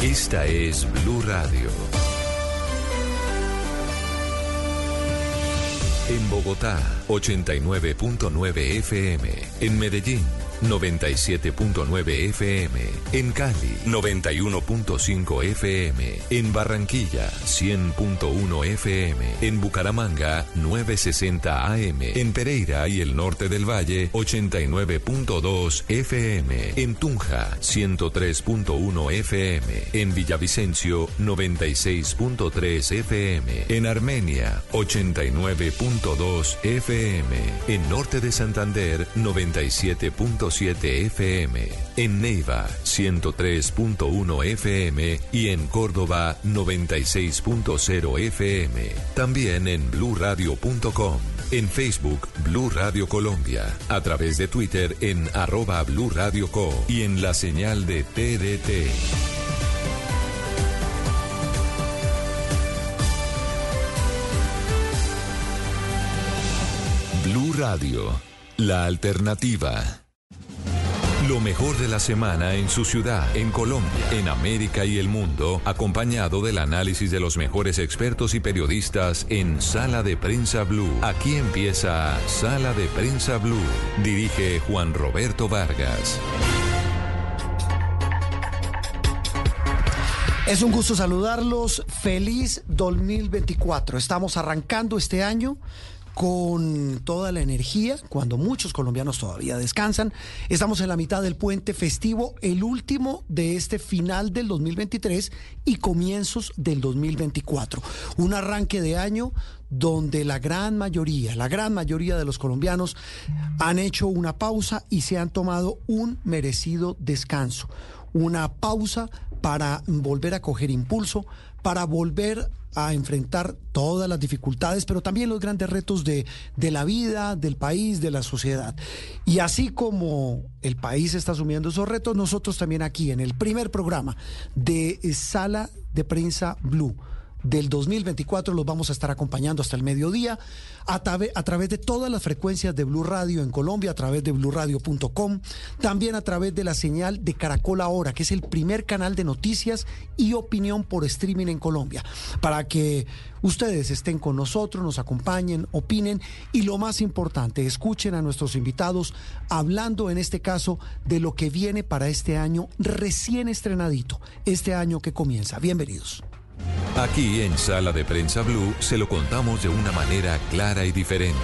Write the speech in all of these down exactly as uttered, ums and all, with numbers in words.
Esta es Blue Radio. En Bogotá, ochenta y nueve punto nueve F M. En Medellín, noventa y siete punto nueve F M. En Cali, noventa y uno punto cinco F M. En Barranquilla, cien punto uno F M. En Bucaramanga, novecientos sesenta A M. En Pereira y el norte del Valle, ochenta y nueve punto dos F M. En Tunja, ciento tres punto uno F M. En Villavicencio, noventa y seis punto tres F M. En Armenia, ochenta y nueve punto dos F M. En norte de Santander, noventa y siete punto siete F M. En Neiva, ciento tres punto uno F M. Y en Córdoba, noventa y seis punto cero F M. También en blue radio punto com. En Facebook, Blue Radio Colombia. A través de Twitter en arroba Blue Radio Co. Y en la señal de T D T. Blue Radio, la alternativa. Lo mejor de la semana en su ciudad, en Colombia, en América y el mundo, acompañado del análisis de los mejores expertos y periodistas en Sala de Prensa Blue. Aquí empieza Sala de Prensa Blue. Dirige Juan Roberto Vargas. Es un gusto saludarlos. Feliz dos mil veinticuatro. Estamos arrancando este año con toda la energía, cuando muchos colombianos todavía descansan. Estamos en la mitad del puente festivo, el último de este final del dos mil veintitrés y comienzos del dos mil veinticuatro. Un arranque de año donde la gran mayoría, la gran mayoría de los colombianos han hecho una pausa y se han tomado un merecido descanso. Una pausa para volver a coger impulso, para volver a enfrentar todas las dificultades, pero también los grandes retos de, de la vida, del país, de la sociedad. Y así como el país está asumiendo esos retos, nosotros también aquí en el primer programa de Sala de Prensa Blue del dos mil veinticuatro los vamos a estar acompañando hasta el mediodía a, trave, a través de todas las frecuencias de Blue Radio en Colombia, a través de blue radio punto com, también a través de la señal de Caracol Ahora, que es el primer canal de noticias y opinión por streaming en Colombia, para que ustedes estén con nosotros, nos acompañen, opinen y lo más importante, escuchen a nuestros invitados hablando en este caso de lo que viene para este año recién estrenadito, este año que comienza. Bienvenidos. Aquí en Sala de Prensa Blue se lo contamos de una manera clara y diferente.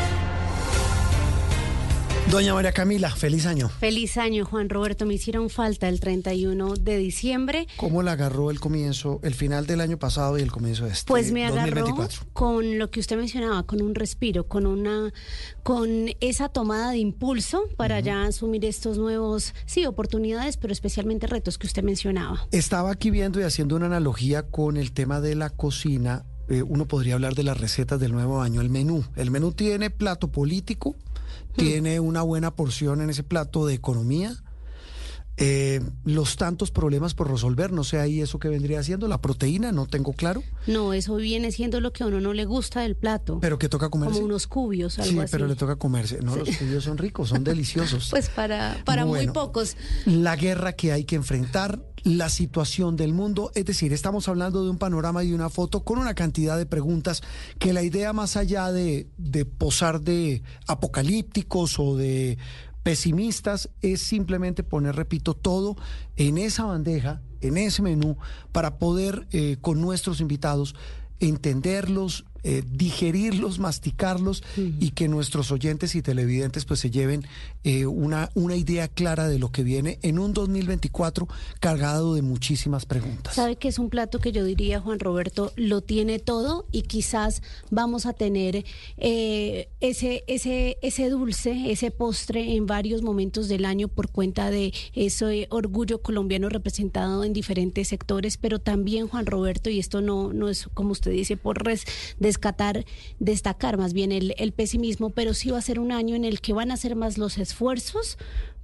Doña María Camila, feliz año. Feliz año, Juan Roberto. Me hicieron falta el treinta y uno de diciembre. ¿Cómo le agarró el comienzo, el final del año pasado y el comienzo de este Pues me agarró dos mil veinticuatro? Con lo que usted mencionaba, con un respiro, con una, con esa tomada de impulso para uh-huh. ya asumir estos nuevos, sí, oportunidades, pero especialmente retos que usted mencionaba. Estaba aquí viendo y haciendo una analogía con el tema de la cocina. Eh, uno podría hablar de las recetas del nuevo año, el menú. El menú tiene plato político, tiene una buena porción en ese plato de economía, eh, los tantos problemas por resolver, no sé ahí eso que vendría siendo, la proteína, no tengo claro. No, eso viene siendo lo que a uno no le gusta del plato. Pero que toca comerse. Como unos cubios, algo sí, así. Sí, pero le toca comerse. No, sí. Los cubios son ricos, son deliciosos. Pues para, para bueno, muy pocos. La guerra que hay que enfrentar, la situación del mundo, es decir, estamos hablando de un panorama y una foto con una cantidad de preguntas que la idea más allá de, de posar de apocalípticos o de pesimistas es simplemente poner, repito, todo en esa bandeja, en ese menú, para poder eh, con nuestros invitados entenderlos, eh, digerirlos, masticarlos uh-huh. y que nuestros oyentes y televidentes pues se lleven eh, una, una idea clara de lo que viene en un dos mil veinticuatro cargado de muchísimas preguntas. ¿Sabe que es un plato que yo diría, Juan Roberto, lo tiene todo y quizás vamos a tener eh, ese, ese, ese dulce, ese postre en varios momentos del año por cuenta de ese orgullo colombiano representado en diferentes sectores, pero también, Juan Roberto, y esto no, no es como usted dice por res, descatar, destacar más bien el, el pesimismo, pero sí va a ser un año en el que van a ser más los esfuerzos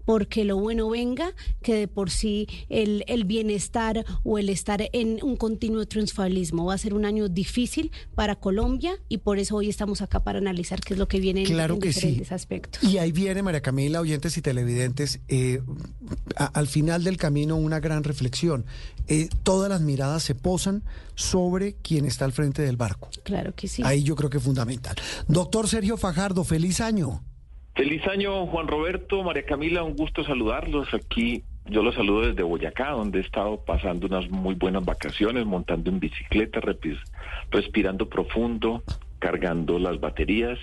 porque lo bueno venga, que de por sí el, el bienestar o el estar en un continuo triunfalismo. Va a ser un año difícil para Colombia y por eso hoy estamos acá para analizar qué es lo que viene en, Claro en que diferentes sí. aspectos. Y ahí viene, María Camila, oyentes y televidentes, eh, a, al final del camino una gran reflexión. Eh, todas las miradas se posan sobre quien está al frente del barco. Claro que sí. Ahí yo creo que es fundamental. Doctor Sergio Fajardo, feliz año. Feliz año, Juan Roberto, María Camila, un gusto saludarlos. Aquí yo los saludo desde Boyacá, donde he estado pasando unas muy buenas vacaciones, montando en bicicleta, respirando profundo, cargando las baterías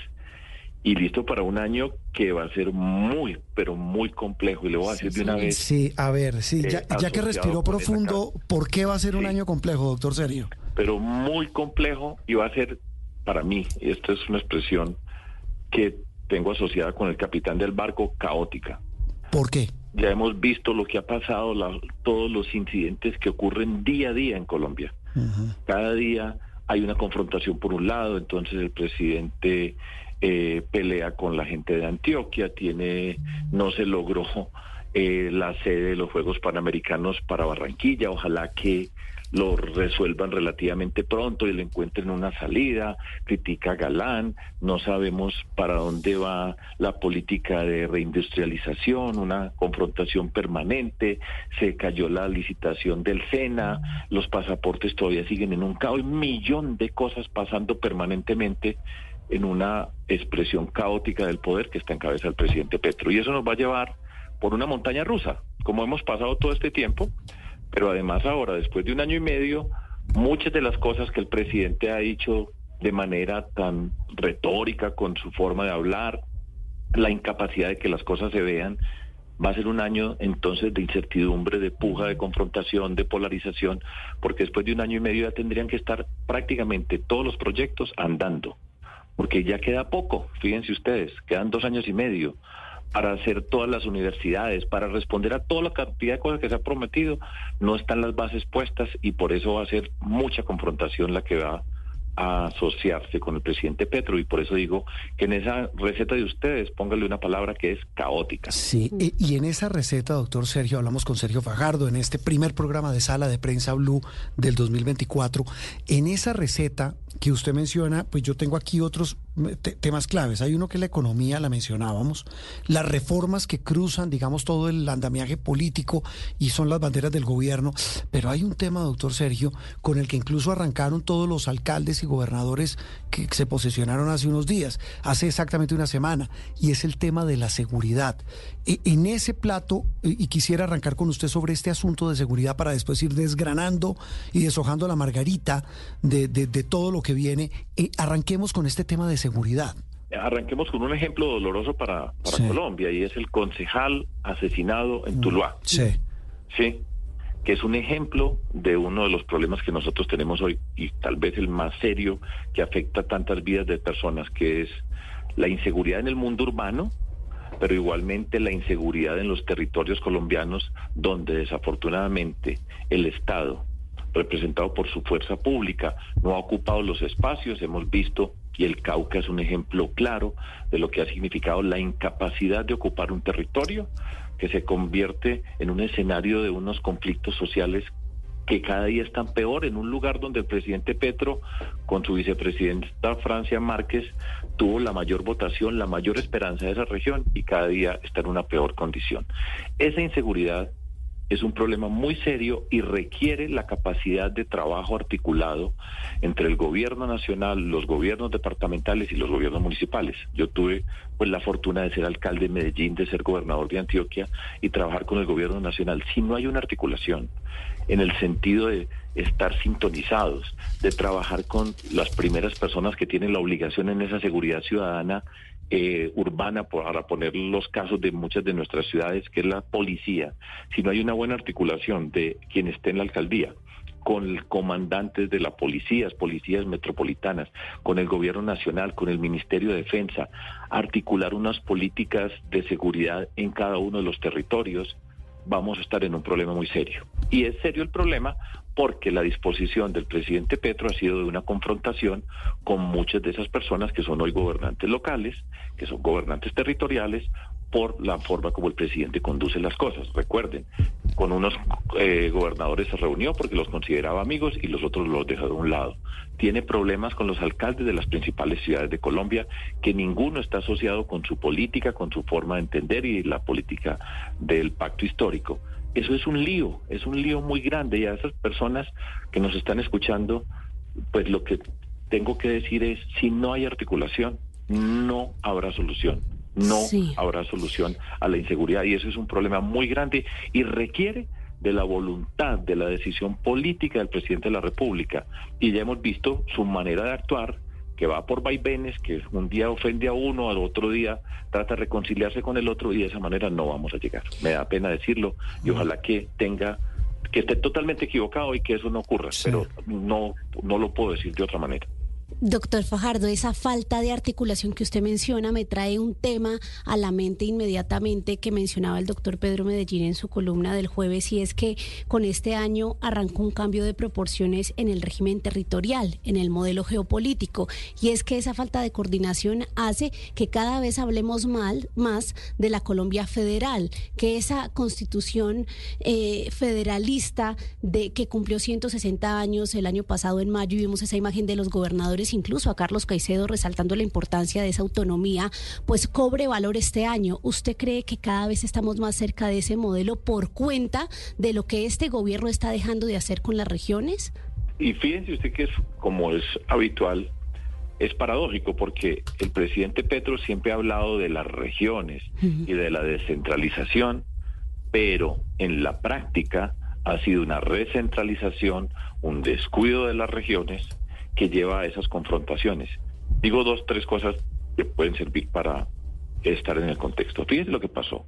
y listo para un año que va a ser muy, pero muy complejo. Y le voy a decir sí, de una sí, vez... Sí, a ver, sí, eh, ya, ya que respiró profundo, ¿por qué va a ser un sí. año complejo, doctor Sergio? Pero muy complejo y va a ser, para mí, y esta es una expresión que tengo asociada con el capitán del barco, caótica. ¿Por qué? Ya hemos visto lo que ha pasado, la, todos los incidentes que ocurren día a día en Colombia. Uh-huh. Cada día hay una confrontación por un lado, entonces el presidente eh, pelea con la gente de Antioquia, tiene, no se logró eh, la sede de los Juegos Panamericanos para Barranquilla, ojalá que lo resuelvan relativamente pronto y le encuentren una salida, critica a Galán, no sabemos para dónde va la política de reindustrialización, una confrontación permanente, se cayó la licitación del SENA, los pasaportes todavía siguen en un caos, un millón de cosas pasando permanentemente en una expresión caótica del poder que está en cabeza del presidente Petro. Y eso nos va a llevar por una montaña rusa, como hemos pasado todo este tiempo. Pero además ahora, después de un año y medio, muchas de las cosas que el presidente ha dicho de manera tan retórica, con su forma de hablar, la incapacidad de que las cosas se vean, va a ser un año entonces de incertidumbre, de puja, de confrontación, de polarización, porque después de un año y medio ya tendrían que estar prácticamente todos los proyectos andando, porque ya queda poco, fíjense ustedes, quedan dos años y medio para hacer todas las universidades, para responder a toda la cantidad de cosas que se ha prometido, no están las bases puestas y por eso va a ser mucha confrontación la que va a asociarse con el presidente Petro y por eso digo que en esa receta de ustedes póngale una palabra que es caótica. Sí, y en esa receta, doctor Sergio, hablamos con Sergio Fajardo en este primer programa de Sala de Prensa Blue del dos mil veinticuatro, en esa receta que usted menciona, pues yo tengo aquí otros te- temas claves. Hay uno que es la economía, la mencionábamos, las reformas que cruzan, digamos, todo el andamiaje político y son las banderas del gobierno, pero hay un tema, doctor Sergio, con el que incluso arrancaron todos los alcaldes y gobernadores que se posesionaron hace unos días, hace exactamente una semana, y es el tema de la seguridad. E- en ese plato, y quisiera arrancar con usted sobre este asunto de seguridad para después ir desgranando y deshojando la margarita de, de, de todo lo que viene, eh, arranquemos con este tema de seguridad. Arranquemos con un ejemplo doloroso para, para Sí. Colombia y es el concejal asesinado en Tuluá. Sí. Sí, que es un ejemplo de uno de los problemas que nosotros tenemos hoy y tal vez el más serio que afecta a tantas vidas de personas, que es la inseguridad en el mundo urbano, pero igualmente la inseguridad en los territorios colombianos donde desafortunadamente el Estado, representado por su fuerza pública, no ha ocupado los espacios. Hemos visto, y el Cauca es un ejemplo claro de lo que ha significado la incapacidad de ocupar un territorio, que se convierte en un escenario de unos conflictos sociales que cada día están peor, en un lugar donde el presidente Petro, con su vicepresidenta Francia Márquez, tuvo la mayor votación, la mayor esperanza de esa región, y cada día está en una peor condición. Esa inseguridad es un problema muy serio y requiere la capacidad de trabajo articulado entre el gobierno nacional, los gobiernos departamentales y los gobiernos municipales. Yo tuve pues la fortuna de ser alcalde de Medellín, de ser gobernador de Antioquia y trabajar con el gobierno nacional. Si no hay una articulación en el sentido de estar sintonizados, de trabajar con las primeras personas que tienen la obligación en esa seguridad ciudadana Eh, urbana, para poner los casos de muchas de nuestras ciudades, que es la policía, si no hay una buena articulación de quien esté en la alcaldía, con comandantes de la policía, policías metropolitanas, con el gobierno nacional, con el Ministerio de Defensa, articular unas políticas de seguridad en cada uno de los territorios, vamos a estar en un problema muy serio. Y es serio el problema porque la disposición del presidente Petro ha sido de una confrontación con muchas de esas personas que son hoy gobernantes locales, que son gobernantes territoriales, por la forma como el presidente conduce las cosas. Recuerden, con unos eh, gobernadores se reunió porque los consideraba amigos y los otros los dejó de un lado. Tiene problemas con los alcaldes de las principales ciudades de Colombia, que ninguno está asociado con su política, con su forma de entender y la política del pacto histórico. Eso es un lío, es un lío muy grande, y a esas personas que nos están escuchando, pues lo que tengo que decir es, si no hay articulación, no habrá solución. No sí. habrá solución a la inseguridad, y eso es un problema muy grande y requiere de la voluntad, de la decisión política del presidente de la República. Y ya hemos visto su manera de actuar, que va por vaivenes, que un día ofende a uno, al otro día trata de reconciliarse con el otro, y de esa manera no vamos a llegar. Me da pena decirlo, y ojalá que tenga, que esté totalmente equivocado y que eso no ocurra, sí. pero no, no lo puedo decir de otra manera. Doctor Fajardo, esa falta de articulación que usted menciona me trae un tema a la mente inmediatamente que mencionaba el doctor Pedro Medellín en su columna del jueves, y es que con este año arrancó un cambio de proporciones en el régimen territorial, en el modelo geopolítico, y es que esa falta de coordinación hace que cada vez hablemos mal, más de la Colombia federal, que esa constitución eh, federalista de que cumplió ciento sesenta años el año pasado en mayo, y vimos esa imagen de los gobernadores, incluso a Carlos Caicedo resaltando la importancia de esa autonomía, pues cobre valor este año. ¿Usted cree que cada vez estamos más cerca de ese modelo por cuenta de lo que este gobierno está dejando de hacer con las regiones? Y fíjense usted que es, como es habitual, es paradójico, porque el presidente Petro siempre ha hablado de las regiones uh-huh. y de la descentralización, pero en la práctica ha sido una recentralización, un descuido de las regiones que lleva a esas confrontaciones. Digo dos, tres cosas que pueden servir para estar en el contexto. Fíjense lo que pasó.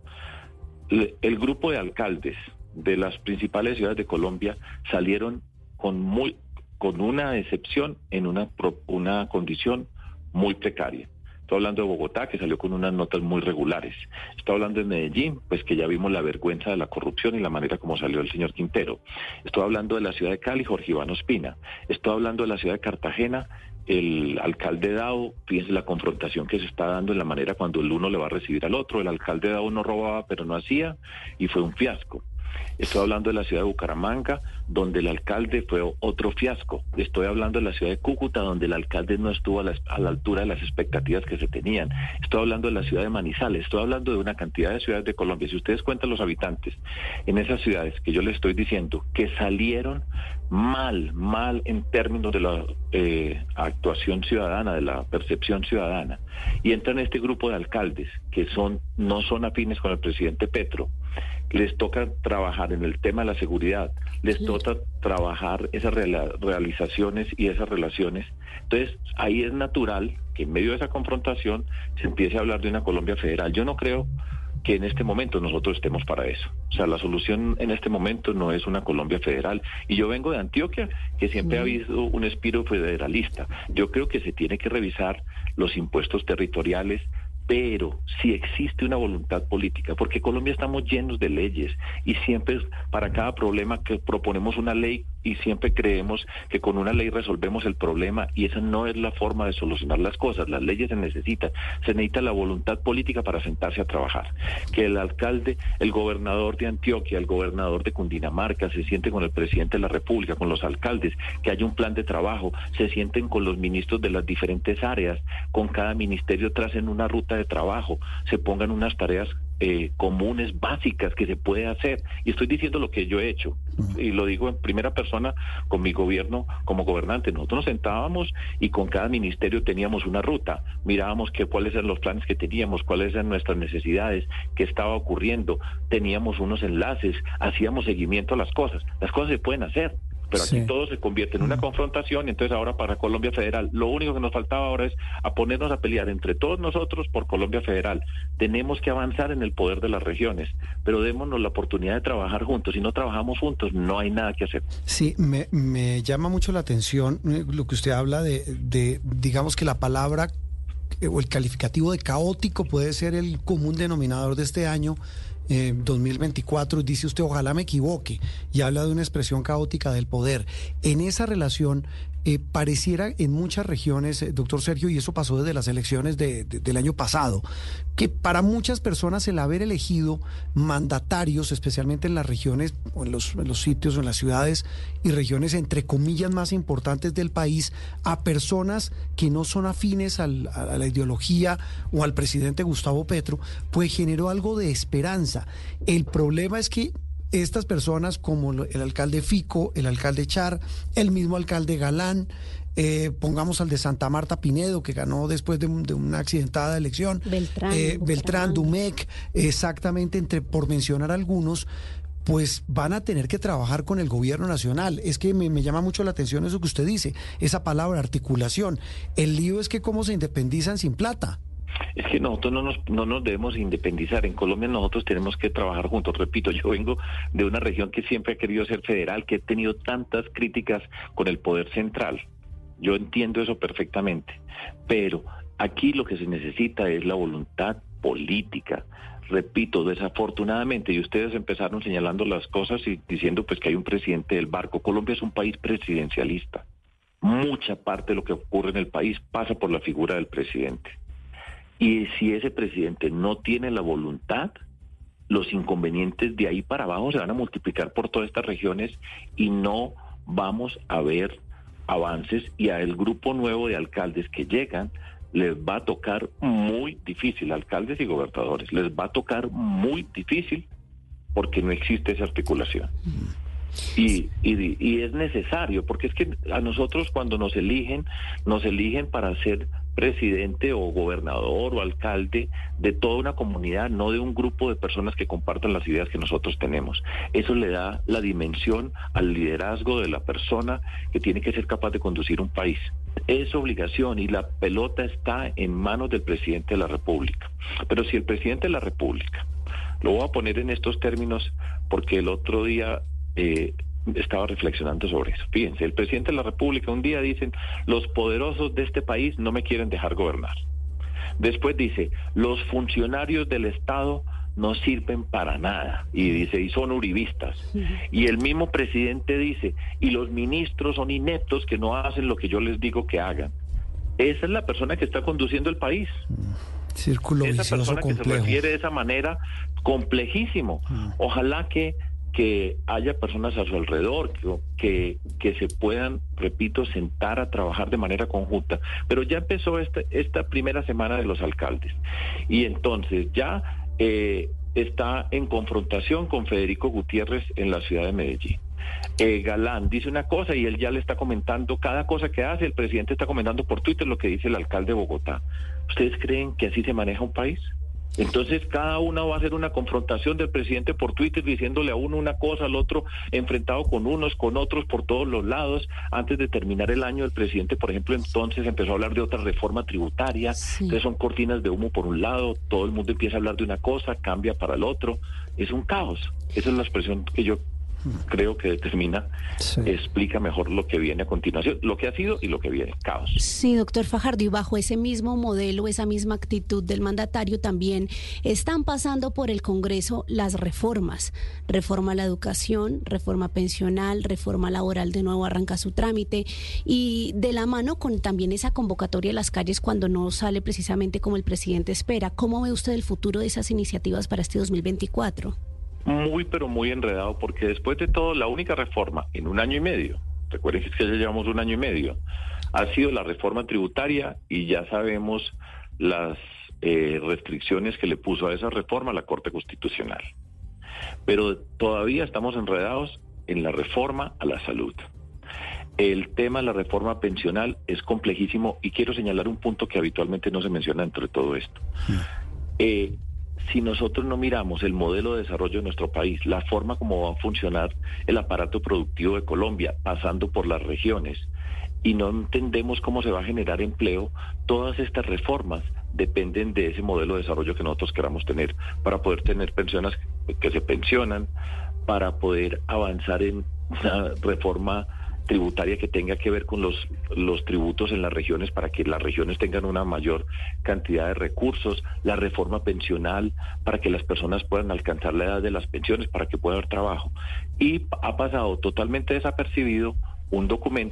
El grupo de alcaldes de las principales ciudades de Colombia salieron con muy, con una excepción en una, una condición muy precaria. Estoy hablando de Bogotá, que salió con unas notas muy regulares. Estoy hablando de Medellín, pues que ya vimos la vergüenza de la corrupción y la manera como salió el señor Quintero. Estoy hablando de la ciudad de Cali, Jorge Iván Ospina. Estoy hablando de la ciudad de Cartagena, el alcalde Dao. Fíjense la confrontación que se está dando en la manera cuando el uno le va a recibir al otro. El alcalde Dao no robaba, pero no hacía, y fue un fiasco. Estoy hablando de la ciudad de Bucaramanga, donde el alcalde fue otro fiasco. Estoy hablando de la ciudad de Cúcuta, donde el alcalde no estuvo a la, a la altura de las expectativas que se tenían. Estoy hablando de la ciudad de Manizales, estoy hablando de una cantidad de ciudades de Colombia. Si ustedes cuentan los habitantes en esas ciudades que yo les estoy diciendo, que salieron mal, mal en términos de la eh, actuación ciudadana, de la percepción ciudadana, y entran este grupo de alcaldes que son no son afines con el presidente Petro, les toca trabajar en el tema de la seguridad, les sí. toca trabajar esas realizaciones y esas relaciones. Entonces, ahí es natural que en medio de esa confrontación se empiece a hablar de una Colombia federal. Yo no creo que en este momento nosotros estemos para eso. O sea, la solución en este momento no es una Colombia federal. Y yo vengo de Antioquia, que siempre sí. ha habido un espíritu federalista. Yo creo que se tiene que revisar los impuestos territoriales, pero si existe una voluntad política, porque Colombia estamos llenos de leyes y siempre para cada problema que proponemos una ley y siempre creemos que con una ley resolvemos el problema, y esa no es la forma de solucionar las cosas. Las leyes se necesitan, se necesita la voluntad política para sentarse a trabajar. Que el alcalde, el gobernador de Antioquia, el gobernador de Cundinamarca se siente con el presidente de la República, con los alcaldes, que haya un plan de trabajo, se sienten con los ministros de las diferentes áreas, con cada ministerio tracen una ruta de trabajo, se pongan unas tareas eh, comunes, básicas, que se puede hacer. Y estoy diciendo lo que yo he hecho, y lo digo en primera persona con mi gobierno como gobernante. Nosotros nos sentábamos y con cada ministerio teníamos una ruta, mirábamos que, cuáles eran los planes que teníamos, cuáles eran nuestras necesidades, qué estaba ocurriendo, teníamos unos enlaces, hacíamos seguimiento a las cosas. Las cosas se pueden hacer, pero aquí sí. todo se convierte en una confrontación, y entonces ahora para Colombia Federal, lo único que nos faltaba ahora es a ponernos a pelear entre todos nosotros por Colombia Federal. Tenemos que avanzar en el poder de las regiones, pero démonos la oportunidad de trabajar juntos. Si no trabajamos juntos, no hay nada que hacer. Sí, me, me llama mucho la atención lo que usted habla de, de, digamos que la palabra o el calificativo de caótico puede ser el común denominador de este año. Eh, dos mil veinticuatro, dice usted, ojalá me equivoque, y habla de una expresión caótica del poder. En esa relación, eh, pareciera en muchas regiones, eh, doctor Sergio, y eso pasó desde las elecciones de, de, del año pasado, que para muchas personas el haber elegido mandatarios, especialmente en las regiones o en los, en los sitios o en las ciudades y regiones entre comillas más importantes del país, a personas que no son afines al, a, a la ideología o al presidente Gustavo Petro, pues generó algo de esperanza. El problema es que estas personas como el alcalde Fico, el alcalde Char, el mismo alcalde Galán, eh, pongamos al de Santa Marta Pinedo, que ganó después de, de una accidentada elección, Beltrán, eh, Beltrán, Dumec, exactamente, entre por mencionar algunos, pues van a tener que trabajar con el gobierno nacional. Es que me, me llama mucho la atención eso que usted dice, esa palabra, articulación. El lío es que cómo se independizan sin plata. Es que nosotros no nos, no nos debemos independizar. En Colombia nosotros tenemos que trabajar juntos. Repito, yo vengo de una región que siempre ha querido ser federal, que ha tenido tantas críticas con el poder central. Yo entiendo eso perfectamente. Pero aquí lo que se necesita es la voluntad política. Repito, desafortunadamente, y ustedes empezaron señalando las cosas y diciendo pues que hay un presidente del barco. Colombia es un país presidencialista. Mucha parte de lo que ocurre en el país pasa por la figura del presidente. Y si ese presidente no tiene la voluntad, los inconvenientes de ahí para abajo se van a multiplicar por todas estas regiones y no vamos a ver avances, y a el grupo nuevo de alcaldes que llegan les va a tocar muy difícil, alcaldes y gobernadores, les va a tocar muy difícil porque no existe esa articulación. Y, y, y es necesario, porque es que a nosotros cuando nos eligen, nos eligen para ser presidente o gobernador o alcalde de toda una comunidad, no de un grupo de personas que compartan las ideas que nosotros tenemos. Eso le da la dimensión al liderazgo de la persona que tiene que ser capaz de conducir un país. Es obligación y la pelota está en manos del presidente de la República. Pero si el presidente de la República, lo voy a poner en estos términos porque el otro día eh, estaba reflexionando sobre eso. Fíjense, el presidente de la República un día dicen, los poderosos de este país no me quieren dejar gobernar. Después dice, los funcionarios del Estado no sirven para nada. Y dice, y son uribistas. Y el mismo presidente dice, y los ministros son ineptos que no hacen lo que yo les digo que hagan. Esa es la persona que está conduciendo el país. Círculo Esa vicioso persona complejo. que se refiere de esa manera, complejísimo. Ojalá que que haya personas a su alrededor, que, que, que se puedan, repito, sentar a trabajar de manera conjunta. Pero ya empezó esta, esta primera semana de los alcaldes. Y entonces ya eh, está en confrontación con Federico Gutiérrez en la ciudad de Medellín. Eh, Galán dice una cosa y él ya le está comentando cada cosa que hace, el presidente está comentando por Twitter lo que dice el alcalde de Bogotá. ¿Ustedes creen que así se maneja un país? Entonces cada uno va a hacer una confrontación del presidente por Twitter diciéndole a uno una cosa, al otro enfrentado con unos, con otros por todos los lados. Antes de terminar el año el presidente, por ejemplo, entonces empezó a hablar de otra reforma tributaria, sí. Entonces son cortinas de humo por un lado, todo el mundo empieza a hablar de una cosa, cambia para el otro, es un caos. Esa es la expresión que yo creo que determina, sí. Explica mejor lo que viene a continuación, lo que ha sido y lo que viene, caos. Sí, doctor Fajardo, y bajo ese mismo modelo, esa misma actitud del mandatario, también están pasando por el Congreso las reformas, reforma a la educación, reforma pensional, reforma laboral, de nuevo arranca su trámite, y de la mano con también esa convocatoria a las calles cuando no sale precisamente como el presidente espera. ¿Cómo ve usted el futuro de esas iniciativas para este dos mil veinticuatro? Muy, pero muy enredado, porque después de todo, la única reforma en un año y medio, recuerden que es que ya llevamos un año y medio, ha sido la reforma tributaria y ya sabemos las eh, restricciones que le puso a esa reforma la Corte Constitucional. Pero todavía estamos enredados en la reforma a la salud. El tema de la reforma pensional es complejísimo y quiero señalar un punto que habitualmente no se menciona dentro de todo esto. Eh, Si nosotros no miramos el modelo de desarrollo de nuestro país, la forma como va a funcionar el aparato productivo de Colombia, pasando por las regiones, y no entendemos cómo se va a generar empleo, todas estas reformas dependen de ese modelo de desarrollo que nosotros queramos tener, para poder tener personas que se pensionan, para poder avanzar en una reforma tributaria que tenga que ver con los, los tributos en las regiones para que las regiones tengan una mayor cantidad de recursos, la reforma pensional para que las personas puedan alcanzar la edad de las pensiones, para que pueda haber trabajo. Y ha pasado totalmente desapercibido un documento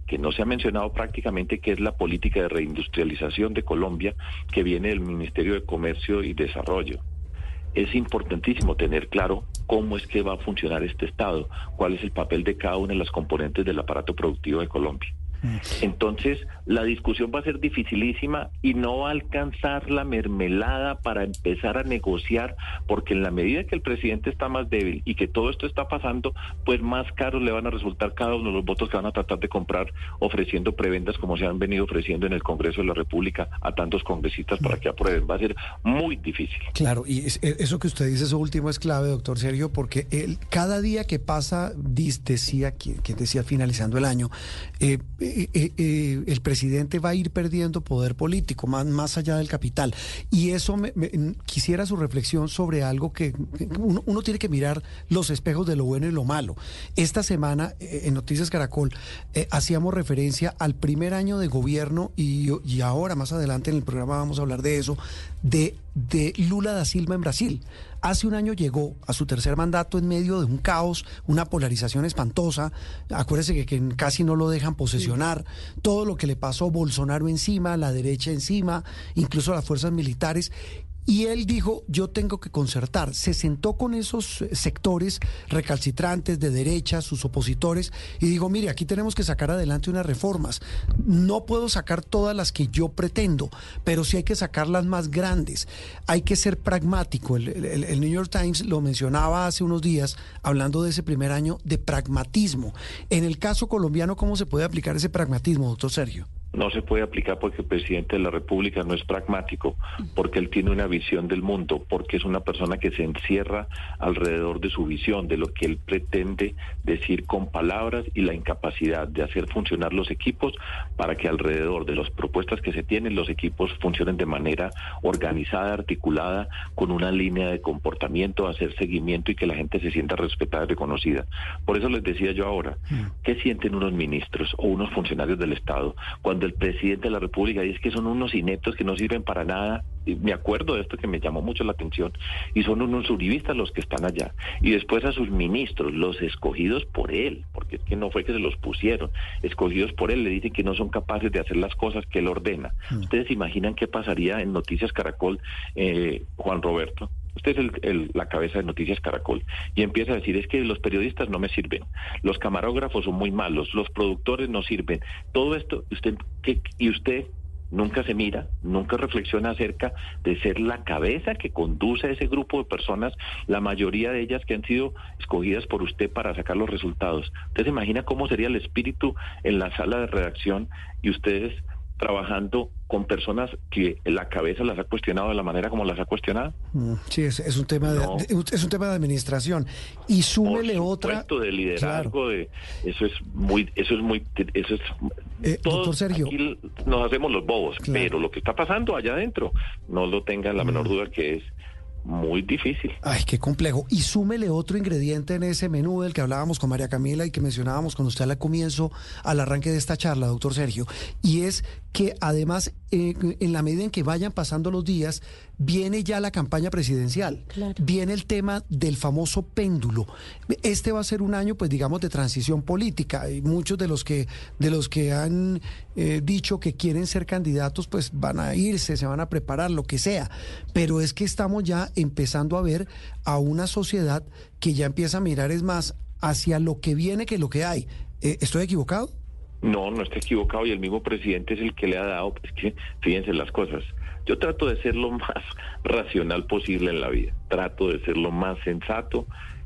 que no se ha mencionado prácticamente, que es la política de reindustrialización de Colombia, que viene del Ministerio de Comercio y Desarrollo. Es importantísimo tener claro cómo es que va a funcionar este Estado, cuál es el papel de cada una de las componentes del aparato productivo de Colombia. Entonces, la discusión va a ser dificilísima y no va a alcanzar la mermelada para empezar a negociar, porque en la medida que el presidente está más débil y que todo esto está pasando, pues más caros le van a resultar cada uno de los votos que van a tratar de comprar ofreciendo prebendas como se han venido ofreciendo en el Congreso de la República a tantos congresistas para que aprueben. Va a ser muy difícil. Claro, y es, eso que usted dice, eso último es clave, doctor Sergio, porque él, cada día que pasa, dis, decía, que, que decía finalizando el año, eh, Eh, eh, eh, el presidente va a ir perdiendo poder político, más, más allá del capital. Y eso me, me, quisiera su reflexión sobre algo que uno, uno tiene que mirar los espejos de lo bueno y lo malo. Esta semana, eh, en Noticias Caracol, eh, hacíamos referencia al primer año de gobierno y, y ahora, más adelante en el programa vamos a hablar de eso, de, de Lula da Silva en Brasil. Hace un año llegó a su tercer mandato en medio de un caos, una polarización espantosa. Acuérdese que, que casi no lo dejan posesionar. Sí. Todo lo que le pasó, Bolsonaro encima, la derecha encima, incluso las fuerzas militares. Y él dijo, yo tengo que concertar. Se sentó con esos sectores recalcitrantes de derecha, sus opositores, y dijo, mire, aquí tenemos que sacar adelante unas reformas. No puedo sacar todas las que yo pretendo, pero sí hay que sacar las más grandes. Hay que ser pragmático. El, el, el New York Times lo mencionaba hace unos días, hablando de ese primer año de pragmatismo. En el caso colombiano, ¿cómo se puede aplicar ese pragmatismo, doctor Sergio? No se puede aplicar porque el presidente de la República no es pragmático, porque él tiene una visión del mundo, porque es una persona que se encierra alrededor de su visión, de lo que él pretende decir con palabras y la incapacidad de hacer funcionar los equipos para que alrededor de las propuestas que se tienen, los equipos funcionen de manera organizada, articulada, con una línea de comportamiento, hacer seguimiento y que la gente se sienta respetada y reconocida. Por eso les decía yo ahora, ¿qué sienten unos ministros o unos funcionarios del Estado cuando el presidente de la República dice que son unos ineptos que no sirven para nada? Y me acuerdo de esto que me llamó mucho la atención, y son unos uribistas los que están allá, y después a sus ministros, los escogidos por él, porque es que no fue que se los pusieron, escogidos por él, le dicen que no son capaces de hacer las cosas que él ordena. Mm. ¿Ustedes se imaginan qué pasaría en Noticias Caracol, eh, Juan Roberto? Usted es el, el, la cabeza de Noticias Caracol, y empieza a decir, es que los periodistas no me sirven, los camarógrafos son muy malos, los productores no sirven, todo esto, usted, ¿qué, y usted nunca se mira, nunca reflexiona acerca de ser la cabeza que conduce a ese grupo de personas, la mayoría de ellas que han sido escogidas por usted para sacar los resultados? ¿Usted se imagina cómo sería el espíritu en la sala de redacción y ustedes trabajando con personas que la cabeza las ha cuestionado de la manera como las ha cuestionado? Sí, es, es un tema de, no. de, es un tema de administración. Y súmele Por otra de liderazgo, claro. de eso es muy, eso es muy, eso es. Eh, todos doctor Sergio, aquí nos hacemos los bobos, claro. pero lo que está pasando allá adentro, no lo tengan la menor duda que es muy difícil. Ay, qué complejo. Y súmele otro ingrediente en ese menú del que hablábamos con María Camila y que mencionábamos con usted al comienzo, al arranque de esta charla, doctor Sergio, y es que además, eh, en la medida en que vayan pasando los días, viene ya la campaña presidencial, claro. viene el tema del famoso péndulo. Este va a ser un año, pues digamos, de transición política, y muchos de los que de los que han eh, dicho que quieren ser candidatos, pues van a irse, se van a preparar, lo que sea, pero es que estamos ya empezando a ver a una sociedad que ya empieza a mirar, es más, hacia lo que viene que lo que hay. Eh, ¿Estoy equivocado? No, no está equivocado, y el mismo presidente es el que le ha dado, es que fíjense las cosas. Yo trato de ser lo más racional posible en la vida, trato de ser lo más sensato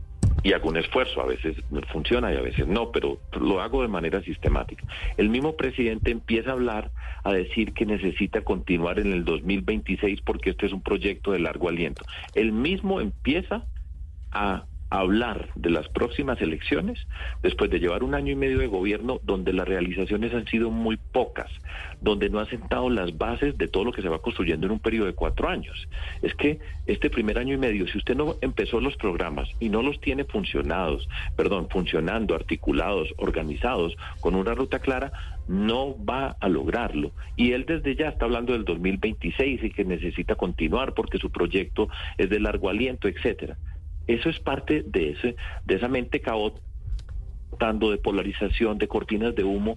y hago un esfuerzo, a veces me funciona y a veces no, pero lo hago de manera sistemática. El mismo presidente empieza a hablar, a decir que necesita continuar en el dos mil veintiséis porque este es un proyecto de largo aliento. Él mismo empieza a hablar de las próximas elecciones después de llevar un año y medio de gobierno donde las realizaciones han sido muy pocas, donde no ha sentado las bases de todo lo que se va construyendo en un periodo de cuatro años. Es que este primer año y medio, si usted no empezó los programas y no los tiene funcionados, perdón, funcionando, articulados, organizados, con una ruta clara, no va a lograrlo. Y él desde ya está hablando del dos mil veintiséis y que necesita continuar porque su proyecto es de largo aliento, etcétera. Eso es parte de ese, de esa mente caótica, de polarización, de cortinas de humo,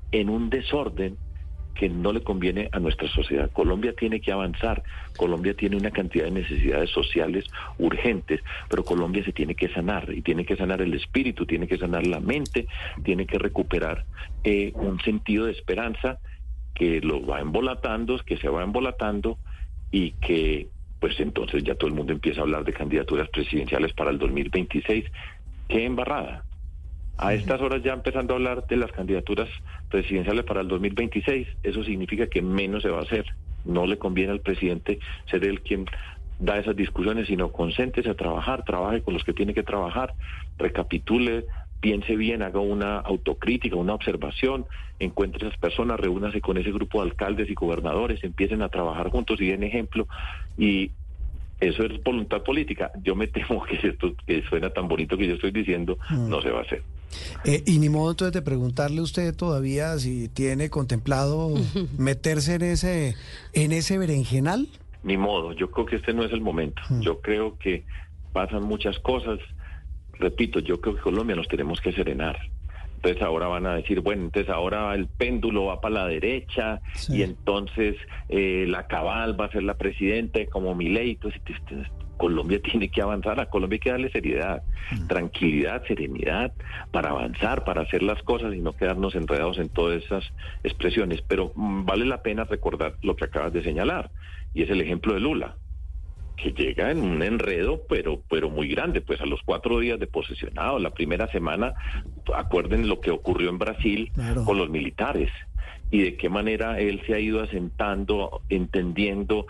en un desorden que no le conviene a nuestra sociedad. Colombia tiene que avanzar, Colombia tiene una cantidad de necesidades sociales urgentes, pero Colombia se tiene que sanar, y tiene que sanar el espíritu, tiene que sanar la mente, tiene que recuperar eh, un sentido de esperanza que lo va embolatando, que se va embolatando, y que pues entonces ya todo el mundo empieza a hablar de candidaturas presidenciales para el dos mil veintiséis. ¡Qué embarrada! A estas horas ya empezando a hablar de las candidaturas presidenciales para el dos mil veintiséis, eso significa que menos se va a hacer. No le conviene al presidente ser él quien da esas discusiones, sino concéntrese a trabajar, trabaje con los que tiene que trabajar, recapitule, piense bien, haga una autocrítica, una observación, encuentre esas personas, reúnase con ese grupo de alcaldes y gobernadores, empiecen a trabajar juntos y den ejemplo, y eso es voluntad política. Yo me temo que esto que suena tan bonito que yo estoy diciendo, mm. no se va a hacer. Eh, y ni modo entonces de preguntarle a usted todavía si tiene contemplado meterse en ese en ese berenjenal. Ni modo, yo creo que este no es el momento. Mm. Yo creo que pasan muchas cosas. Repito, yo creo que Colombia nos tenemos que serenar. Entonces ahora van a decir, bueno, entonces ahora el péndulo va para la derecha, sí. y entonces eh, la cabal va a ser la presidenta como Milei. Entonces, entonces Colombia tiene que avanzar, a Colombia hay que darle seriedad, mm. tranquilidad, serenidad, para avanzar, para hacer las cosas y no quedarnos enredados en todas esas expresiones. Pero mm, vale la pena recordar lo que acabas de señalar, y es el ejemplo de Lula, que llega en un enredo, pero pero muy grande, pues a los cuatro días de posesionado, la primera semana, acuerden lo que ocurrió en Brasil, claro, con los militares, y de qué manera él se ha ido asentando, entendiendo,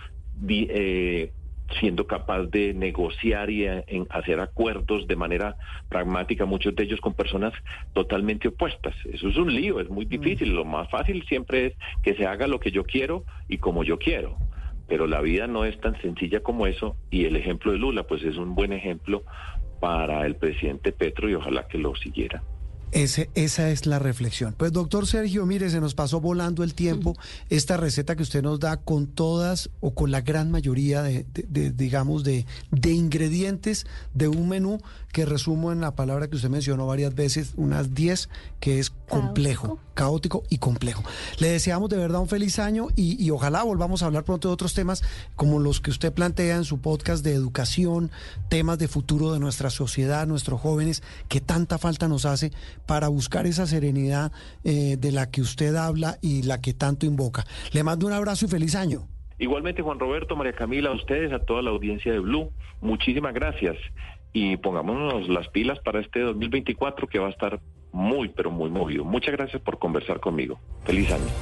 eh, siendo capaz de negociar y a, en hacer acuerdos de manera pragmática, muchos de ellos con personas totalmente opuestas. Eso es un lío, es muy difícil. Mm. Lo más fácil siempre es que se haga lo que yo quiero y como yo quiero. Pero la vida no es tan sencilla como eso, y el ejemplo de Lula pues es un buen ejemplo para el presidente Petro, y ojalá que lo siguiera. Ese, esa es la reflexión. Pues doctor Sergio, mire, se nos pasó volando el tiempo. Esta receta que usted nos da con todas o con la gran mayoría de, de, de digamos, de, de ingredientes de un menú que resumo en la palabra que usted mencionó varias veces, unas diez, que es complejo, caótico, caótico y complejo. Le deseamos de verdad un feliz año y, y ojalá volvamos a hablar pronto de otros temas como los que usted plantea en su podcast de educación, temas de futuro de nuestra sociedad, nuestros jóvenes, que tanta falta nos hace para buscar esa serenidad eh, de la que usted habla y la que tanto invoca. Le mando un abrazo y feliz año. Igualmente, Juan Roberto, María Camila, a ustedes, a toda la audiencia de Blue, muchísimas gracias, y pongámonos las pilas para este dos mil veinticuatro, que va a estar muy, pero muy movido. Muchas gracias por conversar conmigo. Feliz año.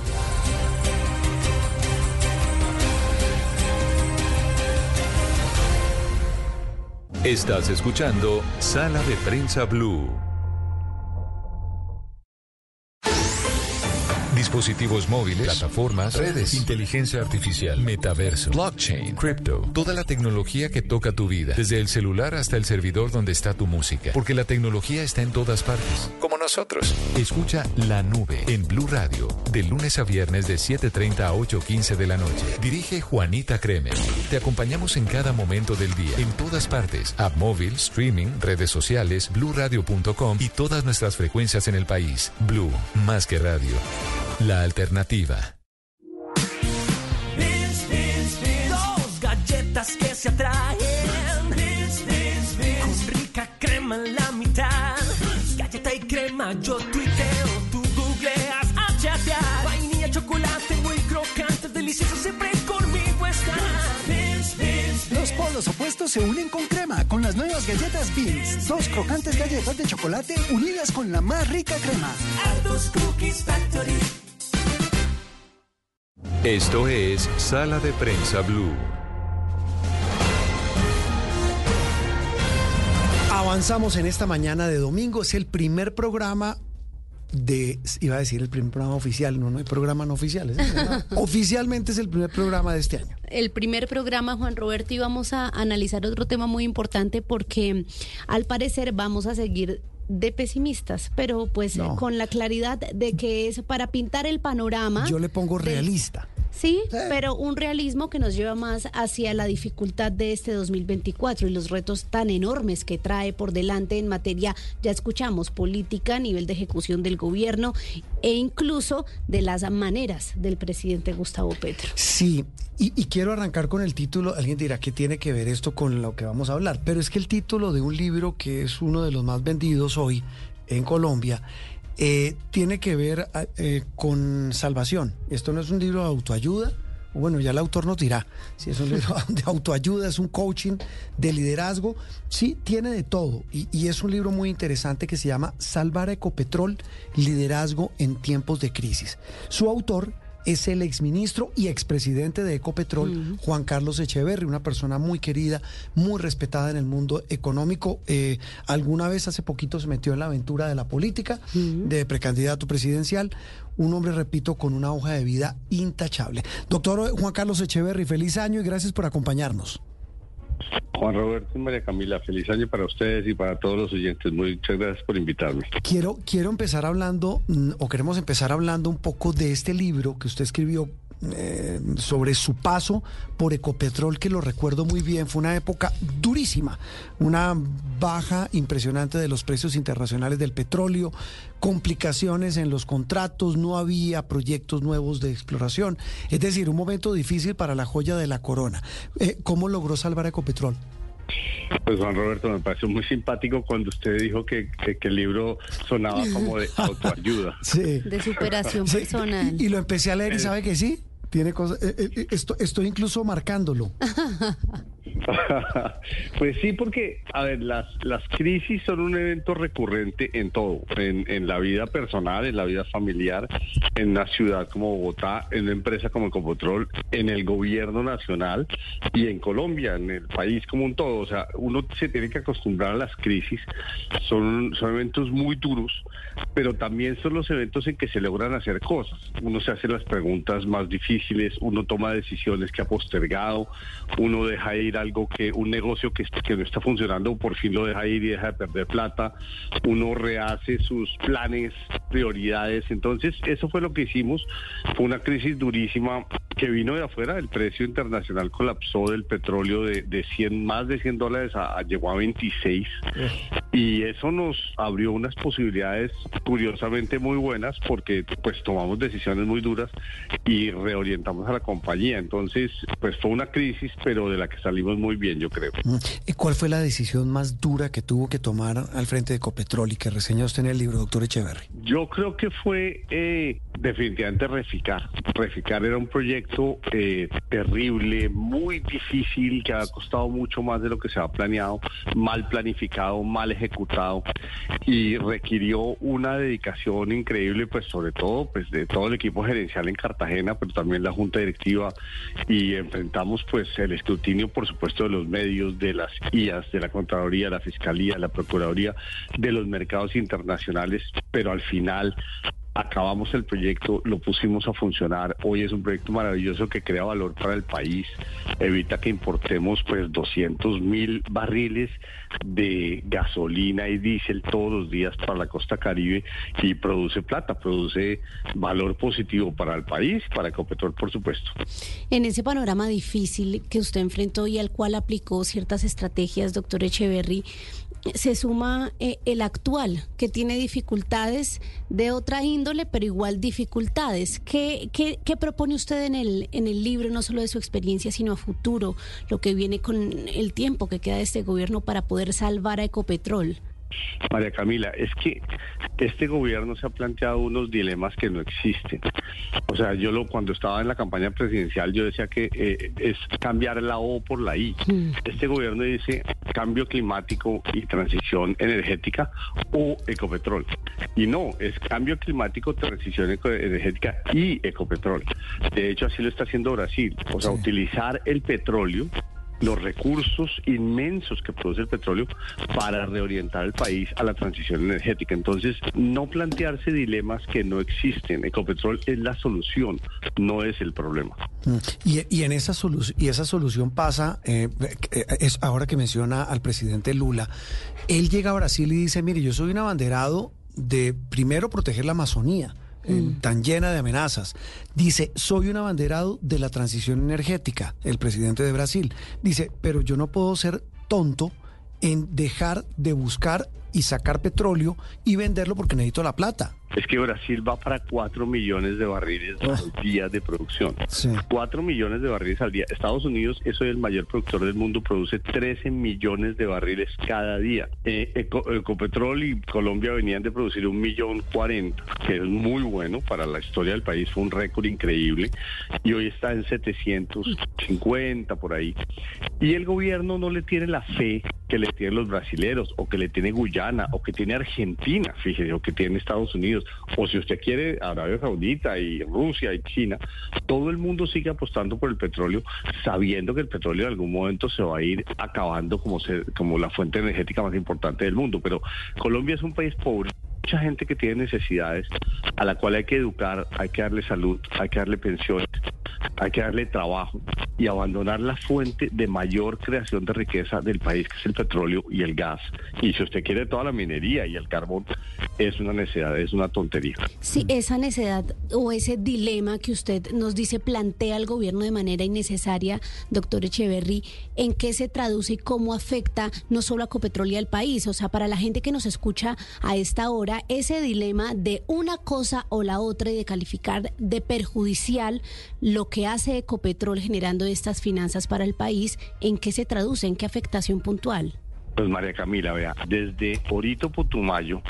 Estás escuchando Sala de Prensa Blue. Dispositivos móviles, plataformas, redes, inteligencia artificial, metaverso, blockchain, cripto, toda la tecnología que toca tu vida, desde el celular hasta el servidor donde está tu música, porque la tecnología está en todas partes, como nosotros. Escucha La Nube en Blue Radio, de lunes a viernes de siete treinta a ocho quince de la noche. Dirige Juanita Kremer. Te acompañamos en cada momento del día, en todas partes, app móvil, streaming, redes sociales, blue radio punto com y todas nuestras frecuencias en el país. Blue, más que radio. La alternativa. Bis, bis, bis. Dos galletas que se atraen. Bis, bis, bis. Con rica crema en la mitad. Galleta y crema, yo tuiteo, tú googleas a chatear. Vainilla, chocolate, muy crocante, delicioso, siempre conmigo está. Bis, bis, bis. Los polos opuestos se unen con crema con las nuevas galletas Beans. Dos crocantes galletas de chocolate unidas con la más rica crema. Aldos Cookies Factory. Esto es Sala de Prensa Blue. Avanzamos en esta mañana de domingo. Es el primer programa de, iba a decir el primer programa oficial, no, no hay programa no oficial. ¿Es oficialmente es el primer programa de este año. El primer programa, Juan Roberto, y vamos a analizar otro tema muy importante porque al parecer vamos a seguir de pesimistas, pero pues no, con la claridad de que es para pintar el panorama. Yo le pongo realista. De... Sí, Sí. pero un realismo que nos lleva más hacia la dificultad de este dos mil veinticuatro y los retos tan enormes que trae por delante en materia, ya escuchamos, política, a nivel de ejecución del gobierno e incluso de las maneras del presidente Gustavo Petro. Sí, y, y quiero arrancar con el título. Alguien dirá que tiene que ver esto con lo que vamos a hablar, pero es que el título de un libro que es uno de los más vendidos hoy en Colombia eh, tiene que ver eh, con salvación. Esto no es un libro de autoayuda. Bueno, ya el autor nos dirá si es un libro de autoayuda, es un coaching de liderazgo. Sí, tiene de todo. Y, y es un libro muy interesante que se llama Salvar a Ecopetrol, liderazgo en tiempos de crisis. Su autor es el exministro y expresidente de Ecopetrol, uh-huh. Juan Carlos Echeverry, una persona muy querida, muy respetada en el mundo económico. Eh, alguna vez hace poquito se metió en la aventura de la política, uh-huh. de precandidato presidencial. Un hombre, repito, con una hoja de vida intachable. Doctor Juan Carlos Echeverry, feliz año y gracias por acompañarnos. Juan Roberto y María Camila, feliz año para ustedes y para todos los oyentes. Muchas gracias por invitarme. Quiero, quiero empezar hablando, o queremos empezar hablando un poco de este libro que usted escribió eh, sobre su paso por Ecopetrol, que lo recuerdo muy bien. Fue una época durísima, una baja impresionante de los precios internacionales del petróleo, complicaciones en los contratos, no había proyectos nuevos de exploración, es decir, un momento difícil para la joya de la corona. Eh, ¿Cómo logró salvar Ecopetrol? Pues Juan Roberto, me pareció muy simpático cuando usted dijo que, que, que el libro sonaba como de autoayuda. Sí. De superación Sí, personal. Y, y lo empecé a leer y sabe que sí, tiene cosas, eh, eh, esto, estoy incluso marcándolo. Pues sí, porque, a ver, las, las crisis son un evento recurrente en todo, en, en la vida personal, en la vida familiar, en una ciudad como Bogotá, en una empresa como Ecopetrol, en el gobierno nacional y en Colombia, en el país como un todo. O sea, uno se tiene que acostumbrar a las crisis, son, son eventos muy duros, pero también son los eventos en que se logran hacer cosas. Uno se hace las preguntas más difíciles, uno toma decisiones que ha postergado, uno deja ir algo que, un negocio que, que no está funcionando, por fin lo deja ir y deja de perder plata, uno rehace sus planes, prioridades. Entonces, eso fue lo que hicimos. Fue una crisis durísima que vino de afuera. El precio internacional colapsó del petróleo de, de cien, más de cien dólares a, a, llegó a veintiséis, y eso nos abrió unas posibilidades curiosamente muy buenas, porque pues tomamos decisiones muy duras y reorientamos a la compañía. Entonces, pues fue una crisis, pero de la que salimos muy bien, yo creo. ¿Cuál fue la decisión más dura que tuvo que tomar al frente de Ecopetrol y que reseña usted en el libro, doctor Echeverry? Yo creo que fue eh, definitivamente Reficar. Reficar era un proyecto eh, terrible, muy difícil, que ha costado mucho más de lo que se ha planeado, mal planificado, mal ejecutado, y requirió una dedicación increíble, pues sobre todo pues de todo el equipo gerencial en Cartagena, pero también la junta directiva, y enfrentamos pues el escrutinio, por supuesto, de los medios, de las I A S, de la Contraloría, la Fiscalía, la Procuraduría, de los mercados internacionales, pero al final acabamos el proyecto, lo pusimos a funcionar. Hoy es un proyecto maravilloso que crea valor para el país, evita que importemos pues doscientos mil barriles de gasolina y diésel todos los días para la costa Caribe, y produce plata, produce valor positivo para el país, para Ecopetrol, por supuesto. En ese panorama difícil que usted enfrentó y al cual aplicó ciertas estrategias, doctor Echeverry, se suma eh, el actual, que tiene dificultades de otra índole, pero igual dificultades. ¿Qué, qué, qué propone usted en el, en el libro, no solo de su experiencia, sino a futuro, lo que viene con el tiempo que queda de este gobierno para poder salvar a Ecopetrol? María Camila, es que este gobierno se ha planteado unos dilemas que no existen. O sea, yo lo cuando estaba en la campaña presidencial, yo decía que eh, es cambiar la O por la I. Mm. Este gobierno dice cambio climático y transición energética o Ecopetrol. Y no, es cambio climático, transición energética y Ecopetrol. De hecho, así lo está haciendo Brasil. O sea, sí. Utilizar el petróleo, los recursos inmensos que produce el petróleo, para reorientar el país a la transición energética. Entonces, no plantearse dilemas que no existen. Ecopetrol es la solución, no es el problema. Y, y en esa solución, y esa solución pasa, eh, es ahora que menciona al presidente Lula, él llega a Brasil y dice, mire, yo soy un abanderado de primero proteger la Amazonía. eh, tan llena de amenazas. Dice, soy un abanderado de la transición energética, el presidente de Brasil. Dice, pero yo no puedo ser tonto en dejar de buscar y sacar petróleo y venderlo porque necesito la plata. Es que Brasil va para cuatro millones de barriles Oh. al día de producción. Sí. cuatro millones de barriles al día. Estados Unidos es hoy el mayor productor del mundo, produce trece millones de barriles cada día. Eh, Eco- Ecopetrol y Colombia venían de producir un millón cuarenta, que es muy bueno para la historia del país, fue un récord increíble, y hoy está en setecientos cincuenta por ahí. Y el gobierno no le tiene la fe que le tienen los brasileros, o que le tiene Guyana, o que tiene Argentina, fíjese, o que tiene Estados Unidos, o si usted quiere Arabia Saudita y Rusia y China. Todo el mundo sigue apostando por el petróleo, sabiendo que el petróleo en algún momento se va a ir acabando como, se, como la fuente energética más importante del mundo. Pero Colombia es un país pobre, mucha gente que tiene necesidades, a la cual hay que educar, hay que darle salud, hay que darle pensiones, hay que darle trabajo y abandonar la fuente de mayor creación de riqueza del país, que es el petróleo y el gas. Y si usted quiere toda la minería y el carbón, es una necesidad, es una tontería. Sí, esa necesidad o ese dilema que usted nos dice plantea al gobierno de manera innecesaria, doctor Echeverry, ¿en qué se traduce y cómo afecta no solo a Ecopetrol y al país? O sea, para la gente que nos escucha a esta hora, ese dilema de una cosa o la otra y de calificar de perjudicial lo que hace Ecopetrol generando estas finanzas para el país, ¿en qué se traduce? ¿En qué afectación puntual? Pues María Camila, vea, desde Orito Putumayo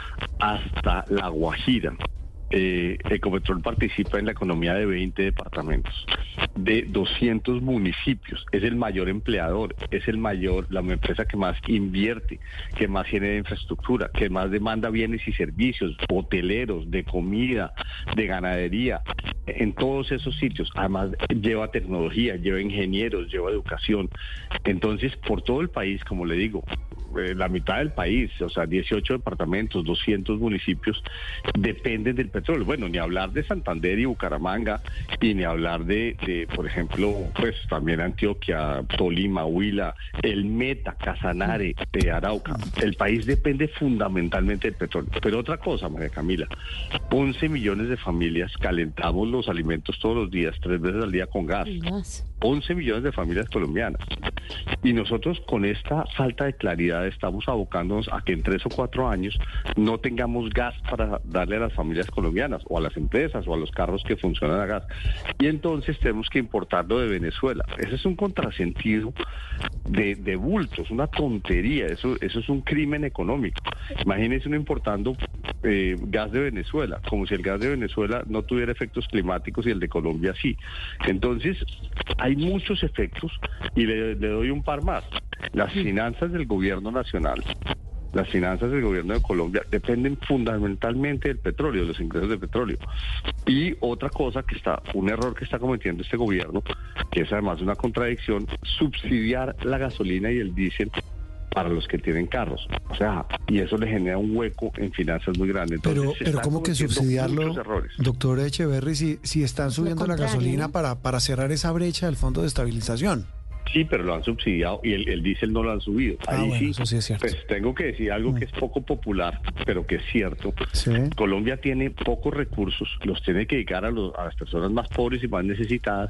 hasta La Guajira, eh, Ecopetrol participa en la economía de veinte departamentos, de doscientos municipios, es el mayor empleador, es el mayor, la empresa que más invierte, que más tiene infraestructura, que más demanda bienes y servicios, hoteleros, de comida, de ganadería, en todos esos sitios. Además lleva tecnología, lleva ingenieros, lleva educación. Entonces, por todo el país, como le digo, eh, la mitad del país, o sea, dieciocho departamentos, doscientos municipios, dependen del petróleo. Bueno, ni hablar de Santander y Bucaramanga, y ni hablar de, de, por ejemplo, pues también Antioquia, Tolima, Huila, el Meta, Casanare, de Arauca. El país depende fundamentalmente del petróleo. Pero otra cosa, María Camila, once millones de familias calentamos los alimentos todos los días, tres veces al día con gas. Gas. once millones de familias colombianas. Y nosotros con esta falta de claridad estamos abocándonos a que en tres o cuatro años no tengamos gas para darle a las familias colombianas, o a las empresas, o a los carros que funcionan a gas. Y entonces tenemos que importarlo de Venezuela. Ese es un contrasentido de, de bultos, una tontería. Eso, eso es un crimen económico. Imagínense uno importando eh, gas de Venezuela, como si el gas de Venezuela no tuviera efectos climáticos y el de Colombia sí. Entonces, hay muchos efectos, y le, le doy un par más. Las finanzas del gobierno nacional, las finanzas del gobierno de Colombia dependen fundamentalmente del petróleo, de los ingresos del petróleo. Y otra cosa que está, un error que está cometiendo este gobierno, que es además una contradicción, subsidiar la gasolina y el diésel para los que tienen carros. O sea, y eso le genera un hueco en finanzas muy grande. Entonces, Pero, pero ¿cómo que subsidiarlo, doctor Echeverry, si, si están subiendo la gasolina para, para cerrar esa brecha del Fondo de Estabilización? Sí, pero lo han subsidiado y el, el diésel no lo han subido. Ah, Ahí bueno, sí, eso sí es cierto. Pues tengo que decir algo Mm. que es poco popular, pero que es cierto. Sí. Colombia tiene pocos recursos, los tiene que dedicar a, los, a las personas más pobres y más necesitadas,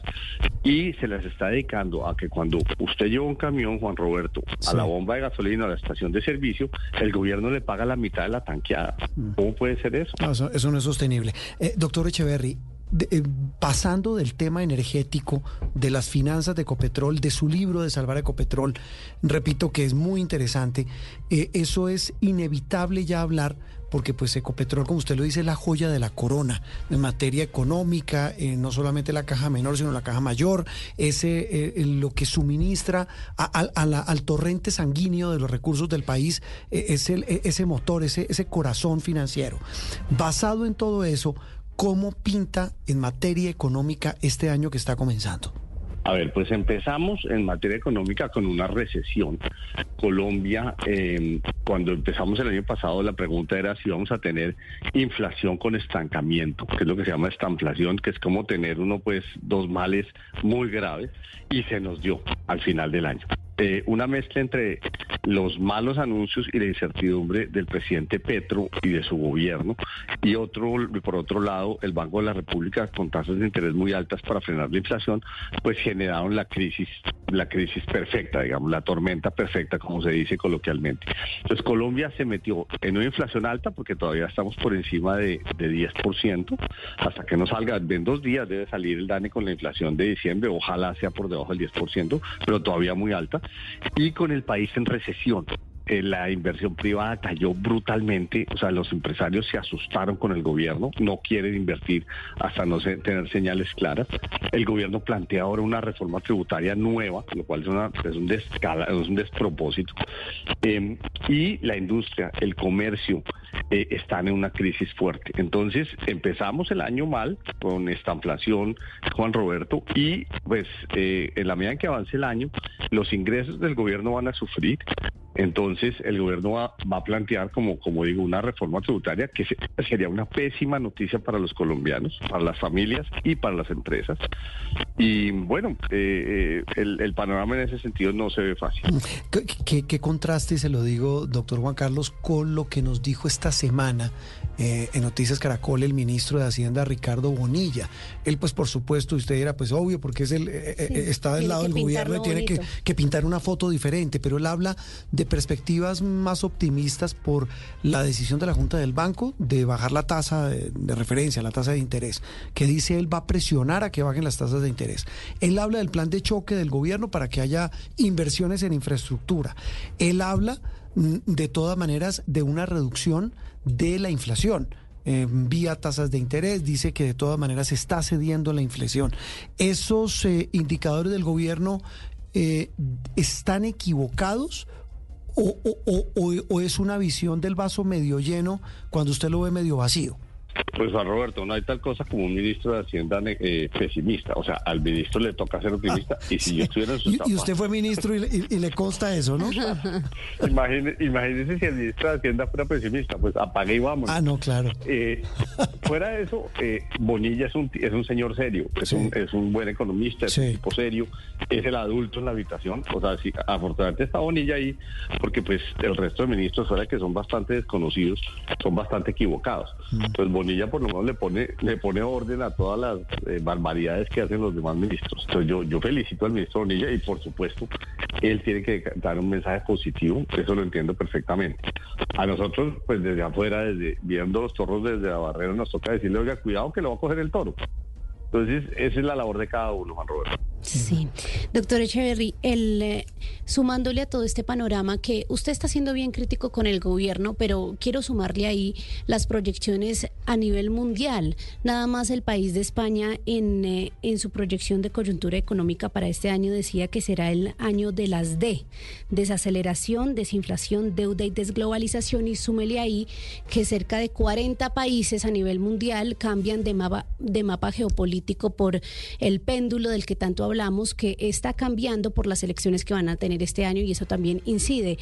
y se las está dedicando a que cuando usted lleva un camión, Juan Roberto, a Sí. la bomba de gasolina, a la estación de servicio, el gobierno le paga la mitad de la tanqueada. Mm. ¿Cómo puede ser eso? No, eso, eso no es sostenible. Eh, doctor Echeverry, de- eh, pasando del tema energético, de las finanzas de Ecopetrol, de su libro de Salvar Ecopetrol, repito que es muy interesante, eh, eso es inevitable ya hablar, porque pues Ecopetrol, como usted lo dice, es la joya de la corona en materia económica, eh, no solamente la caja menor, sino la caja mayor, ese eh, lo que suministra a, a, a la, al torrente sanguíneo de los recursos del país, eh, es el, eh, ese motor, ese, ese corazón financiero. Basado en todo eso, ¿cómo pinta en materia económica este año que está comenzando? A ver, pues empezamos en materia económica con una recesión. Colombia, eh, cuando empezamos el año pasado, la pregunta era si vamos a tener inflación con estancamiento, que es lo que se llama estanflación, que es como tener uno, pues, dos males muy graves, y se nos dio al final del año. eh, una mezcla entre los malos anuncios y la incertidumbre del presidente Petro y de su gobierno, y otro, por otro lado, el Banco de la República con tasas de interés muy altas para frenar la inflación, pues generaron la crisis, la crisis perfecta, digamos, la tormenta perfecta, como se dice coloquialmente. Entonces Colombia se metió en una inflación alta porque todavía estamos por encima de, de diez por ciento, hasta que no salga, en dos días debe salir el DANE con la inflación de diciembre, ojalá sea por debajo del diez por ciento, pero todavía muy alta, y con el país en recesión. Eh, la inversión privada cayó brutalmente, o sea, los empresarios se asustaron con el gobierno, no quieren invertir hasta no se, tener señales claras. El gobierno plantea ahora una reforma tributaria nueva, lo cual es, una, es, un, descala, es un despropósito. Eh, y la industria, el comercio, eh, están en una crisis fuerte. Entonces, empezamos el año mal con esta inflación, Juan Roberto, y pues eh, en la medida en que avance el año, los ingresos del gobierno van a sufrir. Entonces el gobierno va, va a plantear, como, como digo, una reforma tributaria que se, sería una pésima noticia para los colombianos, para las familias y para las empresas. Y bueno, eh, eh, el, el panorama en ese sentido no se ve fácil. ¿Qué, qué, qué contraste, y se lo digo, doctor Juan Carlos, con lo que nos dijo esta semana eh, en Noticias Caracol el ministro de Hacienda, Ricardo Bonilla? Él, pues por supuesto, usted dirá, pues obvio, porque es el eh, sí, está del lado del gobierno y tiene que, que pintar una foto diferente, pero él habla de perspectivas más optimistas por la decisión de la Junta del Banco de bajar la tasa de, de referencia, la tasa de interés, que dice él va a presionar a que bajen las tasas de interés. Él habla del plan de choque del gobierno para que haya inversiones en infraestructura. Él habla, de todas maneras, de una reducción de la inflación. Eh, vía tasas de interés, dice que de todas maneras está cediendo la inflación. ¿Esos eh, indicadores del gobierno eh, están equivocados? O, o, o, o es una visión del vaso medio lleno cuando usted lo ve medio vacío? Pues Juan Roberto, no hay tal cosa como un ministro de Hacienda eh, pesimista. O sea, al ministro le toca ser optimista. Ah, y si yo estuviera en sus zapatos... Y usted fue ministro y, y, y le consta eso, ¿no? Imagínese, imagínese si el ministro de Hacienda fuera pesimista. Pues apague y vamos. Ah, no, claro. Eh, fuera de eso, eh, Bonilla es un es un señor serio. Es, sí. un, es un buen economista, es sí. un tipo serio. Es el adulto en la habitación. O sea, sí, afortunadamente está Bonilla ahí, porque pues el resto de ministros, fuera que son bastante desconocidos, son bastante equivocados. Mm. Pues Bonilla por lo menos le pone le pone orden a todas las eh, barbaridades que hacen los demás ministros. Entonces yo yo felicito al ministro Bonilla y por supuesto él tiene que dar un mensaje positivo, eso lo entiendo perfectamente. A nosotros, pues desde afuera, desde viendo los toros desde la barrera, nos toca decirle, oiga, cuidado que lo va a coger el toro. Entonces esa es la labor de cada uno, Juan Roberto. Sí, doctor Echeverry, el, eh, sumándole a todo este panorama que usted está siendo bien crítico con el gobierno, pero quiero sumarle ahí las proyecciones a nivel mundial. Nada más el país de España en, eh, en su proyección de coyuntura económica para este año decía que será el año de las D, desaceleración, desinflación, deuda y desglobalización, y súmele ahí que cerca de cuarenta países a nivel mundial cambian de mapa, de mapa geopolítico por el péndulo del que tanto hablamos, hablamos que está cambiando por las elecciones que van a tener este año, y eso también incide.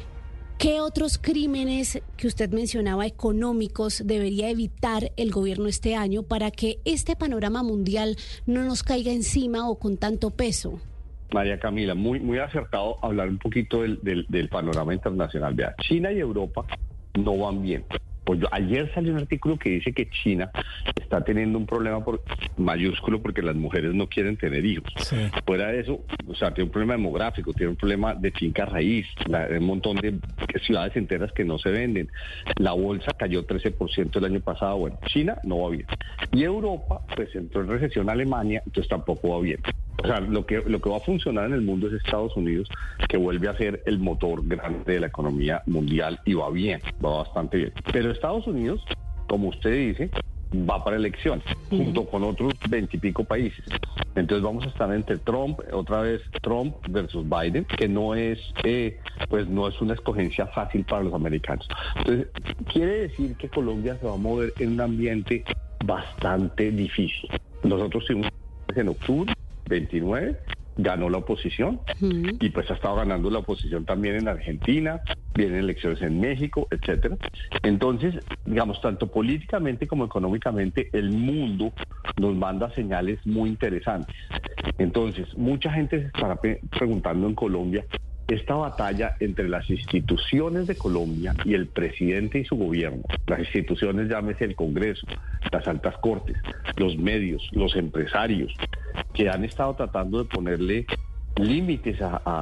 ¿Qué otros crímenes que usted mencionaba económicos debería evitar el gobierno este año para que este panorama mundial no nos caiga encima o con tanto peso? María Camila, muy muy acertado hablar un poquito del, del, del panorama internacional. Vea, China y Europa no van bien. Pues yo, ayer salió un artículo que dice que China está teniendo un problema por, mayúsculo porque las mujeres no quieren tener hijos. Sí. Fuera de eso, o sea, tiene un problema demográfico, tiene un problema de finca raíz, la, un montón de ciudades enteras que no se venden. La bolsa cayó trece por ciento el año pasado. Bueno, China no va bien. Y Europa, pues entró en recesión Alemania, entonces tampoco va bien. O sea, lo que, lo que va a funcionar en el mundo es Estados Unidos, que vuelve a ser el motor grande de la economía mundial y va bien, va bastante bien. Pero Estados Unidos, como usted dice, va para elecciones, junto con otros veintipico países. Entonces vamos a estar entre Trump, otra vez Trump versus Biden, que no es, eh, pues no es una escogencia fácil para los americanos. Entonces, quiere decir que Colombia se va a mover en un ambiente bastante difícil. Nosotros tuvimos en octubre veintinueve, ganó la oposición, uh-huh. y pues ha estado ganando la oposición también en Argentina, vienen elecciones en México, etcétera. Entonces, digamos, tanto políticamente como económicamente, el mundo nos manda señales muy interesantes. Entonces, mucha gente se estará pe- preguntando en Colombia, esta batalla entre las instituciones de Colombia y el presidente y su gobierno, las instituciones, llámese el Congreso, las altas cortes, los medios, los empresarios, que han estado tratando de ponerle límites a, a,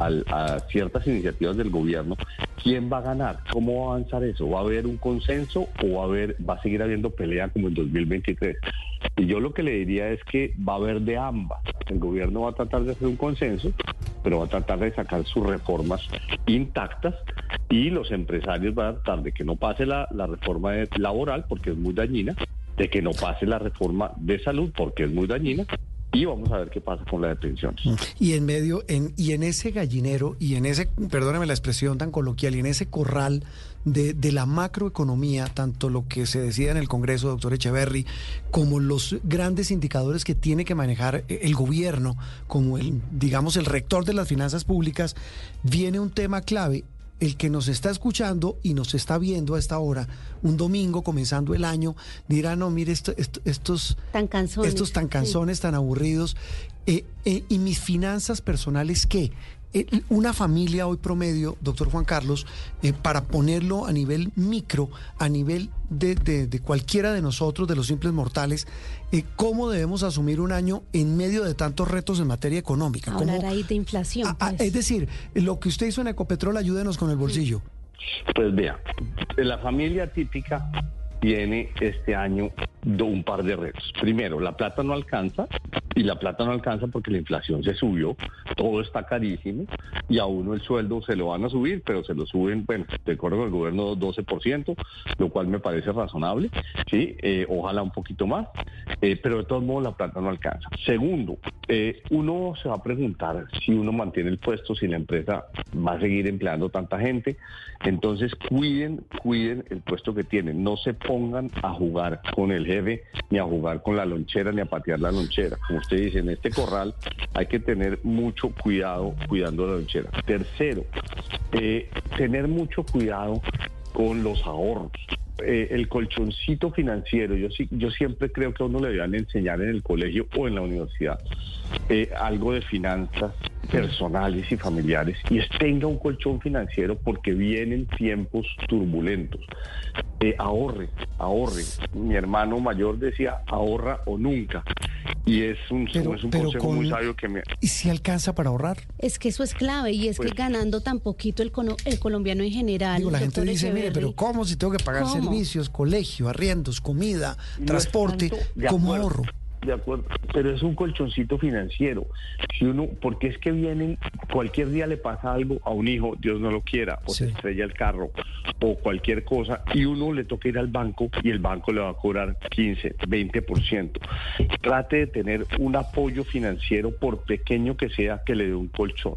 a, a ciertas iniciativas del gobierno, ¿quién va a ganar? ¿Cómo va a avanzar eso? ¿Va a haber un consenso o va a haber, va a seguir habiendo pelea como en dos mil veintitrés? Y yo lo que le diría es que va a haber de ambas. El gobierno va a tratar de hacer un consenso, pero va a tratar de sacar sus reformas intactas, y los empresarios van a tratar de que no pase la, la reforma de- laboral porque es muy dañina, de que no pase la reforma de salud porque es muy dañina, y vamos a ver qué pasa con la de pensiones. Y en medio, en, y en ese gallinero, y en ese, perdóneme la expresión tan coloquial, y en ese corral de, de la macroeconomía, tanto lo que se decida en el Congreso, doctor Echeverry, como los grandes indicadores que tiene que manejar el gobierno, como el, digamos, el rector de las finanzas públicas, viene un tema clave. El que nos está escuchando y nos está viendo a esta hora, un domingo comenzando el año, dirá, no, mire, esto, esto- estos, Tan cansones. estos tan cansones, tan aburridos, eh, eh, y mis finanzas personales, ¿qué? Eh, una familia hoy promedio, doctor Juan Carlos, eh, para ponerlo a nivel micro, a nivel de, de- de cualquiera de nosotros, de los simples mortales, eh, ¿cómo debemos asumir un año en medio de tantos retos en materia económica? ¿Cómo- Hablar ahí de inflación. Ah, ah, pues. es decir, lo que usted hizo en Ecopetrol, ayúdenos con el bolsillo. Pues vea, la familia típica tiene este año do- un par de retos. Primero, la plata no alcanza, y la plata no alcanza porque la inflación se subió, todo está carísimo, y a uno el sueldo se lo van a subir, pero se lo suben, bueno, de acuerdo con el gobierno, doce por ciento, lo cual me parece razonable, ¿sí? Eh, ojalá un poquito más, eh, pero de todos modos la plata no alcanza. Segundo, eh, uno se va a preguntar si uno mantiene el puesto, si la empresa va a seguir empleando tanta gente. Entonces cuiden, cuiden el puesto que tienen, no se pongan a jugar con el jefe, ni a jugar con la lonchera, ni a patear la lonchera. Como usted dice, en este corral hay que tener mucho cuidado cuidando la lonchera. Tercero, eh, tener mucho cuidado con los ahorros. Eh, el colchoncito financiero, yo sí, yo siempre creo que a uno le deben enseñar en el colegio o en la universidad eh, algo de finanzas personales y familiares, y es tenga un colchón financiero porque vienen tiempos turbulentos. Eh, ahorre, ahorre. Mi hermano mayor decía, ahorra o nunca, y es un, Pero- es un pero consejo con- muy sabio que me... ¿Y si alcanza para ahorrar? Es que eso es clave, y es Pues- que ganando tan poquito el, cono- el colombiano en general. Digo, la gente doctor dice, mire, Echeverry, pero ¿cómo si tengo que pagar ¿Cómo? servicios, colegio, arriendos, comida, No es transporte? tanto, de ¿Cómo acuerdo, ahorro? De acuerdo, pero es un colchoncito financiero. Si uno, porque es que vienen, cualquier día le pasa algo a un hijo, Dios no lo quiera, o Sí. se estrella el carro, o cualquier cosa, y uno le toca ir al banco y el banco le va a cobrar quince, veinte por ciento. Trate de tener un apoyo financiero, por pequeño que sea, que le dé un colchón.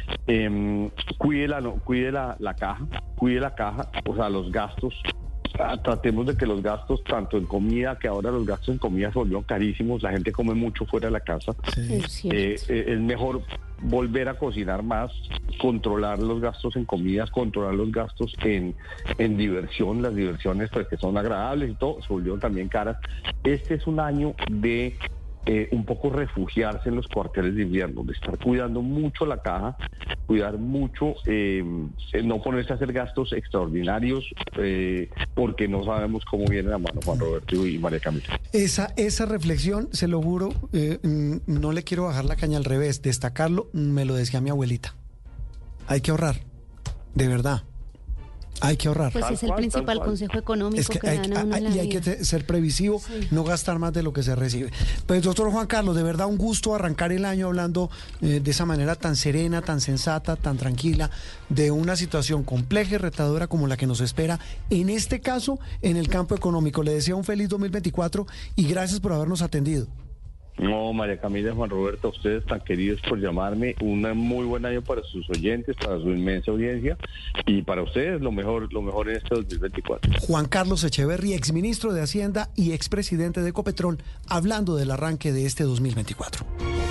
Em, cuide la, no, cuide la, la caja, cuide la caja, o sea, los gastos. Ah, tratemos de que los gastos, tanto en comida, que ahora los gastos en comida se volvieron carísimos, la gente come mucho fuera de la casa, Es cierto. eh, eh, es mejor volver a cocinar más, controlar los gastos en comidas, controlar los gastos en, en diversión, las diversiones pues que son agradables y todo, se volvieron también caras. Este es un año de eh, un poco refugiarse en los cuarteles de invierno, de estar cuidando mucho la caja, cuidar mucho, eh, no ponerse a hacer gastos extraordinarios, eh, porque no sabemos cómo viene la mano, Juan Roberto y María Camila. Esa, esa reflexión, se lo juro, eh, mm, no le quiero bajar la caña, al revés, destacarlo, me lo decía mi abuelita. Hay que ahorrar, de verdad. Hay que ahorrar. Pues Tal es el cual, tal principal cual. consejo económico Es que que, hay, dan a uno en la hay- y hay que vida. te- ser previsivo, Sí. no gastar más de lo que se recibe. Pues doctor Juan Carlos, de verdad un gusto arrancar el año hablando eh, de esa manera tan serena, tan sensata, tan tranquila, de una situación compleja y retadora como la que nos espera, en este caso, en el campo económico. Le deseo un feliz dos mil veinticuatro y gracias por habernos atendido. No, María Camila y Juan Roberto, a ustedes tan queridos por llamarme, un muy buen año para sus oyentes, para su inmensa audiencia, y para ustedes lo mejor, lo mejor en este dos mil veinticuatro. Juan Carlos Echeverry, exministro de Hacienda y expresidente de Ecopetrol, hablando del arranque de este dos mil veinticuatro.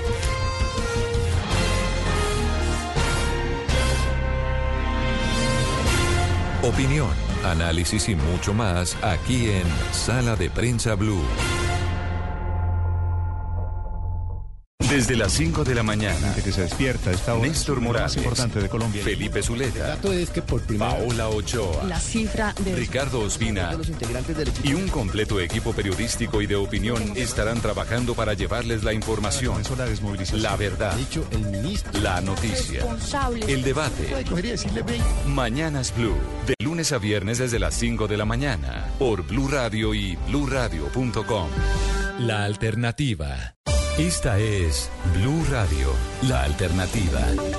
Opinión, análisis y mucho más aquí en Sala de Prensa Blue. Desde las cinco de la mañana, que se despierta esta hora. Néstor Morales, más importante de Colombia. Felipe Zuleta, El dato es que por primera Paola Ochoa, La cifra de Ricardo Ospina y un completo equipo periodístico y de opinión estarán trabajando para llevarles la información, la desmovilización. la verdad, dicho el ministro. la noticia, Responsables. el debate. Mañanas Blue, de lunes a viernes desde las cinco de la mañana, por Blue Radio y blue radio punto com. La alternativa. Esta es Blue Radio, la alternativa.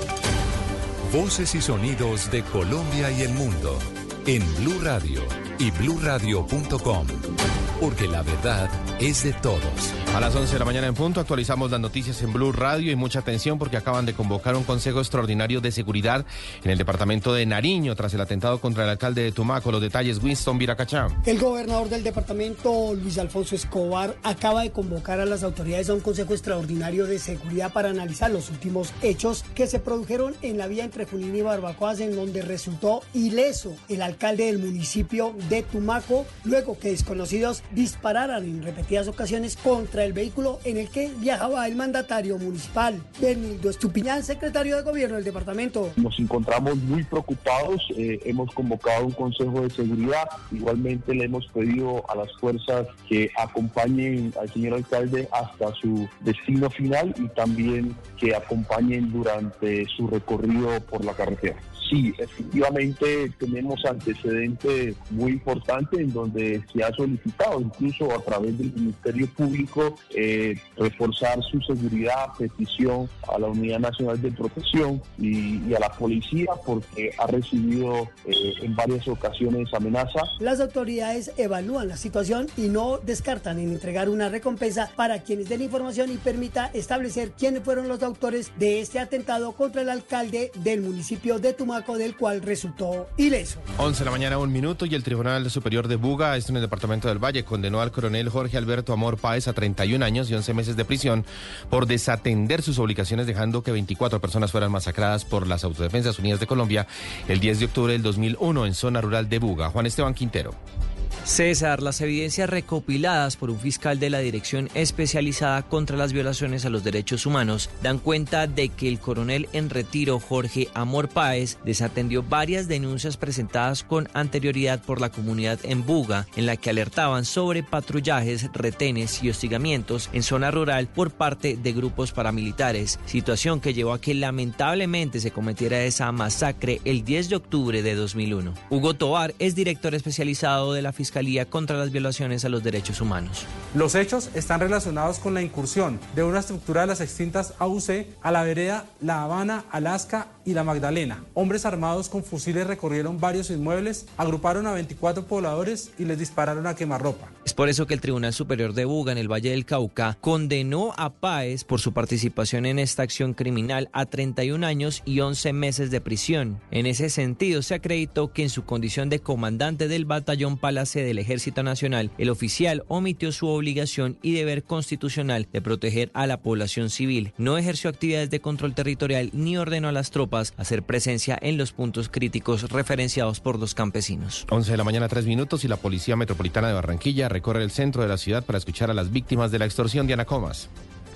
Voces y sonidos de Colombia y el mundo en Blue Radio y blue radio punto com. Porque la verdad es de todos. A las once de la mañana en punto actualizamos las noticias en Blue Radio y mucha atención porque acaban de convocar un Consejo Extraordinario de Seguridad en el departamento de Nariño tras el atentado contra el alcalde de Tumaco. Los detalles, Winston Viracachá. El gobernador del departamento, Luis Alfonso Escobar, acaba de convocar a las autoridades a un Consejo Extraordinario de Seguridad para analizar los últimos hechos que se produjeron en la vía entre Junín y Barbacoas, en donde resultó ileso el alcalde del municipio de Tumaco, luego que desconocidos dispararan en repetidas ocasiones contra el vehículo en el que viajaba el mandatario municipal. Bernildo Estupiñán, secretario de Gobierno del departamento. Nos encontramos muy preocupados, eh, hemos convocado un consejo de seguridad, igualmente le hemos pedido a las fuerzas que acompañen al señor alcalde hasta su destino final y también que acompañen durante su recorrido por la carretera. Sí, efectivamente tenemos antecedentes muy importantes en donde se ha solicitado, incluso a través del Ministerio Público, eh, reforzar su seguridad, petición a la Unidad Nacional de Protección y, y a la policía porque ha recibido eh, en varias ocasiones amenaza. Las autoridades evalúan la situación y no descartan en entregar una recompensa para quienes den información y permita establecer quiénes fueron los autores de este atentado contra el alcalde del municipio de Tumaco, del cual resultó ileso. once de la mañana, un minuto, y el Tribunal Superior de Buga, esto en el departamento del Valle, condenó al coronel Jorge Alberto Amor Páez a treinta y un años y once meses de prisión por desatender sus obligaciones, dejando que veinticuatro personas fueran masacradas por las Autodefensas Unidas de Colombia el diez de octubre del dos mil uno en zona rural de Buga. Juan Esteban Quintero. César, las evidencias recopiladas por un fiscal de la Dirección Especializada contra las Violaciones a los Derechos Humanos dan cuenta de que el coronel en retiro Jorge Amor Páez desatendió varias denuncias presentadas con anterioridad por la comunidad en Buga, en la que alertaban sobre patrullajes, retenes y hostigamientos en zona rural por parte de grupos paramilitares, situación que llevó a que lamentablemente se cometiera esa masacre el diez de octubre de dos mil uno. Hugo Tovar es director especializado de la Fiscalía contra las Violaciones a los Derechos Humanos. Los hechos están relacionados con la incursión de una estructura de las extintas A U C a la vereda La Habana, Alaska y La Magdalena. Hombres armados con fusiles recorrieron varios inmuebles, agruparon a veinticuatro pobladores y les dispararon a quemarropa. Es por eso que el Tribunal Superior de Buga, en el Valle del Cauca, condenó a Páez por su participación en esta acción criminal a treinta y un años y once meses de prisión. En ese sentido, se acreditó que en su condición de comandante del batallón Palace del Ejército Nacional, el oficial omitió su obligación y deber constitucional de proteger a la población civil, no ejerció actividades de control territorial ni ordenó a las tropas hacer presencia en los puntos críticos referenciados por los campesinos. once de la mañana, tres minutos, y la Policía Metropolitana de Barranquilla recorre el centro de la ciudad para escuchar a las víctimas de la extorsión. Diana Comas.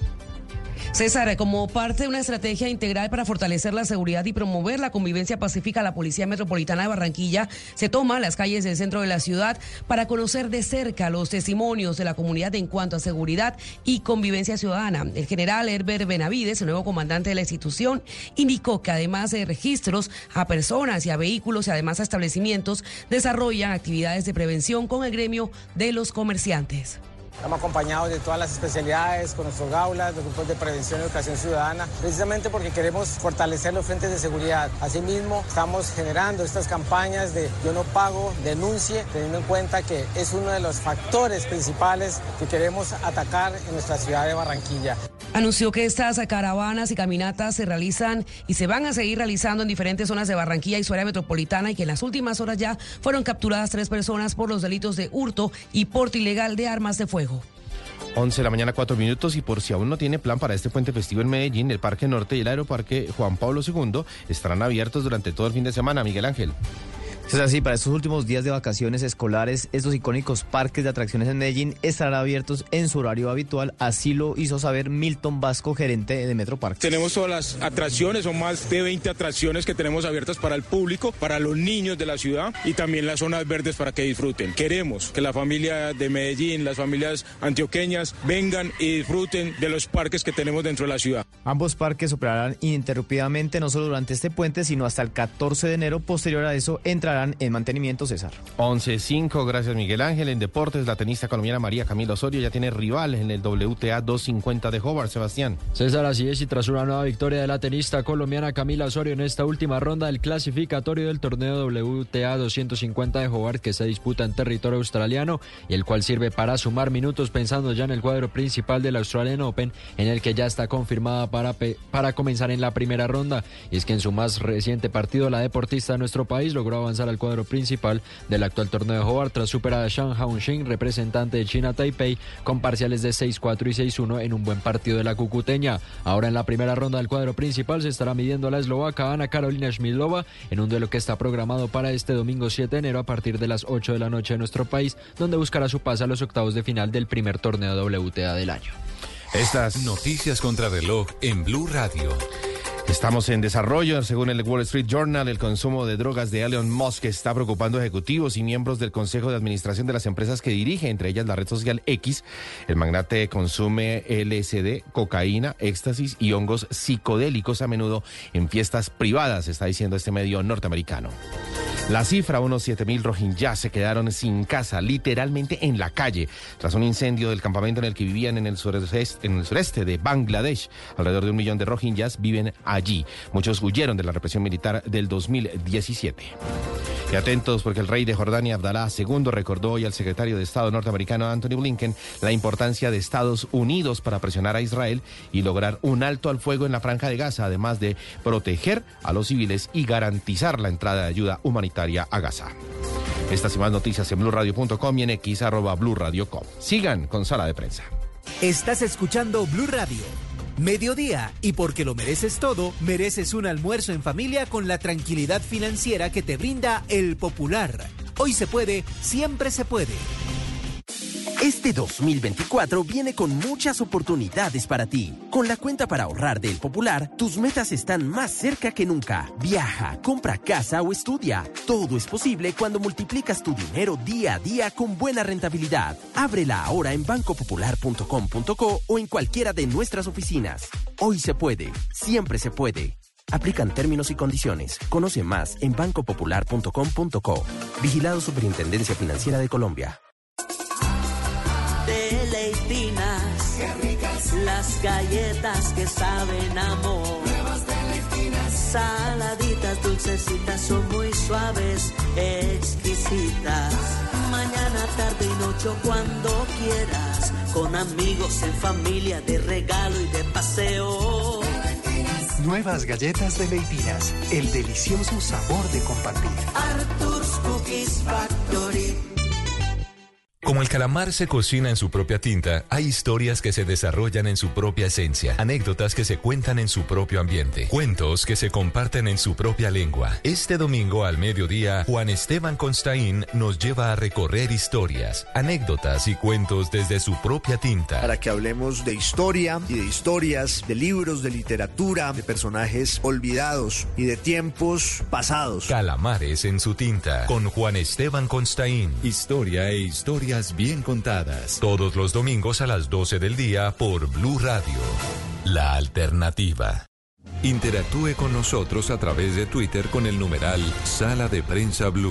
César, como parte de una estrategia integral para fortalecer la seguridad y promover la convivencia pacífica, la Policía Metropolitana de Barranquilla se toma las calles del centro de la ciudad para conocer de cerca los testimonios de la comunidad en cuanto a seguridad y convivencia ciudadana. El general Herbert Benavides, el nuevo comandante de la institución, indicó que además de registros a personas y a vehículos y además a establecimientos, desarrollan actividades de prevención con el gremio de los comerciantes. Estamos acompañados de todas las especialidades, con nuestros gaulas, los grupos de prevención y educación ciudadana, precisamente porque queremos fortalecer los frentes de seguridad. Asimismo, estamos generando estas campañas de yo no pago, denuncie, teniendo en cuenta que es uno de los factores principales que queremos atacar en nuestra ciudad de Barranquilla. Anunció que estas caravanas y caminatas se realizan y se van a seguir realizando en diferentes zonas de Barranquilla y su área metropolitana, y que en las últimas horas ya fueron capturadas tres personas por los delitos de hurto y porte ilegal de armas de fuego. once de la mañana, cuatro minutos, y por si aún no tiene plan para este puente festivo en Medellín, el Parque Norte y el Aeroparque Juan Pablo segundo estarán abiertos durante todo el fin de semana. Miguel Ángel. Es así, para estos últimos días de vacaciones escolares, estos icónicos parques de atracciones en Medellín estarán abiertos en su horario habitual. Así lo hizo saber Milton Vasco, gerente de Metropark. Tenemos todas las atracciones, son más de veinte atracciones que tenemos abiertas para el público, para los niños de la ciudad y también las zonas verdes para que disfruten. Queremos que la familia de Medellín, las familias antioqueñas vengan y disfruten de los parques que tenemos dentro de la ciudad. Ambos parques operarán ininterrumpidamente no solo durante este puente, sino hasta el catorce de enero. Posterior a eso entrarán en mantenimiento, César. once cinco, gracias Miguel Ángel. En deportes, la tenista colombiana María Camila Osorio ya tiene rival en el W T A doscientos cincuenta de Hobart, Sebastián. César, así es, y tras una nueva victoria de la tenista colombiana Camila Osorio en esta última ronda del clasificatorio del torneo W T A doscientos cincuenta de Hobart, que se disputa en territorio australiano y el cual sirve para sumar minutos pensando ya en el cuadro principal del Australian Open, en el que ya está confirmada para, para comenzar en la primera ronda. Y es que en su más reciente partido, la deportista de nuestro país logró avanzar al cuadro principal del actual torneo de Hobart tras superar a Zhang Haoxing, representante de China Taipei, con parciales de seis cuatro y seis uno en un buen partido de la cucuteña. Ahora en la primera ronda del cuadro principal se estará midiendo a la eslovaca Ana Karolina Schmidlova en un duelo que está programado para este domingo siete de enero a partir de las ocho de la noche de nuestro país, donde buscará su pase a los octavos de final del primer torneo W T A del año. Estas noticias contra reloj en Blue Radio. Estamos en desarrollo. Según el Wall Street Journal, el consumo de drogas de Elon Musk está preocupando a ejecutivos y miembros del Consejo de Administración de las empresas que dirige, entre ellas la red social X. El magnate consume L S D, cocaína, éxtasis y hongos psicodélicos a menudo en fiestas privadas, está diciendo este medio norteamericano. La cifra, unos siete mil rohingyas se quedaron sin casa, literalmente en la calle, tras un incendio del campamento en el que vivían en el sureste, en el sureste de Bangladesh. Alrededor de un millón de rohingyas viven allí. Muchos huyeron de la represión militar del dos mil diecisiete. Y atentos, porque el rey de Jordania, Abdalá segundo, recordó hoy al secretario de Estado norteamericano Anthony Blinken la importancia de Estados Unidos para presionar a Israel y lograr un alto al fuego en la Franja de Gaza, además de proteger a los civiles y garantizar la entrada de ayuda humanitaria a Gaza. Estas y más noticias en blue radio punto com y en X, arroba blue radio punto com. Sigan con Sala de Prensa. Estás escuchando Blue Radio. Mediodía, y porque lo mereces todo, mereces un almuerzo en familia con la tranquilidad financiera que te brinda El Popular. Hoy se puede, siempre se puede. Este dos mil veinticuatro viene con muchas oportunidades para ti. Con la cuenta para ahorrar de El Popular, tus metas están más cerca que nunca. Viaja, compra casa o estudia. Todo es posible cuando multiplicas tu dinero día a día con buena rentabilidad. Ábrela ahora en banco popular punto com punto co o en cualquiera de nuestras oficinas. Hoy se puede, siempre se puede. Aplican términos y condiciones. Conoce más en banco popular punto com punto co. Vigilado Superintendencia Financiera de Colombia. Deleitinas, qué ricas, las galletas que saben amor. Nuevas Deleitinas, saladitas, dulcecitas, son muy suaves, exquisitas. Mañana, tarde y noche, cuando quieras, con amigos, en familia, de regalo y de paseo. Deleitinas. Nuevas galletas Deleitinas, el delicioso sabor de compartir. Arthur's Cookies Factory. Como el calamar se cocina en su propia tinta, hay historias que se desarrollan en su propia esencia, anécdotas que se cuentan en su propio ambiente, cuentos que se comparten en su propia lengua. Este domingo al mediodía, Juan Esteban Constaín nos lleva a recorrer historias, anécdotas y cuentos desde su propia tinta. Para que hablemos de historia y de historias, de libros, de literatura, de personajes olvidados y de tiempos pasados. Calamares en su tinta, con Juan Esteban Constaín. Historia e historia bien contadas. Todos los domingos a las doce del día por Blue Radio. La alternativa. Interactúe con nosotros a través de Twitter con el numeral Sala de Prensa Blue.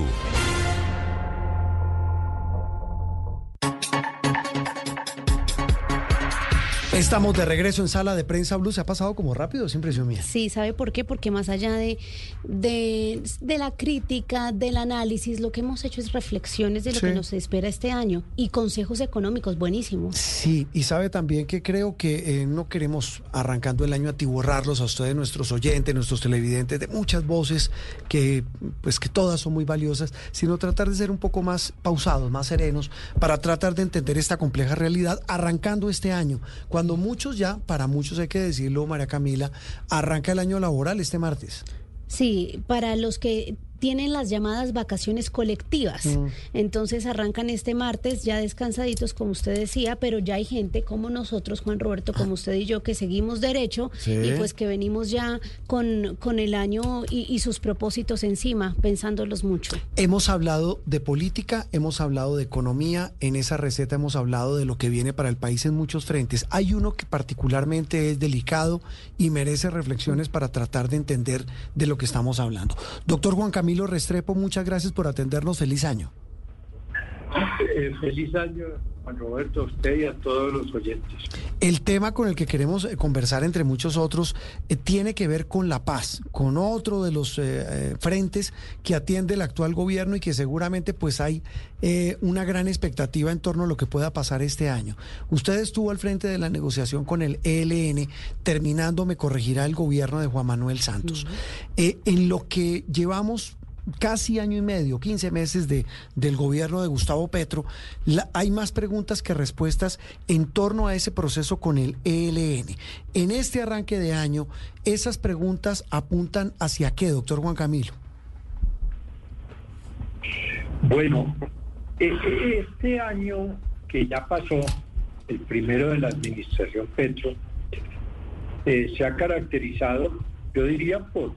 Estamos de regreso en Sala de Prensa Blue. ¿Se ha pasado como rápido? Es impresión mía. Sí, ¿sabe por qué? Porque más allá de, de, de la crítica, del análisis, lo que hemos hecho es reflexiones de lo sí. que nos espera este año y consejos económicos buenísimos. Sí, y sabe también que creo que eh, no queremos, arrancando el año, atiborrarlos a ustedes, nuestros oyentes, nuestros televidentes, de muchas voces que, pues, que todas son muy valiosas, sino tratar de ser un poco más pausados, más serenos, para tratar de entender esta compleja realidad, arrancando este año, cuando muchos ya, para muchos hay que decirlo, María Camila, arranca el año laboral este martes. Sí, para los que tienen las llamadas vacaciones colectivas. Mm. Entonces arrancan este martes ya descansaditos, como usted decía, pero ya hay gente como nosotros, Juan Roberto, como usted y yo, que seguimos derecho, sí. y pues que venimos ya con, con el año y, y sus propósitos encima, pensándolos mucho. Hemos hablado de política, hemos hablado de economía, en esa receta hemos hablado de lo que viene para el país en muchos frentes. Hay uno que particularmente es delicado y merece reflexiones para tratar de entender de lo que estamos hablando. Doctor Juan Camilo Restrepo, muchas gracias por atendernos. Feliz año. Eh, feliz año, Juan Roberto, a usted y a todos los oyentes. El tema con el que queremos eh, conversar, entre muchos otros, eh, tiene que ver con la paz, con otro de los eh, frentes que atiende el actual gobierno y que seguramente pues hay eh, una gran expectativa en torno a lo que pueda pasar este año. Usted estuvo al frente de la negociación con el E L N, terminando, me corregirá, el gobierno de Juan Manuel Santos. Uh-huh. Eh, en lo que llevamos casi año y medio, quince meses de, del gobierno de Gustavo Petro, la, hay más preguntas que respuestas en torno a ese proceso con el E L N. En este arranque de año, esas preguntas apuntan hacia qué, doctor Juan Camilo. Bueno, este año que ya pasó, el primero de la administración Petro, eh, se ha caracterizado, yo diría, por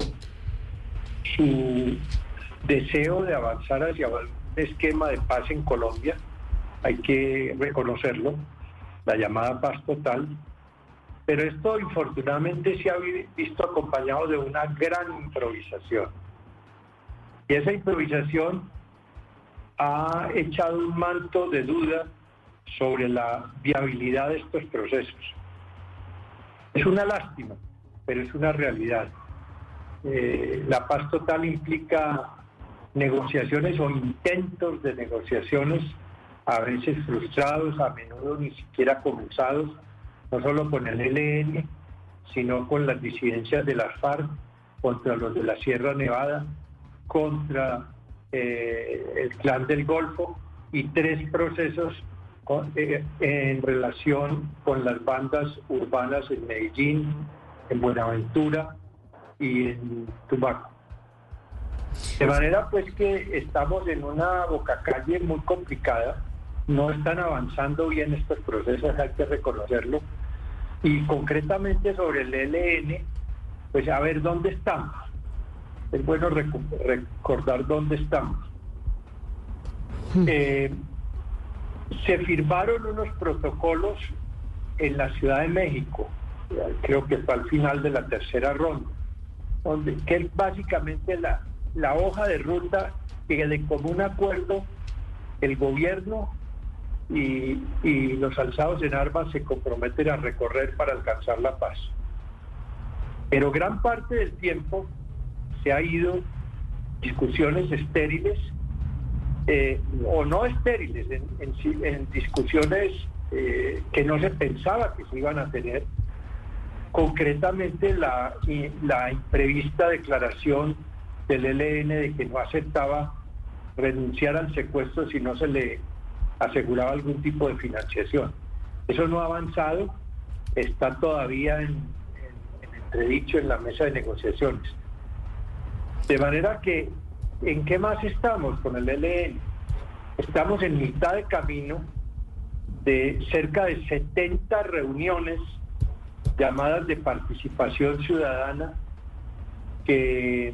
su deseo de avanzar hacia un esquema de paz en Colombia, hay que reconocerlo, la llamada paz total, pero esto infortunadamente se ha visto acompañado de una gran improvisación. Y esa improvisación ha echado un manto de duda sobre la viabilidad de estos procesos. Es una lástima, pero es una realidad. Eh, la paz total implica negociaciones o intentos de negociaciones, a veces frustrados, a menudo ni siquiera comenzados, no solo con el E L N, sino con las disidencias de las FARC, contra los de la Sierra Nevada, contra eh, el Clan del Golfo, y tres procesos con, eh, en relación con las bandas urbanas en Medellín, en Buenaventura y en Tumaco. De manera pues que estamos en una bocacalle muy complicada, no están avanzando bien estos procesos, hay que reconocerlo, y concretamente sobre el E L N, pues a ver dónde estamos. Es bueno recordar dónde estamos. Eh, se firmaron unos protocolos en la Ciudad de México, creo que fue al final de la tercera ronda, donde, que es básicamente la, la hoja de ruta que de común acuerdo el gobierno y, y los alzados en armas se comprometen a recorrer para alcanzar la paz. Pero gran parte del tiempo se ha ido discusiones estériles, eh, o no estériles, en, en, en discusiones eh, que no se pensaba que se iban a tener. Concretamente la, la imprevista declaración del E L N de que no aceptaba renunciar al secuestro si no se le aseguraba algún tipo de financiación. Eso no ha avanzado, está todavía en, en, en entredicho en la mesa de negociaciones. De manera que, ¿en qué más estamos con el E L N? Estamos en mitad de camino de cerca de setenta reuniones llamadas de participación ciudadana que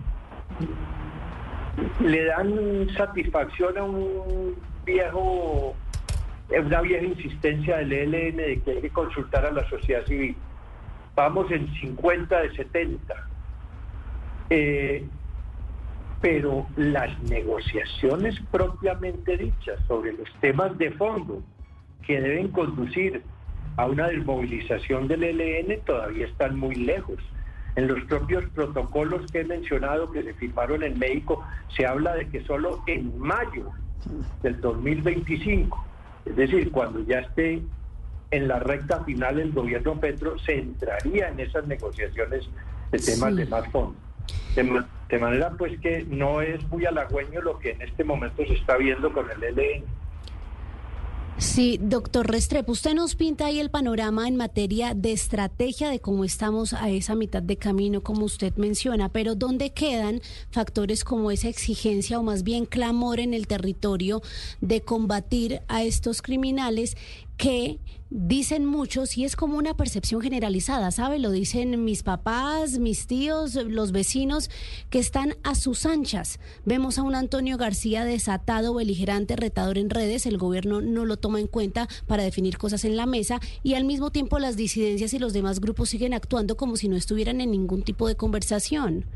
le dan satisfacción a un viejo, una vieja insistencia del E L N de que hay que consultar a la sociedad civil. Vamos en cincuenta de setenta. Eh, pero las negociaciones propiamente dichas sobre los temas de fondo que deben conducir a una desmovilización del E L N todavía están muy lejos. En los propios protocolos que he mencionado que se firmaron en México se habla de que solo en mayo del dos mil veinticinco, es decir, cuando ya esté en la recta final el gobierno Petro, se entraría en esas negociaciones de temas sí. de más fondo. De, de manera pues que no es muy halagüeño lo que en este momento se está viendo con el E L N. Sí, doctor Restrepo, usted nos pinta ahí el panorama en materia de estrategia de cómo estamos a esa mitad de camino, como usted menciona, pero ¿dónde quedan factores como esa exigencia o más bien clamor en el territorio de combatir a estos criminales que dicen muchos y es como una percepción generalizada, ¿sabe? Lo dicen mis papás, mis tíos, los vecinos que están a sus anchas? Vemos a un Antonio García desatado, beligerante, retador en redes, el gobierno no lo toma en cuenta para definir cosas en la mesa y al mismo tiempo las disidencias y los demás grupos siguen actuando como si no estuvieran en ningún tipo de conversación.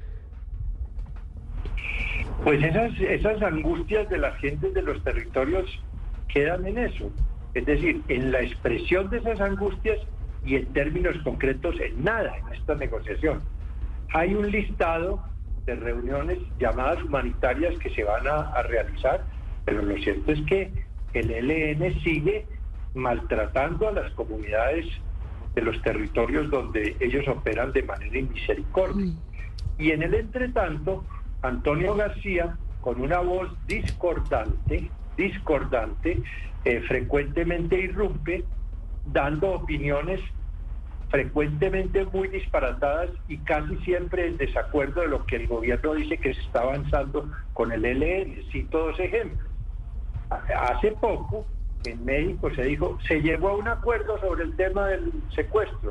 Pues esas, esas angustias de las gentes de los territorios quedan en eso. Es decir, en la expresión de esas angustias y en términos concretos en nada en esta negociación. Hay un listado de reuniones llamadas humanitarias que se van a, a realizar, pero lo cierto es que el E L N sigue maltratando a las comunidades de los territorios donde ellos operan de manera inmisericordia. Mm. Y en el entretanto, Antonio García, con una voz discordante, discordante, Eh, frecuentemente irrumpe, dando opiniones frecuentemente muy disparatadas y casi siempre en desacuerdo de lo que el gobierno dice que se está avanzando con el E L N. Cito dos ejemplos. Hace poco, en México se dijo, se llegó a un acuerdo sobre el tema del secuestro.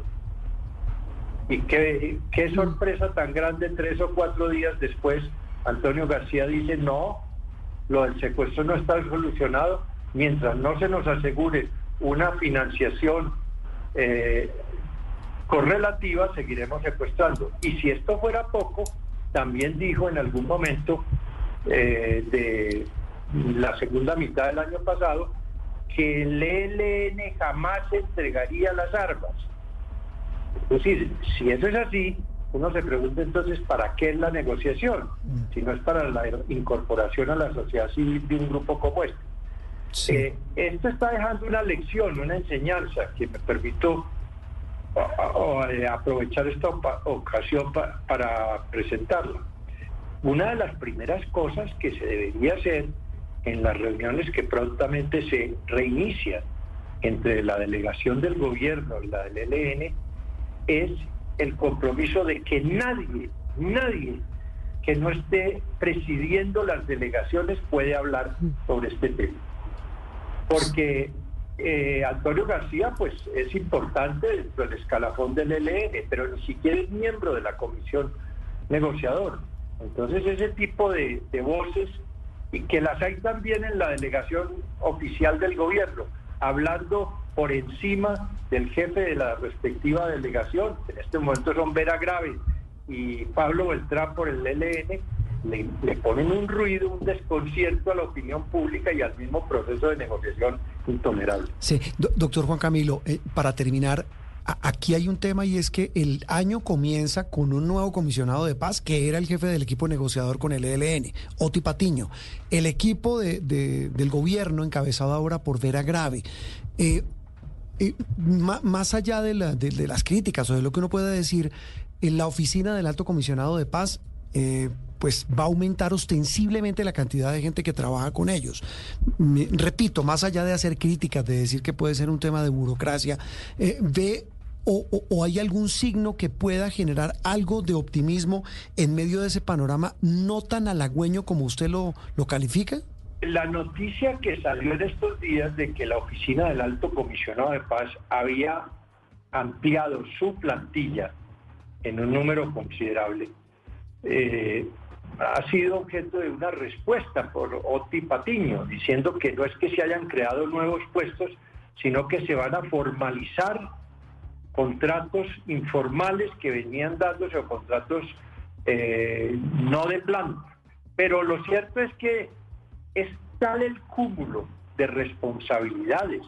Y qué, qué sorpresa tan grande, tres o cuatro días después, Antonio García dice, no, lo del secuestro no está solucionado, mientras no se nos asegure una financiación eh, correlativa, seguiremos secuestrando. Y si esto fuera poco, también dijo en algún momento eh, de la segunda mitad del año pasado que el E L N jamás entregaría las armas. Es decir, si eso es así, uno se pregunta entonces ¿para qué es la negociación? Si no es para la incorporación a la sociedad civil de un grupo como este. Sí. Eh, esto está dejando una lección, una enseñanza que me permito a, a, a aprovechar esta opa, ocasión pa, para presentarla. Una de las primeras cosas que se debería hacer en las reuniones que prontamente se reinician entre la delegación del gobierno y la del E L N es el compromiso de que nadie, nadie que no esté presidiendo las delegaciones puede hablar sobre este tema. Porque eh, Antonio García pues es importante dentro del escalafón del E L N, pero ni siquiera es miembro de la comisión negociadora. Entonces ese tipo de, de voces, y que las hay también en la delegación oficial del gobierno, hablando por encima del jefe de la respectiva delegación, en este momento son Vera Grave y Pablo Beltrán por el E L N, Le, le ponen un ruido, un desconcierto a la opinión pública y al mismo proceso de negociación intolerable. Sí, do, doctor Juan Camilo, eh, para terminar, a, aquí hay un tema y es que el año comienza con un nuevo comisionado de paz que era el jefe del equipo negociador con el E L N, Oti Patiño. El equipo de, de, del gobierno encabezado ahora por Vera Grave. Eh, eh, ma, más allá de, la, de, de las críticas o de lo que uno puede decir, en la oficina del alto comisionado de paz Eh, pues va a aumentar ostensiblemente la cantidad de gente que trabaja con ellos. Me, repito, más allá de hacer críticas, de decir que puede ser un tema de burocracia, eh, ¿ve o, o, o hay algún signo que pueda generar algo de optimismo en medio de ese panorama no tan halagüeño como usted lo, lo califica? La noticia que salió en estos días de que la oficina del alto comisionado de paz había ampliado su plantilla en un número considerable, Eh, ha sido objeto de una respuesta por Oti Patiño, diciendo que no es que se hayan creado nuevos puestos, sino que se van a formalizar contratos informales que venían dándose o contratos eh, no de planta. Pero lo cierto es que es tal el cúmulo de responsabilidades,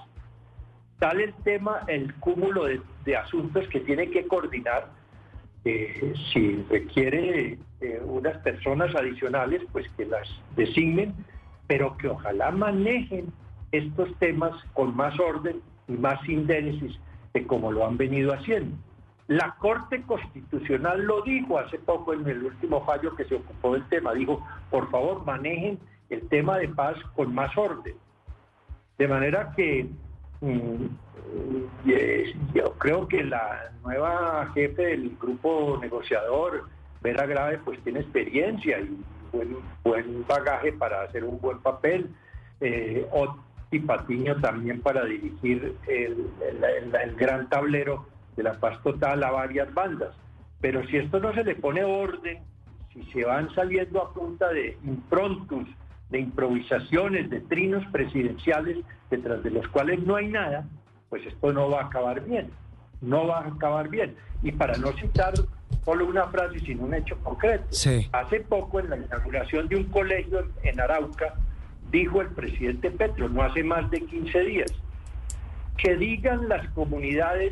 tal el tema, el cúmulo de, de asuntos que tiene que coordinar. Eh, si requiere eh, unas personas adicionales, pues que las designen, pero que ojalá manejen estos temas con más orden y más síntesis de como lo han venido haciendo. La Corte Constitucional lo dijo hace poco en el último fallo que se ocupó del tema, dijo, por favor, manejen el tema de paz con más orden. De manera que mm, yo creo que la nueva jefe del grupo negociador, Vera Grave, pues tiene experiencia y buen, buen bagaje para hacer un buen papel. Eh, Oti Patiño también para dirigir el, el, el, el gran tablero de la paz total a varias bandas. Pero si esto no se le pone orden, si se van saliendo a punta de improntus, de improvisaciones, de trinos presidenciales, detrás de los cuales no hay nada, pues esto no va a acabar bien, no va a acabar bien. Y para no citar solo una frase, sino un hecho concreto, sí. Hace poco en la inauguración de un colegio en Arauca, dijo el presidente Petro, no hace más de quince días, que digan las comunidades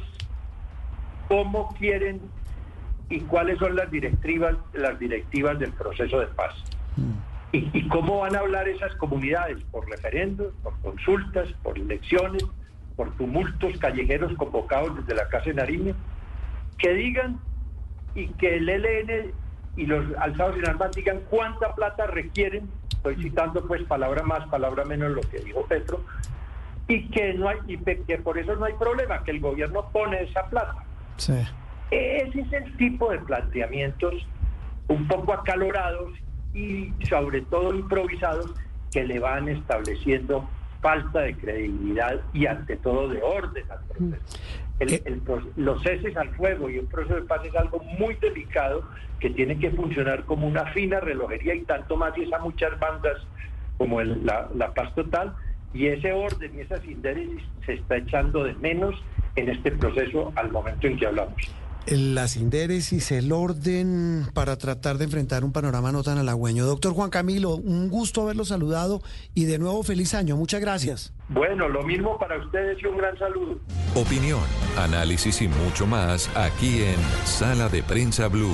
cómo quieren y cuáles son las directivas, las directivas del proceso de paz. Mm. ¿Y, y cómo van a hablar esas comunidades? ¿Por referendos, por consultas, por elecciones, por tumultos callejeros convocados desde la Casa de Nariño? Que digan y que el E L N y los alzados sin armas digan cuánta plata requieren, estoy citando pues palabra más, palabra menos lo que dijo Petro, y que no hay, y que por eso no hay problema, que el gobierno pone esa plata. Sí. Ese es el tipo de planteamientos un poco acalorados y sobre todo improvisados que le van estableciendo falta de credibilidad y ante todo de orden al proceso. El, el, los ceses al fuego y un proceso de paz es algo muy delicado que tiene que funcionar como una fina relojería y tanto más si es a muchas bandas como el, la, la paz total, y ese orden y esa sindéresis se está echando de menos en este proceso al momento en que hablamos. La sindéresis, el orden para tratar de enfrentar un panorama no tan halagüeño. Doctor Juan Camilo, un gusto haberlo saludado y de nuevo feliz año. Muchas gracias. Bueno, lo mismo para ustedes y un gran saludo. Opinión, análisis y mucho más aquí en Sala de Prensa Blue.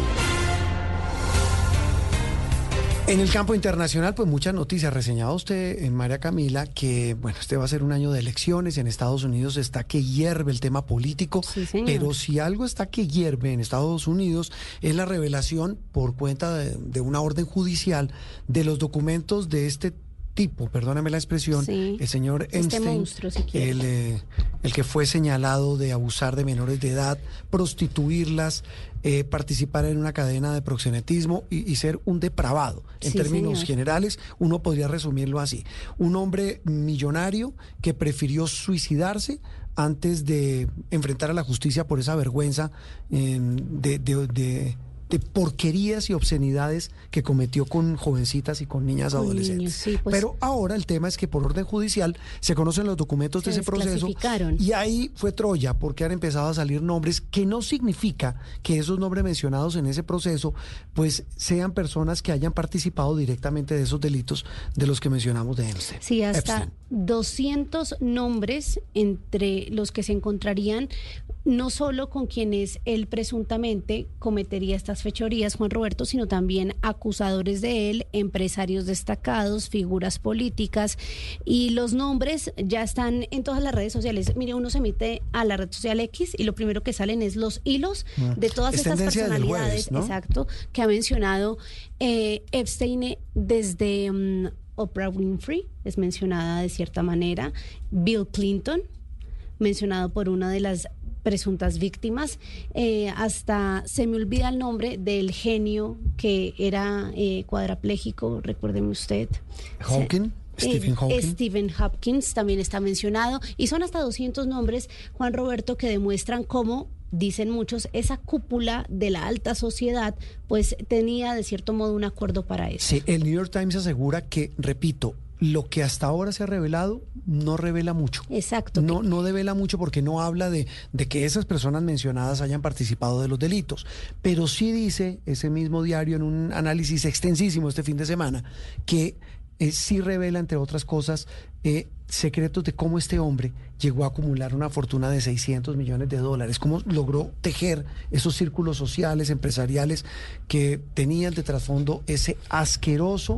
En el campo internacional, pues muchas noticias. Reseñaba usted, María Camila, que bueno, este va a ser un año de elecciones. En Estados Unidos está que hierve el tema político, sí, pero si algo está que hierve en Estados Unidos es la revelación por cuenta de, de una orden judicial de los documentos de este tipo, perdóname la expresión, sí, el señor este Epstein, monstruo, si el, eh, el que fue señalado de abusar de menores de edad, prostituirlas, eh, participar en una cadena de proxenetismo y, y ser un depravado. En sí, términos señor. generales, uno podría resumirlo así. Un hombre millonario que prefirió suicidarse antes de enfrentar a la justicia por esa vergüenza eh, de... de, de de porquerías y obscenidades que cometió con jovencitas y con niñas adolescentes. Niños, sí, pues, pero ahora el tema es que por orden judicial se conocen los documentos de ese proceso y ahí fue Troya porque han empezado a salir nombres que no significa que esos nombres mencionados en ese proceso pues sean personas que hayan participado directamente de esos delitos de los que mencionamos de Epstein. Sí, hasta Epstein. doscientos nombres entre los que se encontrarían no solo con quienes él presuntamente cometería estas fechorías, Juan Roberto, sino también acusadores de él, empresarios destacados, figuras políticas, y los nombres ya están en todas las redes sociales. Mire, uno se mete a la red social X y lo primero que salen es los hilos de todas es estas personalidades, jueves, ¿no? exacto, que ha mencionado eh, Epstein desde um, Oprah Winfrey, es mencionada de cierta manera, Bill Clinton, mencionado por una de las presuntas víctimas, eh, hasta se me olvida el nombre del genio que era eh, cuadrapléjico, recuérdeme usted. Hawking. Stephen Hawking. Eh, Stephen Hopkins también está mencionado, y son hasta doscientos nombres, Juan Roberto, que demuestran cómo, dicen muchos, esa cúpula de la alta sociedad pues tenía de cierto modo un acuerdo para eso. Sí, el New York Times asegura que, repito, lo que hasta ahora se ha revelado no revela mucho. Exacto. No, no devela mucho porque no habla de, de que esas personas mencionadas hayan participado de los delitos. Pero sí dice ese mismo diario en un análisis extensísimo este fin de semana que eh, sí revela, entre otras cosas, eh, secretos de cómo este hombre llegó a acumular una fortuna de seiscientos millones de dólares, cómo logró tejer esos círculos sociales, empresariales que tenían de trasfondo ese asqueroso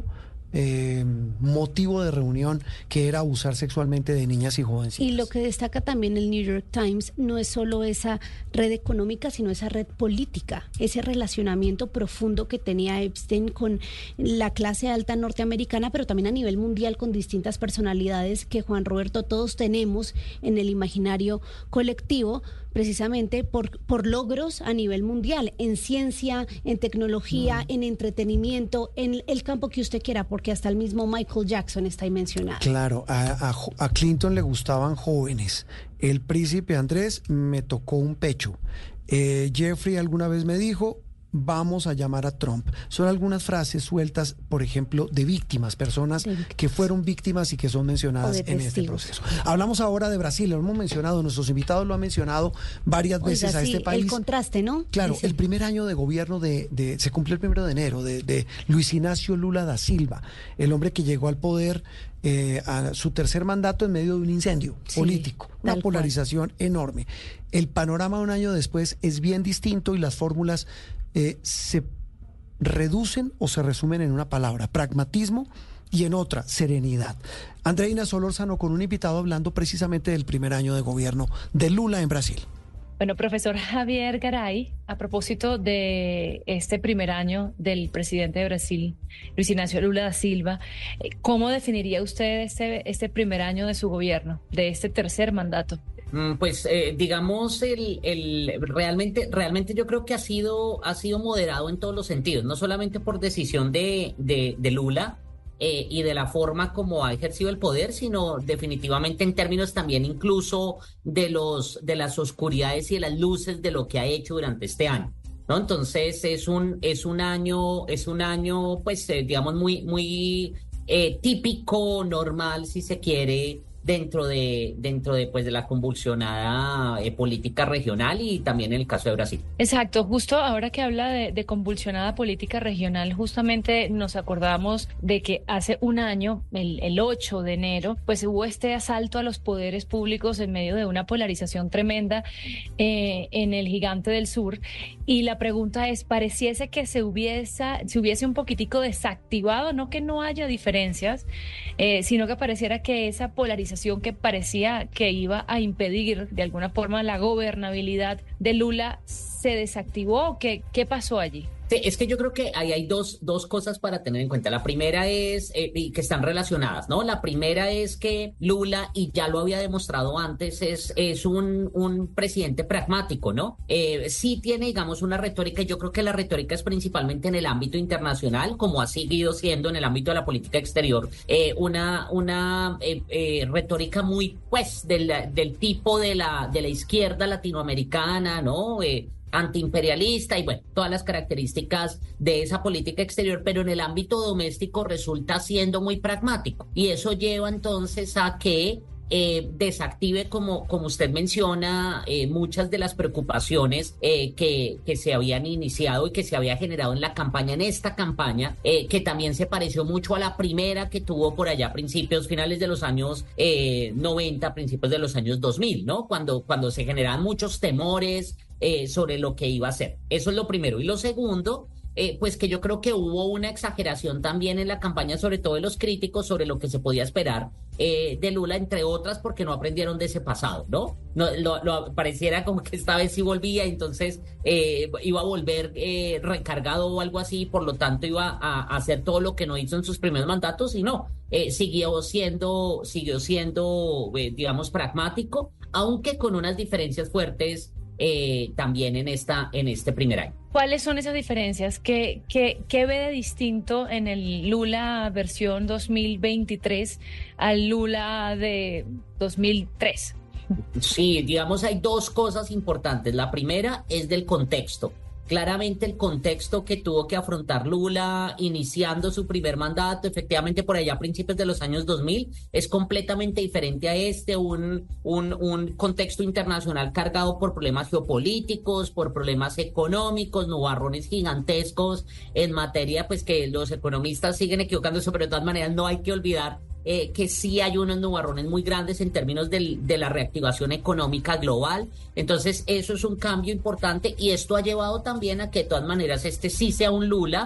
eh, motivo de reunión, que era abusar sexualmente de niñas y jóvenes. Y lo que destaca también el New York Times no es solo esa red económica, sino esa red política, ese relacionamiento profundo que tenía Epstein con la clase alta norteamericana, pero también a nivel mundial con distintas personalidades que, Juan Roberto, todos tenemos en el imaginario colectivo, precisamente por, por logros a nivel mundial, en ciencia, en tecnología, mm. en entretenimiento, en el campo que usted quiera, porque hasta el mismo Michael Jackson está ahí mencionado. Claro, a, a, a Clinton le gustaban jóvenes. El príncipe Andrés me tocó un pecho. Eh, Jeffrey alguna vez me dijo, vamos a llamar a Trump. Son algunas frases sueltas, por ejemplo, de víctimas, personas de víctimas. que fueron víctimas y que son mencionadas en este proceso. Hablamos ahora de Brasil, lo hemos mencionado, nuestros invitados lo han mencionado varias Oiga, veces a sí, este país. El contraste, ¿no? Claro, sí. el primer año de gobierno de, de se cumplió el primero de enero, de, de Luis Inácio Lula da Silva, el hombre que llegó al poder eh, a su tercer mandato en medio de un incendio sí, político, una polarización cual. enorme. El panorama un año después es bien distinto y las fórmulas Eh, se reducen o se resumen en una palabra, pragmatismo, y en otra, serenidad. Andreina Solórzano con un invitado hablando precisamente del primer año de gobierno de Lula en Brasil. Bueno, profesor Javier Garay, a propósito de este primer año del presidente de Brasil, Luis Inácio Lula da Silva, ¿cómo definiría usted este, este primer año de su gobierno, de este tercer mandato? Pues eh, digamos, el, el realmente, realmente yo creo que ha sido, ha sido moderado en todos los sentidos, no solamente por decisión de, de, de Lula eh, y de la forma como ha ejercido el poder, sino definitivamente en términos también incluso de los de las oscuridades y de las luces de lo que ha hecho durante este año, ¿no? Entonces es un es un año es un año pues eh, digamos muy muy eh, típico, normal si se quiere, dentro de dentro de pues de la convulsionada eh, política regional y también en el caso de Brasil. Exacto, justo ahora que habla de, de convulsionada política regional, justamente nos acordamos de que hace un año, el, el ocho de enero, pues hubo este asalto a los poderes públicos en medio de una polarización tremenda eh, en el Gigante del Sur, y la pregunta es, pareciese que se hubiese, se hubiese un poquitico desactivado, no que no haya diferencias, eh, sino que pareciera que esa polarización que parecía que iba a impedir de alguna forma la gobernabilidad de Lula se desactivó. ¿Qué, qué pasó allí? Sí, es que yo creo que ahí hay dos, dos cosas para tener en cuenta. La primera es, eh, y que están relacionadas, ¿no? La primera es que Lula, y ya lo había demostrado antes, es, es un, un presidente pragmático, ¿no? Eh, sí tiene, digamos, una retórica, y yo creo que la retórica es principalmente en el ámbito internacional, como ha seguido siendo en el ámbito de la política exterior, eh, una, una eh, eh, retórica muy, pues, del, del tipo de la, de la izquierda latinoamericana, ¿no? Eh, antiimperialista y bueno, todas las características de esa política exterior, pero en el ámbito doméstico resulta siendo muy pragmático, y eso lleva entonces a que eh, desactive, como, como usted menciona, eh, muchas de las preocupaciones eh, que, que se habían iniciado y que se había generado en la campaña, en esta campaña, eh, que también se pareció mucho a la primera que tuvo por allá a principios, finales de los años eh, noventa, principios de los años dos mil, ¿no? Cuando, cuando se generaban muchos temores Eh, sobre lo que iba a hacer. Eso es lo primero. Y lo segundo, eh, pues que yo creo que hubo una exageración también en la campaña, sobre todo de los críticos, sobre lo que se podía esperar eh, de Lula, entre otras, porque no aprendieron de ese pasado, ¿no? no lo, lo pareciera como que esta vez sí volvía, entonces eh, iba a volver eh, recargado o algo así, por lo tanto iba a, a hacer todo lo que no hizo en sus primeros mandatos, y no, eh, siguió siendo, siguió siendo eh, digamos, pragmático, aunque con unas diferencias fuertes Eh, también en esta en este primer año. ¿Cuáles son esas diferencias? ¿Qué, qué, qué ve de distinto en el Lula versión dos mil veintitrés al Lula de dos mil tres? Sí, digamos, hay dos cosas importantes. La primera es del contexto. Claramente el contexto que tuvo que afrontar Lula iniciando su primer mandato, efectivamente por allá a principios de los años dos mil, es completamente diferente a este, un, un, un contexto internacional cargado por problemas geopolíticos, por problemas económicos, nubarrones gigantescos en materia, pues que los economistas siguen equivocándose, pero de todas maneras no hay que olvidar Eh, que sí hay unos nubarrones muy grandes en términos del, de la reactivación económica global. Entonces eso es un cambio importante, y esto ha llevado también a que de todas maneras este sí sea un Lula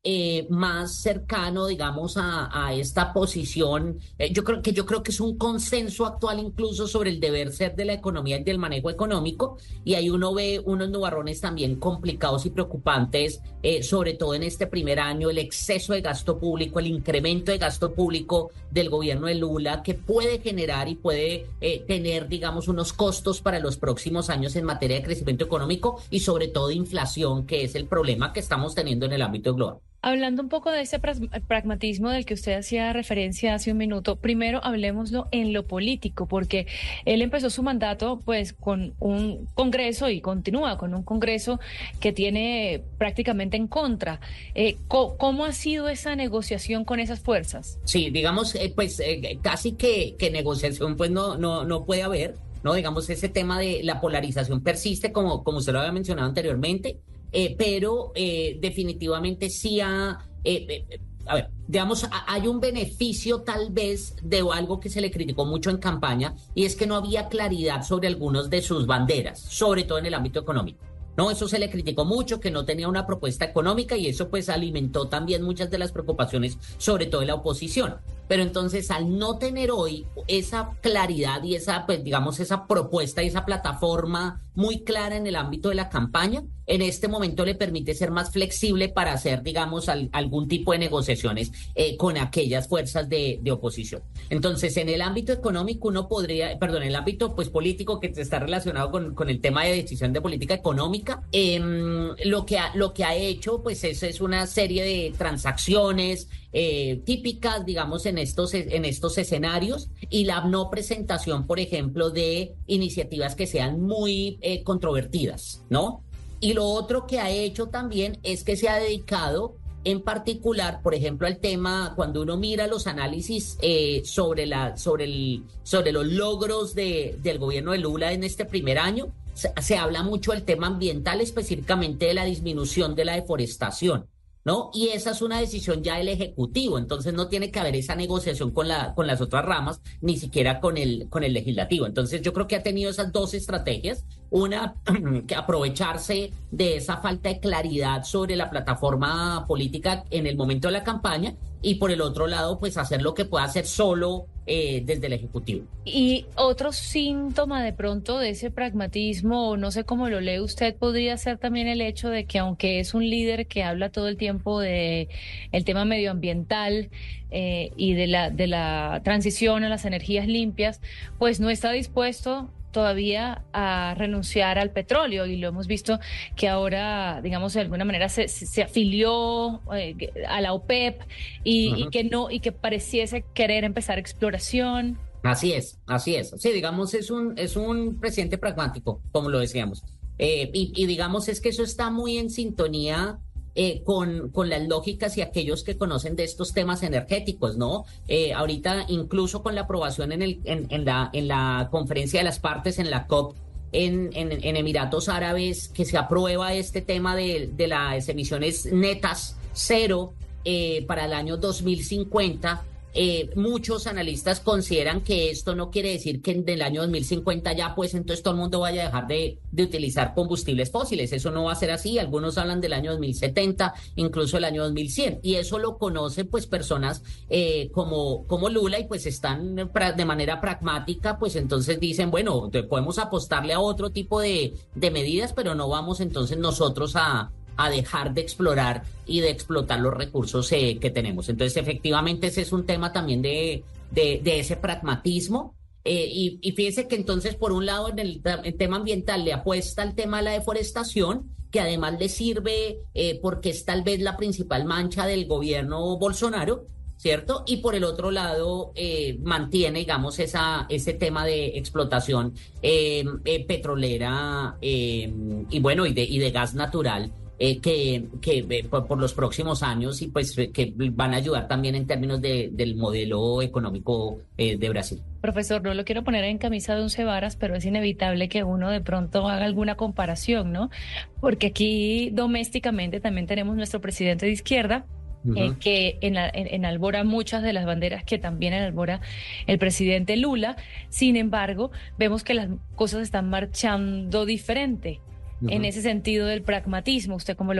eh, más cercano, digamos, a, a esta posición. Eh, yo creo que yo creo que es un consenso actual incluso sobre el deber ser de la economía y del manejo económico, y ahí uno ve unos nubarrones también complicados y preocupantes, eh, sobre todo en este primer año, el exceso de gasto público, el incremento de gasto público del gobierno de Lula, que puede generar y puede eh, tener, digamos, unos costos para los próximos años en materia de crecimiento económico y sobre todo de inflación, que es el problema que estamos teniendo en el ámbito global. Hablando un poco de ese pragmatismo del que usted hacía referencia hace un minuto, primero hablemoslo en lo político, porque él empezó su mandato pues con un Congreso y continúa con un Congreso que tiene prácticamente en contra. Eh, ¿Cómo ha sido esa negociación con esas fuerzas? Sí, digamos, eh, pues eh, casi que, que negociación pues no, no, no puede haber, ¿no? Digamos, ese tema de la polarización persiste, como, como usted lo había mencionado anteriormente. Eh, pero eh, definitivamente sí ha, eh, eh, a ver, digamos, a, hay un beneficio tal vez de algo que se le criticó mucho en campaña, y es que no había claridad sobre algunos de sus banderas, sobre todo en el ámbito económico. No, eso se le criticó mucho, que no tenía una propuesta económica, y eso pues alimentó también muchas de las preocupaciones, sobre todo de la oposición. Pero entonces, al no tener hoy esa claridad y esa, pues digamos, esa propuesta y esa plataforma muy clara en el ámbito de la campaña, en este momento le permite ser más flexible para hacer, digamos, al, algún tipo de negociaciones eh, con aquellas fuerzas de, de oposición. Entonces, en el ámbito económico uno podría, perdón, en el ámbito pues político, que está relacionado con, con el tema de decisión de política económica, eh, lo que ha, lo que ha hecho pues es, es una serie de transacciones eh, típicas, digamos, en estos, en estos escenarios, y la no presentación, por ejemplo, de iniciativas que sean muy eh, controvertidas, ¿no? Y lo otro que ha hecho también es que se ha dedicado en particular, por ejemplo, al tema, cuando uno mira los análisis eh, sobre, la, sobre, el, sobre los logros de, del gobierno de Lula en este primer año, se, se habla mucho del tema ambiental, específicamente de la disminución de la deforestación, ¿no? Y esa es una decisión ya del Ejecutivo, entonces no tiene que haber esa negociación con la con las otras ramas, ni siquiera con el con el Legislativo. Entonces yo creo que ha tenido esas dos estrategias, una que aprovecharse de esa falta de claridad sobre la plataforma política en el momento de la campaña, y por el otro lado pues hacer lo que pueda hacer solo eh, desde el Ejecutivo. Y otro síntoma de pronto de ese pragmatismo, o no sé cómo lo lee usted, podría ser también el hecho de que, aunque es un líder que habla todo el tiempo de el tema medioambiental eh, y de la de la transición a las energías limpias, pues no está dispuesto todavía a renunciar al petróleo, y lo hemos visto que ahora, digamos, de alguna manera se, se afilió eh, a la OPEP y, uh-huh. y que no y que pareciese querer empezar exploración. Así es, así es. Sí, digamos, es un es un presidente pragmático, como lo decíamos, eh, y, y digamos es que eso está muy en sintonía Eh, con, con las lógicas y aquellos que conocen de estos temas energéticos, ¿no? Eh, ahorita, incluso con la aprobación en, el, en, en, la, en la conferencia de las partes, en la COP, en, en, en Emiratos Árabes, que se aprueba este tema de, de las emisiones netas cero eh, para el año dos mil cincuenta. Eh, muchos analistas consideran que esto no quiere decir que en el año dos mil cincuenta ya pues entonces todo el mundo vaya a dejar de, de utilizar combustibles fósiles. Eso no va a ser así. Algunos hablan del año dos mil setenta, incluso el año dos mil cien, y eso lo conocen pues personas eh, como, como Lula, y pues están de manera pragmática, pues entonces dicen, bueno, podemos apostarle a otro tipo de, de medidas, pero no vamos entonces nosotros a a dejar de explorar y de explotar los recursos eh, que tenemos. Entonces, efectivamente, ese es un tema también de, de, de ese pragmatismo. Eh, y, y fíjese que entonces, por un lado, en el, el tema ambiental le apuesta al tema de la deforestación, que además le sirve eh, porque es tal vez la principal mancha del gobierno Bolsonaro, ¿cierto? Y por el otro lado, eh, mantiene, digamos, esa, ese tema de explotación eh, eh, petrolera eh, y, bueno, y de, y de gas natural, Eh, que, que eh, por, por los próximos años, y pues eh, que van a ayudar también en términos de, del modelo económico eh, de Brasil. Profesor, no lo quiero poner en camisa de once varas, pero es inevitable que uno de pronto haga alguna comparación, ¿no? Porque aquí domésticamente también tenemos nuestro presidente de izquierda, Uh-huh. Eh, que en, en, enalbora muchas de las banderas que también enalbora el presidente Lula. Sin embargo, vemos que las cosas están marchando diferente. Uh-huh. En ese sentido del pragmatismo, ¿usted cómo lo ve?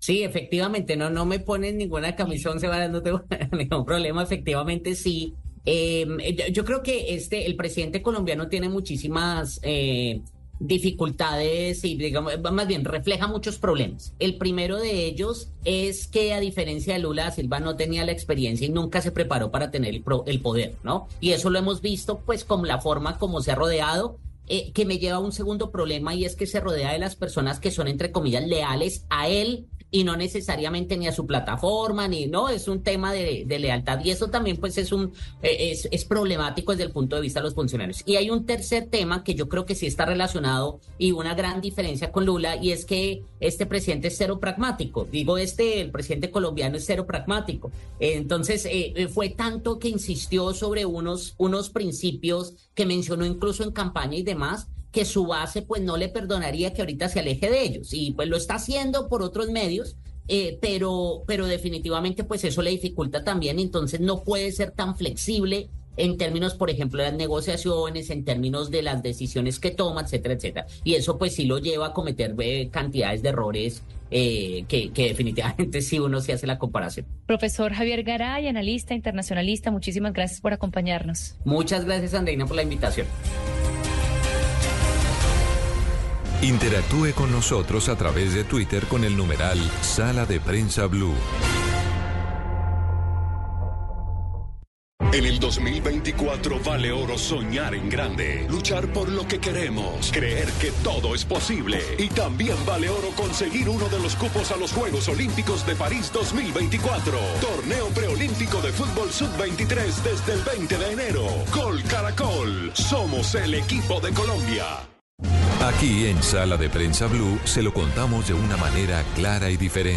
Sí, efectivamente, no, no me ponen ninguna camisón, Sebas, no tengo ningún problema, efectivamente sí. Eh, yo, yo creo que este, el presidente colombiano tiene muchísimas eh, dificultades y, digamos, más bien, refleja muchos problemas. El primero de ellos es que, a diferencia de Lula da Silva, no tenía la experiencia y nunca se preparó para tener el, pro, el poder, ¿no? Y eso lo hemos visto, pues, con la forma como se ha rodeado. Eh, que me lleva a un segundo problema, y es que se rodea de las personas que son, entre comillas, leales a él y no necesariamente ni a su plataforma, ni no, es un tema de, de lealtad, y eso también pues es un eh, es, es problemático desde el punto de vista de los funcionarios. Y hay un tercer tema que yo creo que sí está relacionado y una gran diferencia con Lula, y es que este presidente es cero pragmático. Digo, este, el presidente colombiano es cero pragmático. Eh, entonces, eh, fue tanto que insistió sobre unos, unos principios que mencionó incluso en campaña y demás, que su base pues no le perdonaría que ahorita se aleje de ellos, y pues lo está haciendo por otros medios, eh, pero, pero definitivamente pues eso le dificulta también. Entonces no puede ser tan flexible en términos, por ejemplo, de las negociaciones, en términos de las decisiones que toma, etcétera, etcétera. Y eso pues sí lo lleva a cometer eh, cantidades de errores eh, que, que definitivamente sí uno se hace la comparación. Profesor Javier Garay, analista, internacionalista, muchísimas gracias por acompañarnos. Muchas gracias, Andreina, por la invitación. Interactúe con nosotros a través de Twitter con el numeral Sala de Prensa Blue. En el dos mil veinticuatro vale oro soñar en grande, luchar por lo que queremos, creer que todo es posible. Y también vale oro conseguir uno de los cupos a los Juegos Olímpicos de París dos mil veinticuatro. Torneo preolímpico de fútbol sub veintitrés desde el veinte de enero. Gol Caracol, somos el equipo de Colombia. Aquí en Sala de Prensa Blue se lo contamos de una manera clara y diferente.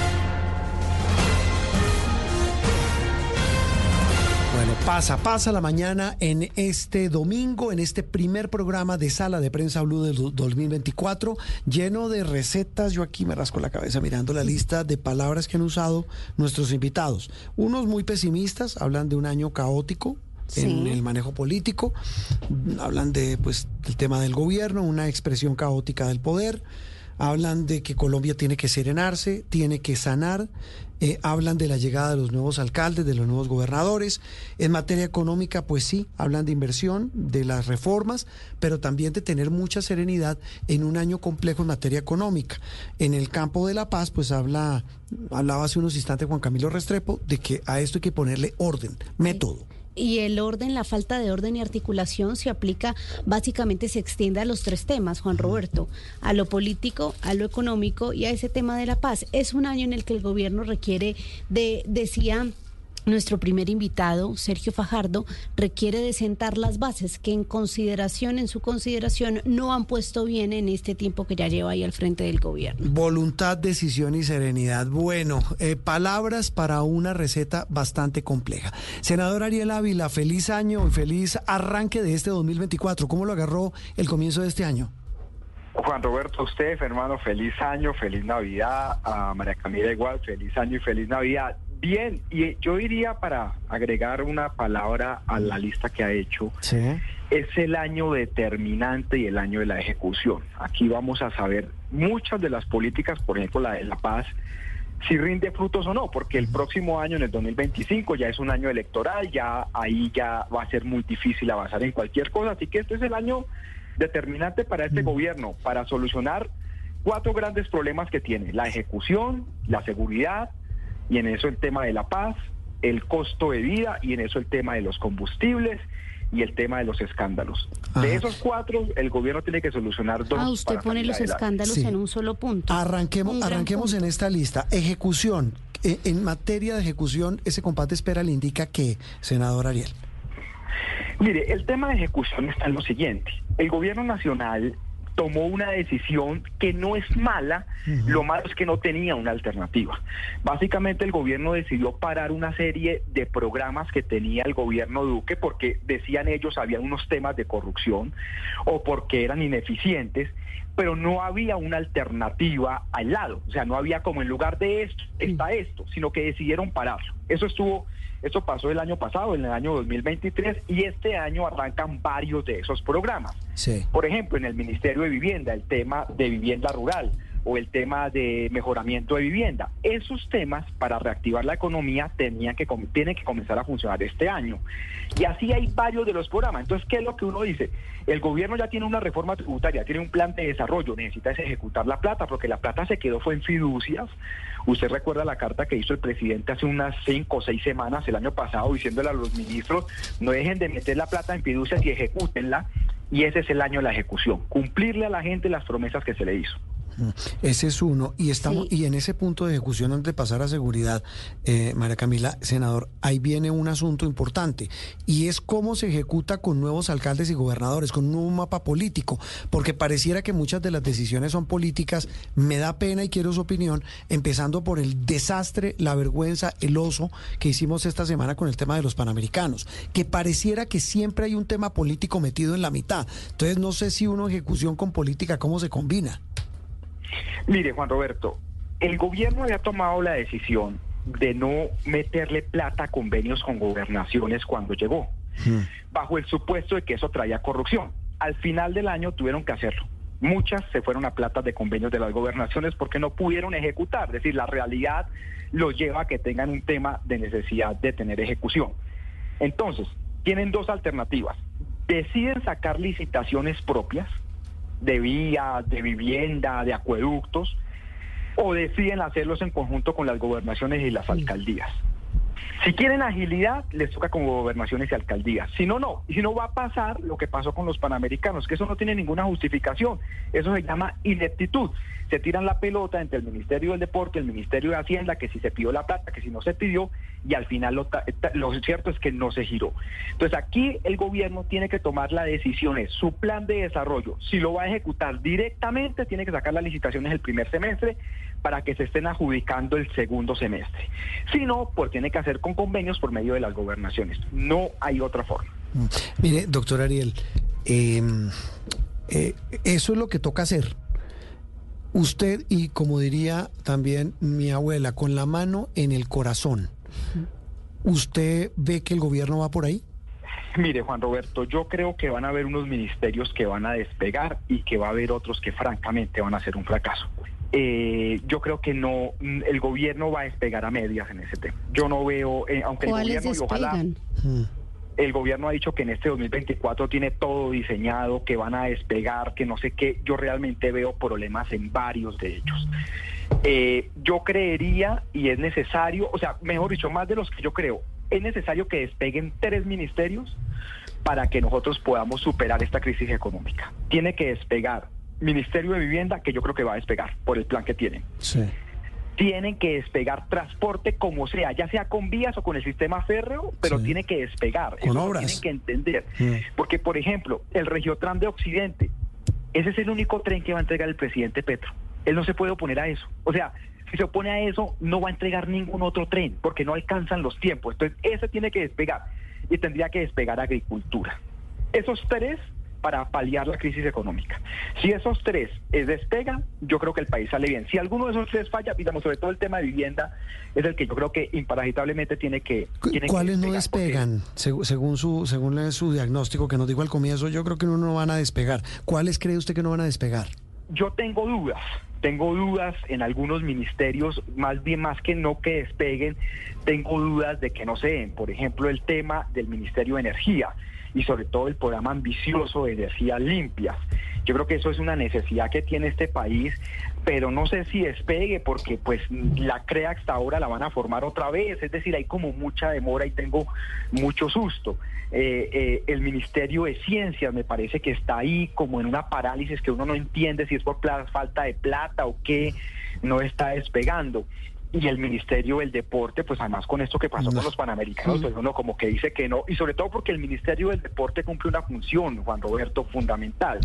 Bueno, pasa, pasa la mañana en este domingo, en este primer programa de Sala de Prensa Blue del dos mil veinticuatro, lleno de recetas. Yo aquí me rasco la cabeza mirando la lista de palabras que han usado nuestros invitados. Unos muy pesimistas, hablan de un año caótico en sí. el manejo político, hablan de pues del tema del gobierno, una expresión caótica del poder, hablan de que Colombia tiene que serenarse, tiene que sanar, eh, hablan de la llegada de los nuevos alcaldes, de los nuevos gobernadores. En materia económica, pues sí, hablan de inversión, de las reformas, pero también de tener mucha serenidad en un año complejo en materia económica. En el campo de la paz, pues habla, hablaba hace unos instantes Juan Camilo Restrepo, de que a esto hay que ponerle orden, método. Y el orden, la falta de orden y articulación se aplica, básicamente se extiende a los tres temas, Juan Roberto, a lo político, a lo económico y a ese tema de la paz. Es un año en el que el gobierno requiere de, decía nuestro primer invitado, Sergio Fajardo, requiere de sentar las bases que en consideración, en su consideración, no han puesto bien en este tiempo que ya lleva ahí al frente del gobierno. Voluntad, decisión y serenidad. Bueno, eh, palabras para una receta bastante compleja. Senador Ariel Ávila, feliz año y feliz arranque de este dos mil veinticuatro. ¿Cómo lo agarró el comienzo de este año? Juan Roberto, a usted, hermano, feliz año, feliz Navidad. A María Camila igual, feliz año y feliz Navidad. Bien, y yo diría, para agregar una palabra a la lista que ha hecho, sí. es el año determinante y el año de la ejecución. Aquí vamos a saber muchas de las políticas, por ejemplo la de la paz, si rinde frutos o no, porque el próximo año, en el dos mil veinticinco, ya es un año electoral, ya ahí ya va a ser muy difícil avanzar en cualquier cosa, así que este es el año determinante para este mm. gobierno, para solucionar cuatro grandes problemas que tiene: la ejecución, la seguridad, y en eso el tema de la paz, el costo de vida, y en eso el tema de los combustibles y el tema de los escándalos. Ajá. De esos cuatro, el gobierno tiene que solucionar dos. Ah, usted pone los escándalos sí. en un solo punto. Arranquemos, arranquemos punto. en esta lista. Ejecución. En, en materia de ejecución, ese compás de espera le indica que, senador Ariel. Mire, el tema de ejecución está en lo siguiente. El gobierno nacional tomó una decisión que no es mala, uh-huh. lo malo es que no tenía una alternativa. Básicamente el gobierno decidió parar una serie de programas que tenía el gobierno Duque porque decían ellos había unos temas de corrupción o porque eran ineficientes, pero no había una alternativa al lado. O sea, no había como en lugar de esto, está esto, sino que decidieron pararlo. Eso estuvo... Esto pasó el año pasado, en el año dos mil veintitrés, y este año arrancan varios de esos programas. Sí. Por ejemplo, en el Ministerio de Vivienda, el tema de vivienda rural. o el tema de mejoramiento de vivienda. Esos temas para reactivar la economía tenían que, tienen que comenzar a funcionar este año. Y así hay varios de los programas. Entonces, ¿qué es lo que uno dice? El gobierno ya tiene una reforma tributaria, tiene un plan de desarrollo, necesita ejecutar la plata, porque la plata se quedó fue en fiducias. Usted recuerda la carta que hizo el presidente hace unas cinco o seis semanas, el año pasado, diciéndole a los ministros, no dejen de meter la plata en fiducias y ejecútenla. Y ese es el año de la ejecución, cumplirle a la gente las promesas que se le hizo. Ese es uno, y estamos sí. y en ese punto de ejecución, antes de pasar a seguridad, eh, María Camila, senador, ahí viene un asunto importante, y es cómo se ejecuta con nuevos alcaldes y gobernadores, con un nuevo mapa político, porque pareciera que muchas de las decisiones son políticas. Me da pena y quiero su opinión, empezando por el desastre, la vergüenza, el oso que hicimos esta semana con el tema de los Panamericanos, que pareciera que siempre hay un tema político metido en la mitad. Entonces no sé si uno ejecución con política, ¿cómo se combina? Mire, Juan Roberto, el gobierno había tomado la decisión de no meterle plata a convenios con gobernaciones cuando llegó, hmm. bajo el supuesto de que eso traía corrupción. Al final del año tuvieron que hacerlo. Muchas se fueron a plata de convenios de las gobernaciones porque no pudieron ejecutar. Es decir, la realidad los lleva a que tengan un tema de necesidad de tener ejecución. Entonces, tienen dos alternativas. Deciden sacar licitaciones propias, de vías, de vivienda, de acueductos, o deciden hacerlos en conjunto con las gobernaciones y las alcaldías. Si quieren agilidad, les toca con gobernaciones y alcaldías. Si no, no. Y si no, va a pasar lo que pasó con los Panamericanos, que eso no tiene ninguna justificación. Eso se llama ineptitud. Se tiran la pelota entre el Ministerio del Deporte y el Ministerio de Hacienda, que si se pidió la plata, que si no se pidió, y al final lo, lo cierto es que no se giró. Entonces aquí el gobierno tiene que tomar la decisión, es su plan de desarrollo. Si lo va a ejecutar directamente, tiene que sacar las licitaciones el primer semestre para que se estén adjudicando el segundo semestre. Si no, pues tiene que hacer con convenios por medio de las gobernaciones. No hay otra forma. Mire, doctor Ariel, eh, eh, eso es lo que toca hacer. Usted, y como diría también mi abuela, con la mano en el corazón, ¿usted ve que el gobierno va por ahí? Mire, Juan Roberto, yo creo que van a haber unos ministerios que van a despegar y que va a haber otros que francamente van a ser un fracaso. Eh, yo creo que no, el gobierno va a despegar a medias en ese tema. Yo no veo, eh, aunque el gobierno, y ojalá, el gobierno ha dicho que en este dos mil veinticuatro tiene todo diseñado, que van a despegar, que no sé qué. Yo realmente veo problemas en varios de ellos. Eh, yo creería, y es necesario, o sea, mejor dicho, más de los que yo creo, es necesario que despeguen tres ministerios para que nosotros podamos superar esta crisis económica. Tiene que despegar Ministerio de Vivienda, que yo creo que va a despegar por el plan que tienen. Sí. Tienen que despegar transporte como sea, ya sea con vías o con el sistema férreo, pero sí. tiene que despegar. Con Eso obras. Tienen que entender. Sí. Porque, por ejemplo, el Regiotran de Occidente, ese es el único tren que va a entregar el presidente Petro. Él no se puede oponer a eso. O sea, si se opone a eso, no va a entregar ningún otro tren, porque no alcanzan los tiempos. Entonces, ese tiene que despegar. Y tendría que despegar agricultura. Esos tres para paliar la crisis económica. Si esos tres es despegan, yo creo que el país sale bien. Si alguno de esos tres falla, digamos, sobre todo el tema de vivienda, es el que yo creo que imparagablemente tiene que... Tiene ¿Cuáles que no despegan? Porque... Según su según su diagnóstico que nos dijo al comienzo, yo creo que no, no van a despegar. ¿Cuáles cree usted que no van a despegar? Yo tengo dudas. Tengo dudas en algunos ministerios, más bien más que no que despeguen, tengo dudas de que no se den. Por ejemplo, el tema del Ministerio de Energía y sobre todo el programa ambicioso de energías limpias. Yo creo que eso es una necesidad que tiene este país, pero no sé si despegue porque pues la CREA hasta ahora la van a formar otra vez, es decir, hay como mucha demora y tengo mucho susto. Eh, eh, el Ministerio de Ciencias me parece que está ahí como en una parálisis que uno no entiende si es por falta de plata o qué, no está despegando. Y el Ministerio del Deporte, pues además con esto que pasó no. con los Panamericanos, pues uno como que dice que no, y sobre todo porque el Ministerio del Deporte cumple una función, Juan Roberto, fundamental,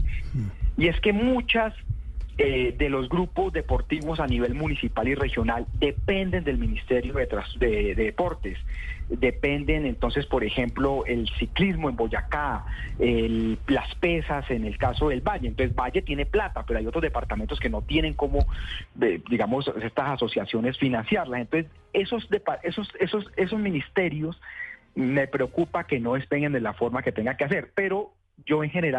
y es que muchas eh, de los grupos deportivos a nivel municipal y regional dependen del Ministerio de, de, de Deportes. Dependen entonces, por ejemplo, el ciclismo en Boyacá, el, las pesas en el caso del Valle. Entonces Valle tiene plata, pero hay otros departamentos que no tienen como, de, digamos, estas asociaciones financiarlas. Entonces esos, esos, esos, esos ministerios me preocupa que no despeguen de la forma que tenga que hacer, pero yo en general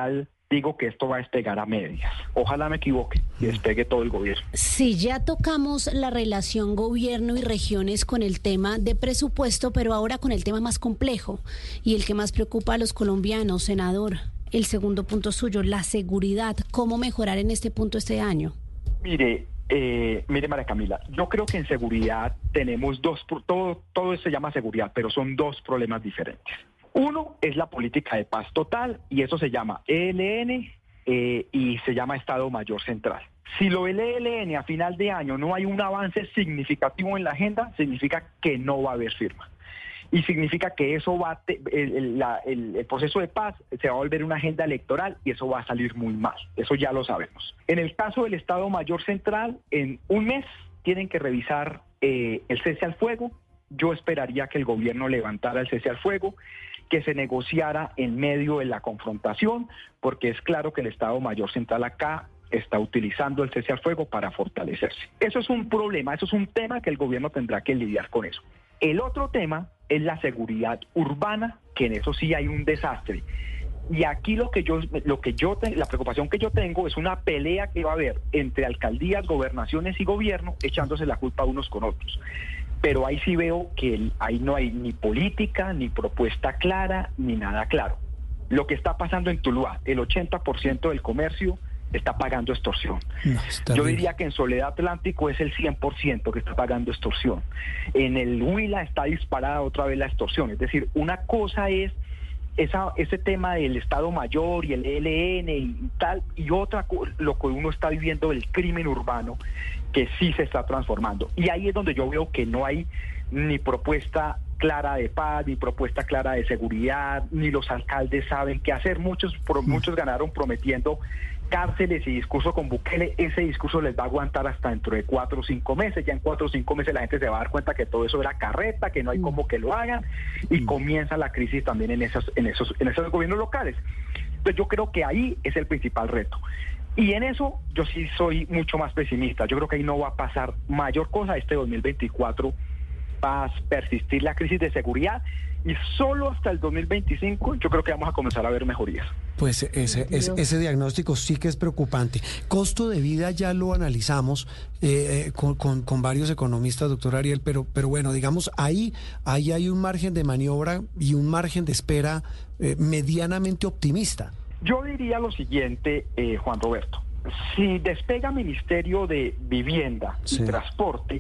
digo que esto va a despegar a medias. Ojalá me equivoque y despegue todo el gobierno. Sí, ya tocamos la relación gobierno y regiones con el tema de presupuesto, pero ahora con el tema más complejo y el que más preocupa a los colombianos, senador. El segundo punto suyo, la seguridad. ¿Cómo mejorar en este punto este año? Mire, eh, mire María Camila, yo creo que en seguridad tenemos dos, todo, todo se llama seguridad, pero son dos problemas diferentes. Uno es la política de paz total y eso se llama E L N eh, y se llama Estado Mayor Central. Si lo del E L N a final de año no hay un avance significativo en la agenda, significa que no va a haber firma. Y significa que eso va a te, el, la, el, el proceso de paz se va a volver una agenda electoral y eso va a salir muy mal. Eso ya lo sabemos. En el caso del Estado Mayor Central, en un mes tienen que revisar eh, el cese al fuego. Yo esperaría que el gobierno levantara el cese al fuego, que se negociara en medio de la confrontación, porque es claro que el Estado Mayor Central acá está utilizando el cese al fuego para fortalecerse. Eso es un problema, eso es un tema que el gobierno tendrá que lidiar con eso. El otro tema es la seguridad urbana, que en eso sí hay un desastre. Y aquí lo que yo, lo que yo, la preocupación que yo tengo es una pelea que va a haber entre alcaldías, gobernaciones y gobierno, echándose la culpa unos con otros. Pero ahí sí veo que el, ahí no hay ni política, ni propuesta clara, ni nada claro. Lo que está pasando en Tuluá, el ochenta por ciento del comercio está pagando extorsión. No, Yo diría que en Soledad Atlántico es el cien por ciento que está pagando extorsión. En el Huila está disparada otra vez la extorsión. Es decir, una cosa es esa, ese tema del Estado Mayor y el E L N y tal, y otra lo que uno está viviendo del crimen urbano, que sí se está transformando. Y ahí es donde yo veo que no hay ni propuesta clara de paz, ni propuesta clara de seguridad, ni los alcaldes saben qué hacer. Muchos, pro, muchos ganaron prometiendo cárceles y discurso con Bukele. Ese discurso les va a aguantar hasta dentro de cuatro o cinco meses. Ya en cuatro o cinco meses la gente se va a dar cuenta que todo eso era carreta, que no hay cómo que lo hagan, y comienza la crisis también en esos, en esos, en esos gobiernos locales. Entonces yo creo que ahí es el principal reto. Y en eso yo sí soy mucho más pesimista. Yo creo que ahí no va a pasar mayor cosa. Este dos mil veinticuatro va a persistir la crisis de seguridad y solo hasta el dos mil veinticinco yo creo que vamos a comenzar a ver mejorías. Pues ese, ese, ese diagnóstico sí que es preocupante. Costo de vida ya lo analizamos eh, con, con, con varios economistas, doctor Ariel, pero, pero bueno, digamos, ahí, ahí hay un margen de maniobra y un margen de espera eh, medianamente optimista. Yo diría lo siguiente, eh, Juan Roberto, si despega Ministerio de Vivienda y sí. Transporte,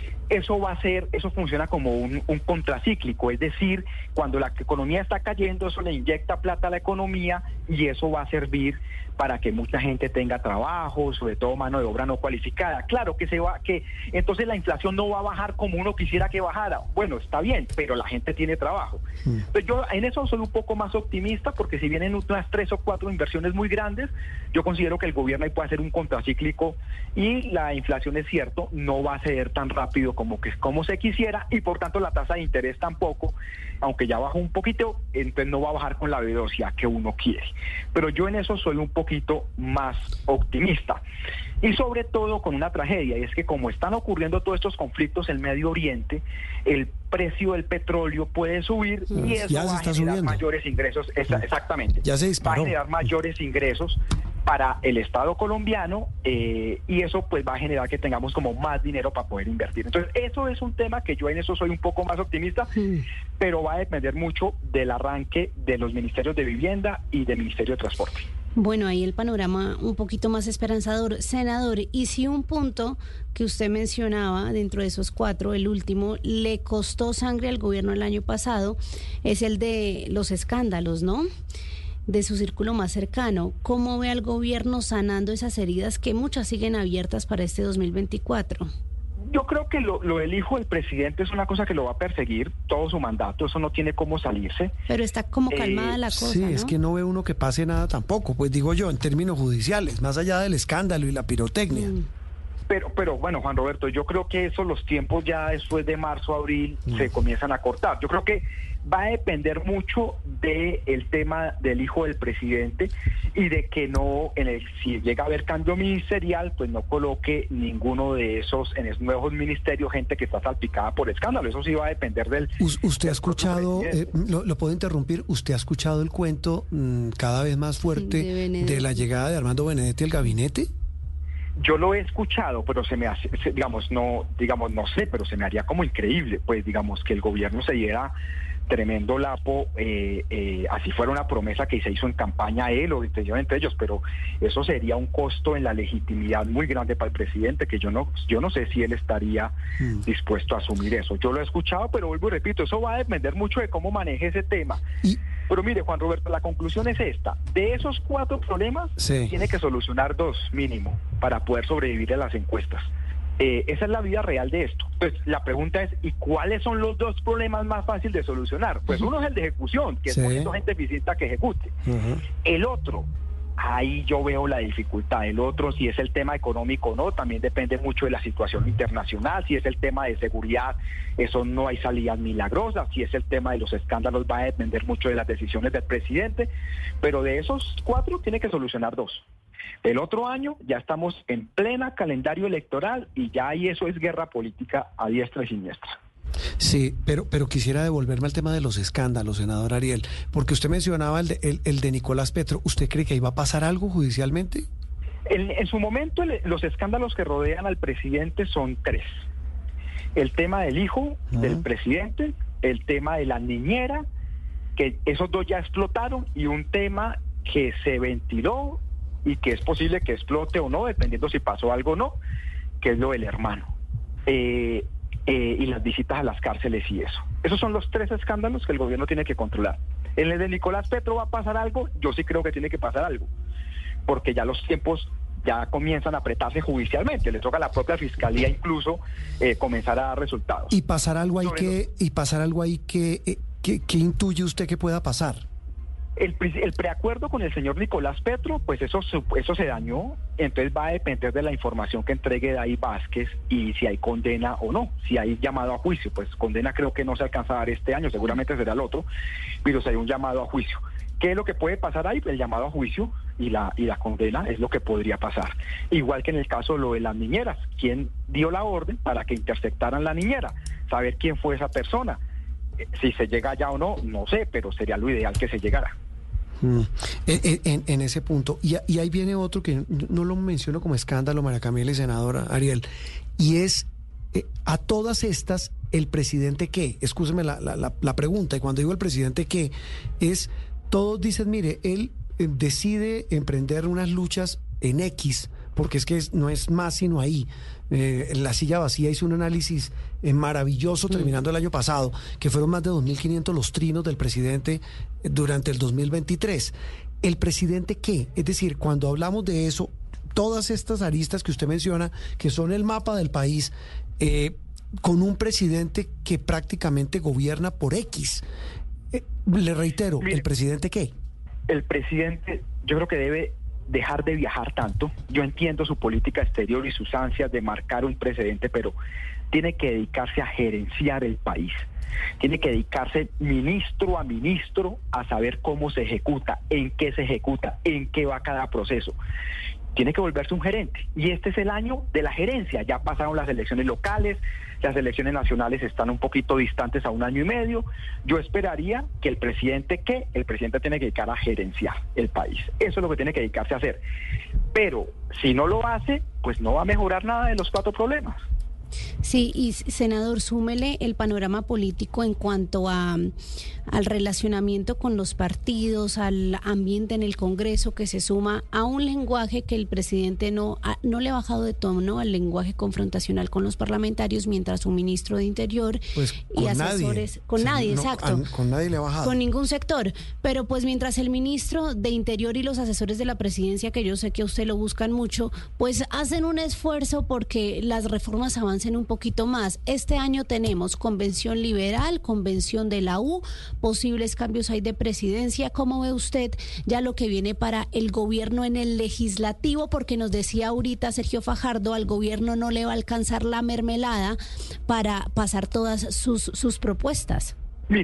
eso va a ser, eso funciona como un, un contracíclico, es decir, cuando la economía está cayendo, eso le inyecta plata a la economía y eso va a servir para que mucha gente tenga trabajo, sobre todo mano de obra no cualificada. Claro que se va, que entonces la inflación no va a bajar como uno quisiera que bajara. Bueno, está bien, pero la gente tiene trabajo. Mm. Entonces yo en eso soy un poco más optimista, porque si vienen unas tres o cuatro inversiones muy grandes, yo considero que el gobierno ahí puede hacer un contracíclico y la inflación, es cierto, no va a ceder tan rápido como que como se quisiera, y por tanto la tasa de interés tampoco, aunque ya bajó un poquito, entonces no va a bajar con la velocidad que uno quiere. Pero yo en eso soy un poquito más optimista. Y sobre todo con una tragedia, y es que como están ocurriendo todos estos conflictos en Medio Oriente, el precio del petróleo puede subir mm, y eso ya va se a está generar subiendo. mayores ingresos. Esa, exactamente. Ya se disparó. Va a generar mayores ingresos para el Estado colombiano eh, y eso pues va a generar que tengamos como más dinero para poder invertir. Entonces eso es un tema que yo en eso soy un poco más optimista, sí. pero va a depender mucho del arranque de los ministerios de Vivienda y del Ministerio de Transporte. Bueno, ahí el panorama un poquito más esperanzador. Senador, y si un punto que usted mencionaba dentro de esos cuatro, el último, le costó sangre al gobierno el año pasado, es el de los escándalos, ¿no?, de su círculo más cercano. ¿Cómo ve al gobierno sanando esas heridas que muchas siguen abiertas para este dos mil veinticuatro? Yo creo que lo, lo del hijo del presidente es una cosa que lo va a perseguir todo su mandato, eso no tiene cómo salirse. Pero está como calmada eh, la cosa, Sí, ¿no? es que no ve uno que pase nada tampoco, pues digo yo, en términos judiciales, más allá del escándalo y la pirotecnia. Mm. Pero, pero bueno, Juan Roberto, yo creo que eso, los tiempos ya después de marzo, abril, mm. se comienzan a cortar. Yo creo que va a depender mucho del tema del hijo del presidente y de que no, en el, si llega a haber cambio ministerial, pues no coloque ninguno de esos en esos nuevos ministerios gente que está salpicada por escándalo. Eso sí va a depender del... ¿Usted ha escuchado, eh, lo, lo puedo interrumpir, usted ha escuchado el cuento mmm, cada vez más fuerte de, de la llegada de Armando Benedetti al gabinete? Yo lo he escuchado, pero se me hace, digamos, no, digamos, no sé, pero se me haría como increíble, pues, digamos, que el gobierno se diera tremendo lapo, eh, eh, así fuera una promesa que se hizo en campaña a él o entre ellos, pero eso sería un costo en la legitimidad muy grande para el presidente, que yo no, yo no sé si él estaría mm. dispuesto a asumir eso. Yo lo he escuchado, pero vuelvo y repito, eso va a depender mucho de cómo maneje ese tema. Y... Pero mire, Juan Roberto, la conclusión es esta. De esos cuatro problemas, sí. tiene que solucionar dos mínimo para poder sobrevivir a las encuestas. Eh, esa es la vida real de esto. Pues la pregunta es, ¿y cuáles son los dos problemas más fáciles de solucionar? Pues uh-huh. uno es el de ejecución, que sí. es poniendo gente eficiente que ejecute. Uh-huh. El otro, ahí yo veo la dificultad. El otro, si es el tema económico o no, también depende mucho de la situación internacional. Si es el tema de seguridad, eso no hay salidas milagrosas. Si es el tema de los escándalos, va a depender mucho de las decisiones del presidente. Pero de esos cuatro, tiene que solucionar dos. El otro año ya estamos en plena calendario electoral y ya ahí eso es guerra política a diestra y siniestra. Sí, pero pero quisiera devolverme al tema de los escándalos, senador Ariel, porque usted mencionaba el de, el, el de Nicolás Petro. ¿Usted cree que ahí va a pasar algo judicialmente? En, en su momento, el, los escándalos que rodean al presidente son tres. El tema del hijo uh-huh. del presidente, el tema de la niñera, que esos dos ya explotaron, y un tema que se ventiló y que es posible que explote o no, dependiendo si pasó algo o no, que es lo del hermano. Eh, eh, y las visitas a las cárceles y eso. Esos son los tres escándalos que el gobierno tiene que controlar. En el de Nicolás Petro va a pasar algo, yo sí creo que tiene que pasar algo, porque ya los tiempos ya comienzan a apretarse judicialmente, le toca a la propia fiscalía incluso eh, comenzar a dar resultados. Y pasar algo ahí que, y pasar algo ahí que, eh, que, que intuye usted que pueda pasar. El, el preacuerdo con el señor Nicolás Petro, pues eso, eso se dañó, entonces va a depender de la información que entregue Day Vázquez y si hay condena o no, si hay llamado a juicio. Pues condena creo que no se alcanza a dar este año, seguramente será el otro, pero si hay un llamado a juicio. ¿Qué es lo que puede pasar ahí? El llamado a juicio y la, y la condena es lo que podría pasar. Igual que en el caso de lo de las niñeras, ¿quién dio la orden para que interceptaran la niñera? Saber quién fue esa persona. Si se llega allá o no, no sé, pero sería lo ideal que se llegara. Mm. En, en, en ese punto, y, y ahí viene otro que no lo menciono como escándalo, María Camila y senadora Ariel, y es eh, a todas estas, el presidente qué, excúseme la, la, la, la pregunta, y cuando digo el presidente qué, es, todos dicen, mire, él eh, decide emprender unas luchas en X, porque es que es, no es más sino ahí. Eh, la silla vacía hizo un análisis eh, maravilloso terminando el año pasado, que fueron más de dos mil quinientos los trinos del presidente eh, durante el dos mil veintitrés. ¿El presidente qué? Es decir, cuando hablamos de eso, todas estas aristas que usted menciona, que son el mapa del país, eh, con un presidente que prácticamente gobierna por X. Eh, le reitero, Mire, ¿el presidente qué? El presidente, yo creo que debe dejar de viajar tanto. Yo entiendo su política exterior y sus ansias de marcar un precedente, pero tiene que dedicarse a gerenciar el país. Tiene que dedicarse ministro a ministro a saber cómo se ejecuta, en qué se ejecuta, en qué va cada proceso. Tiene que volverse un gerente. Y este es el año de la gerencia. Ya pasaron las elecciones locales, las elecciones nacionales están un poquito distantes a un año y medio. Yo esperaría que el presidente, ¿qué? El presidente tiene que dedicar a gerenciar el país. Eso es lo que tiene que dedicarse a hacer. Pero si no lo hace, pues no va a mejorar nada de los cuatro problemas. Sí, y senador, súmele el panorama político en cuanto a al relacionamiento con los partidos, al ambiente en el Congreso, que se suma a un lenguaje que el presidente no, a, no le ha bajado de tono, al lenguaje confrontacional con los parlamentarios, mientras su ministro de Interior pues y asesores... Nadie. Con sí, nadie, no, exacto. A, con nadie le ha bajado. Con ningún sector. Pero pues mientras el ministro de Interior y los asesores de la presidencia, que yo sé que a usted lo buscan mucho, pues hacen un esfuerzo porque las reformas avancen un poquito más. Este año tenemos convención liberal, convención de la U, posibles cambios hay de presidencia. ¿Cómo ve usted ya lo que viene para el gobierno en el legislativo? Porque nos decía ahorita Sergio Fajardo, al gobierno no le va a alcanzar la mermelada para pasar todas sus, sus propuestas. Mire,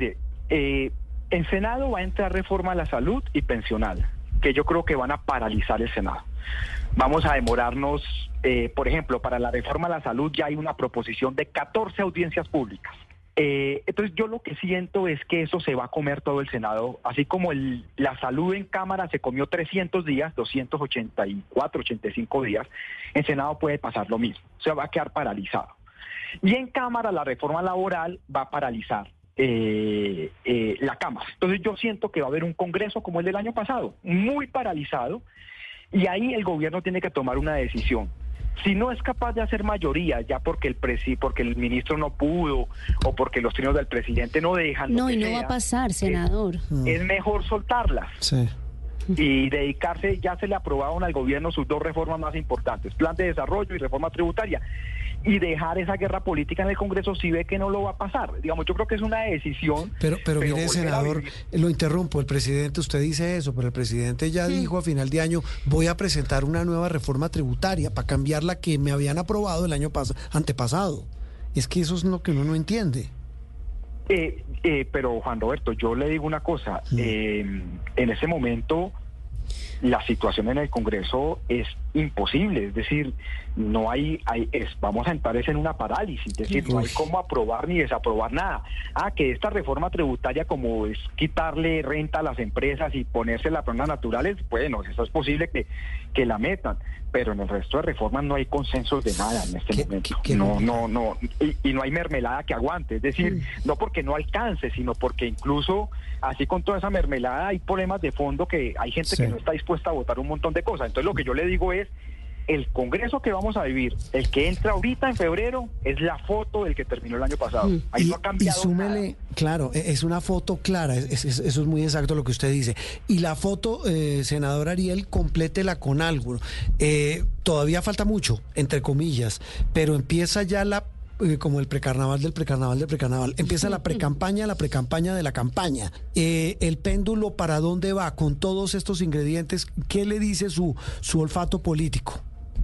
eh, en Senado va a entrar reforma a la salud y pensional, que yo creo que van a paralizar el Senado. Vamos a demorarnos, eh, por ejemplo, para la reforma a la salud ya hay una proposición de catorce audiencias públicas. Eh, entonces yo lo que siento es que eso se va a comer todo el Senado, así como el, la salud en Cámara se comió trescientos días, doscientos ochenta y cuatro, ochenta y cinco días, en Senado puede pasar lo mismo, se va a quedar paralizado. Y en Cámara la reforma laboral va a paralizar eh, eh, la Cámara. Entonces yo siento que va a haber un Congreso como el del año pasado, muy paralizado, y ahí el gobierno tiene que tomar una decisión. Si no es capaz de hacer mayoría, ya porque el presi, porque el ministro no pudo o porque los trinos del presidente no dejan. No, y no sea, va a pasar, senador. Es, es mejor soltarlas. Sí. Y dedicarse, ya se le aprobaron al gobierno sus dos reformas más importantes, plan de desarrollo y reforma tributaria. Y dejar esa guerra política en el Congreso si ve que no lo va a pasar. Digamos, yo creo que es una decisión. Pero, pero, pero mire, volver senador, lo interrumpo, el presidente, usted dice eso, pero el presidente ya sí. dijo a final de año, voy a presentar una nueva reforma tributaria para cambiar la que me habían aprobado el año pas- antepasado. Es que eso es lo que uno no entiende. Eh, eh, pero, Juan Roberto, yo le digo una cosa. Mm. Eh, en ese momento, la situación en el Congreso es imposible, es decir, no hay, hay es, vamos a entrar en una parálisis, es decir, Uf. no hay cómo aprobar ni desaprobar nada. Ah, que esta reforma tributaria, como es quitarle renta a las empresas y ponerse las personas naturales, bueno, eso es posible que, que la metan, pero en el resto de reformas no hay consensos de nada en este ¿Qué, momento. qué, qué no, no, no, y, y no hay mermelada que aguante, es decir, mm. no porque no alcance, sino porque incluso así con toda esa mermelada hay problemas de fondo que hay gente sí. que no está dispuesta a votar un montón de cosas. Entonces lo que yo le digo es, el Congreso que vamos a vivir, el que entra ahorita en febrero, es la foto del que terminó el año pasado. Ahí y, no ha cambiado y súmele, nada. Claro, es una foto clara, es, es, eso es muy exacto lo que usted dice. Y la foto, eh, senador Ariel, complétela con algo. Eh, todavía falta mucho, entre comillas, pero empieza ya la Eh, como el precarnaval del precarnaval del precarnaval. Empieza la precampaña, la precampaña de la campaña. Eh, el péndulo, ¿para dónde va con todos estos ingredientes? ¿Qué le dice su, su olfato político?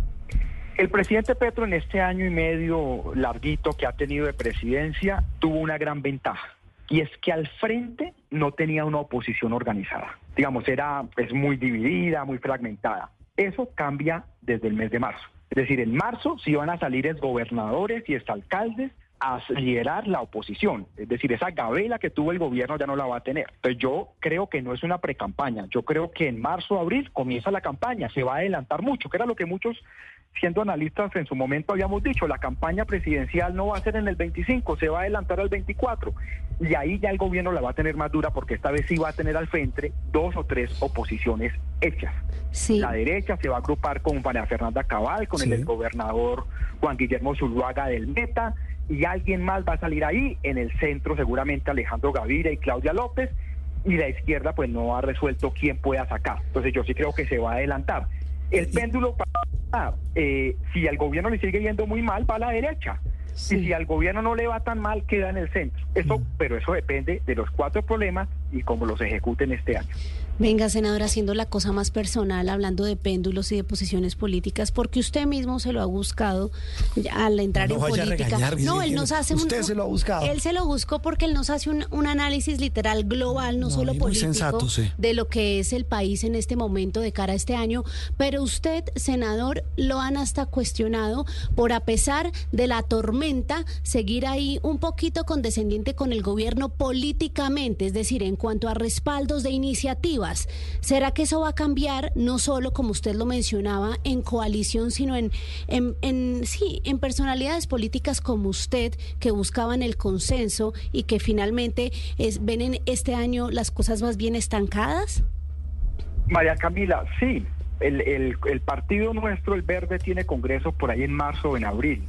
El presidente Petro en este año y medio larguito que ha tenido de presidencia tuvo una gran ventaja, y es que al frente no tenía una oposición organizada. Digamos, era pues, muy dividida, muy fragmentada. Eso cambia desde el mes de marzo. Es decir, en marzo sí van a salir exgobernadores y exalcaldes a liderar la oposición. Es decir, esa gabela que tuvo el gobierno ya no la va a tener. Entonces yo creo que no es una precampaña. Yo creo que en marzo, abril comienza la campaña. Se va a adelantar mucho, que era lo que muchos, siendo analistas en su momento, habíamos dicho. La campaña presidencial no va a ser en el veinticinco, se va a adelantar al veinticuatro. Y ahí ya el gobierno la va a tener más dura, porque esta vez sí va a tener al frente dos o tres oposiciones hechas. Sí. La derecha se va a agrupar con María Fernanda Cabal, con sí. el exgobernador Juan Guillermo Zuluaga del Meta, y alguien más va a salir ahí. En el centro seguramente Alejandro Gaviria y Claudia López, y la izquierda pues no ha resuelto quién pueda sacar. Entonces yo sí creo que se va a adelantar. El péndulo, para, eh, si al gobierno le sigue yendo muy mal, va a la derecha. Sí. Y si al gobierno no le va tan mal, queda en el centro. Eso, mm. pero eso depende de los cuatro problemas y cómo los ejecuten este año. Venga, senador, haciendo la cosa más personal, hablando de péndulos y de posiciones políticas, porque usted mismo se lo ha buscado al entrar no en política. Regañar, no, él nos hace usted un, se lo ha buscado. Él se lo buscó porque él nos hace un, un análisis literal global, no, no solo político, sensato, sí. de lo que es el país en este momento de cara a este año. Pero usted, senador, lo han hasta cuestionado por, a pesar de la tormenta, seguir ahí un poquito condescendiente con el gobierno políticamente, es decir, en cuanto a respaldos de iniciativas. ¿Será que eso va a cambiar, no solo, como usted lo mencionaba, en coalición, sino en, en, en sí, en personalidades políticas como usted, que buscaban el consenso y que finalmente es, ven en este año las cosas más bien estancadas? María Camila, sí. El, el, el partido nuestro, el Verde, tiene congreso por ahí en marzo o en abril.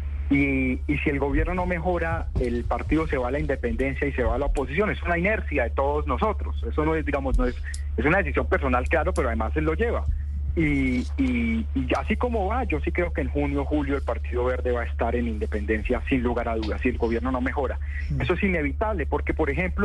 Y, y si el gobierno no mejora, el partido se va a la independencia y se va a la oposición. Es una inercia de todos nosotros. Eso no es, digamos, no es, es una decisión personal, claro, pero además él lo lleva. Y, y, y así como va, yo sí creo que en junio, julio el Partido Verde va a estar en independencia sin lugar a dudas, si el gobierno no mejora. Eso es inevitable, porque, por ejemplo,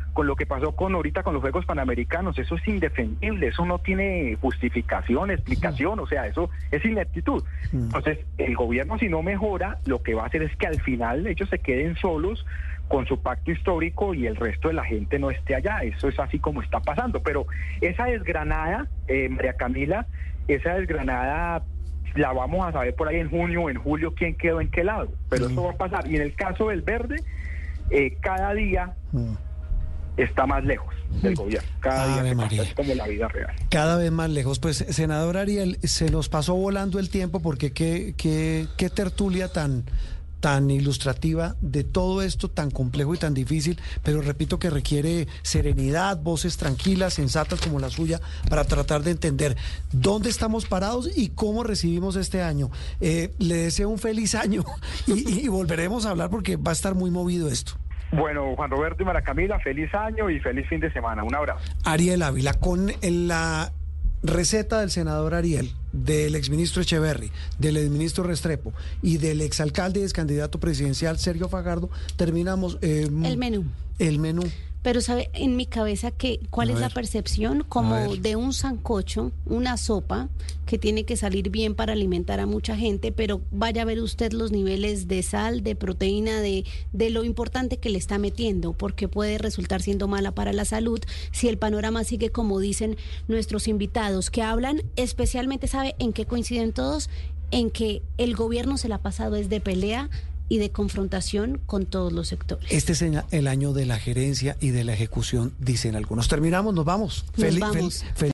con lo que pasó con ahorita con los Juegos Panamericanos. Eso es indefendible, eso no tiene justificación, explicación, o sea, eso es ineptitud. Entonces, el gobierno, si no mejora, lo que va a hacer es que al final ellos se queden solos con su pacto histórico y el resto de la gente no esté allá. Eso es así como está pasando. Pero esa desgranada, eh, María Camila, esa desgranada la vamos a saber por ahí en junio o en julio quién quedó en qué lado. Pero mm. eso va a pasar. Y en el caso del verde, eh, cada día mm. está más lejos del gobierno. Cada Ave día que María. pasa, es como la vida real. Cada vez más lejos. Pues, senador Ariel, se nos pasó volando el tiempo porque qué, qué, qué tertulia tan... tan ilustrativa de todo esto tan complejo y tan difícil, pero repito que requiere serenidad, voces tranquilas, sensatas como la suya, para tratar de entender dónde estamos parados y cómo recibimos este año. Eh, le deseo un feliz año y, y volveremos a hablar porque va a estar muy movido esto. Bueno, Juan Roberto y María Camila, feliz año y feliz fin de semana. Un abrazo. Ariel Ávila, con la receta del senador Ariel, del exministro Echeverry, del exministro Restrepo y del exalcalde y excandidato presidencial Sergio Fajardo, terminamos eh, el menú. El menú. Pero sabe en mi cabeza que cuál A es ver. la percepción como de un sancocho, una sopa que tiene que salir bien para alimentar a mucha gente, pero vaya a ver usted los niveles de sal, de proteína, de, de lo importante que le está metiendo, porque puede resultar siendo mala para la salud si el panorama sigue como dicen nuestros invitados, que hablan especialmente, ¿sabe en qué coinciden todos? En que el gobierno se la ha pasado es de pelea y de confrontación con todos los sectores. Este es el año de la gerencia y de la ejecución, dicen algunos. Terminamos, nos vamos. Nos Feliz, vamos. Fel, fel,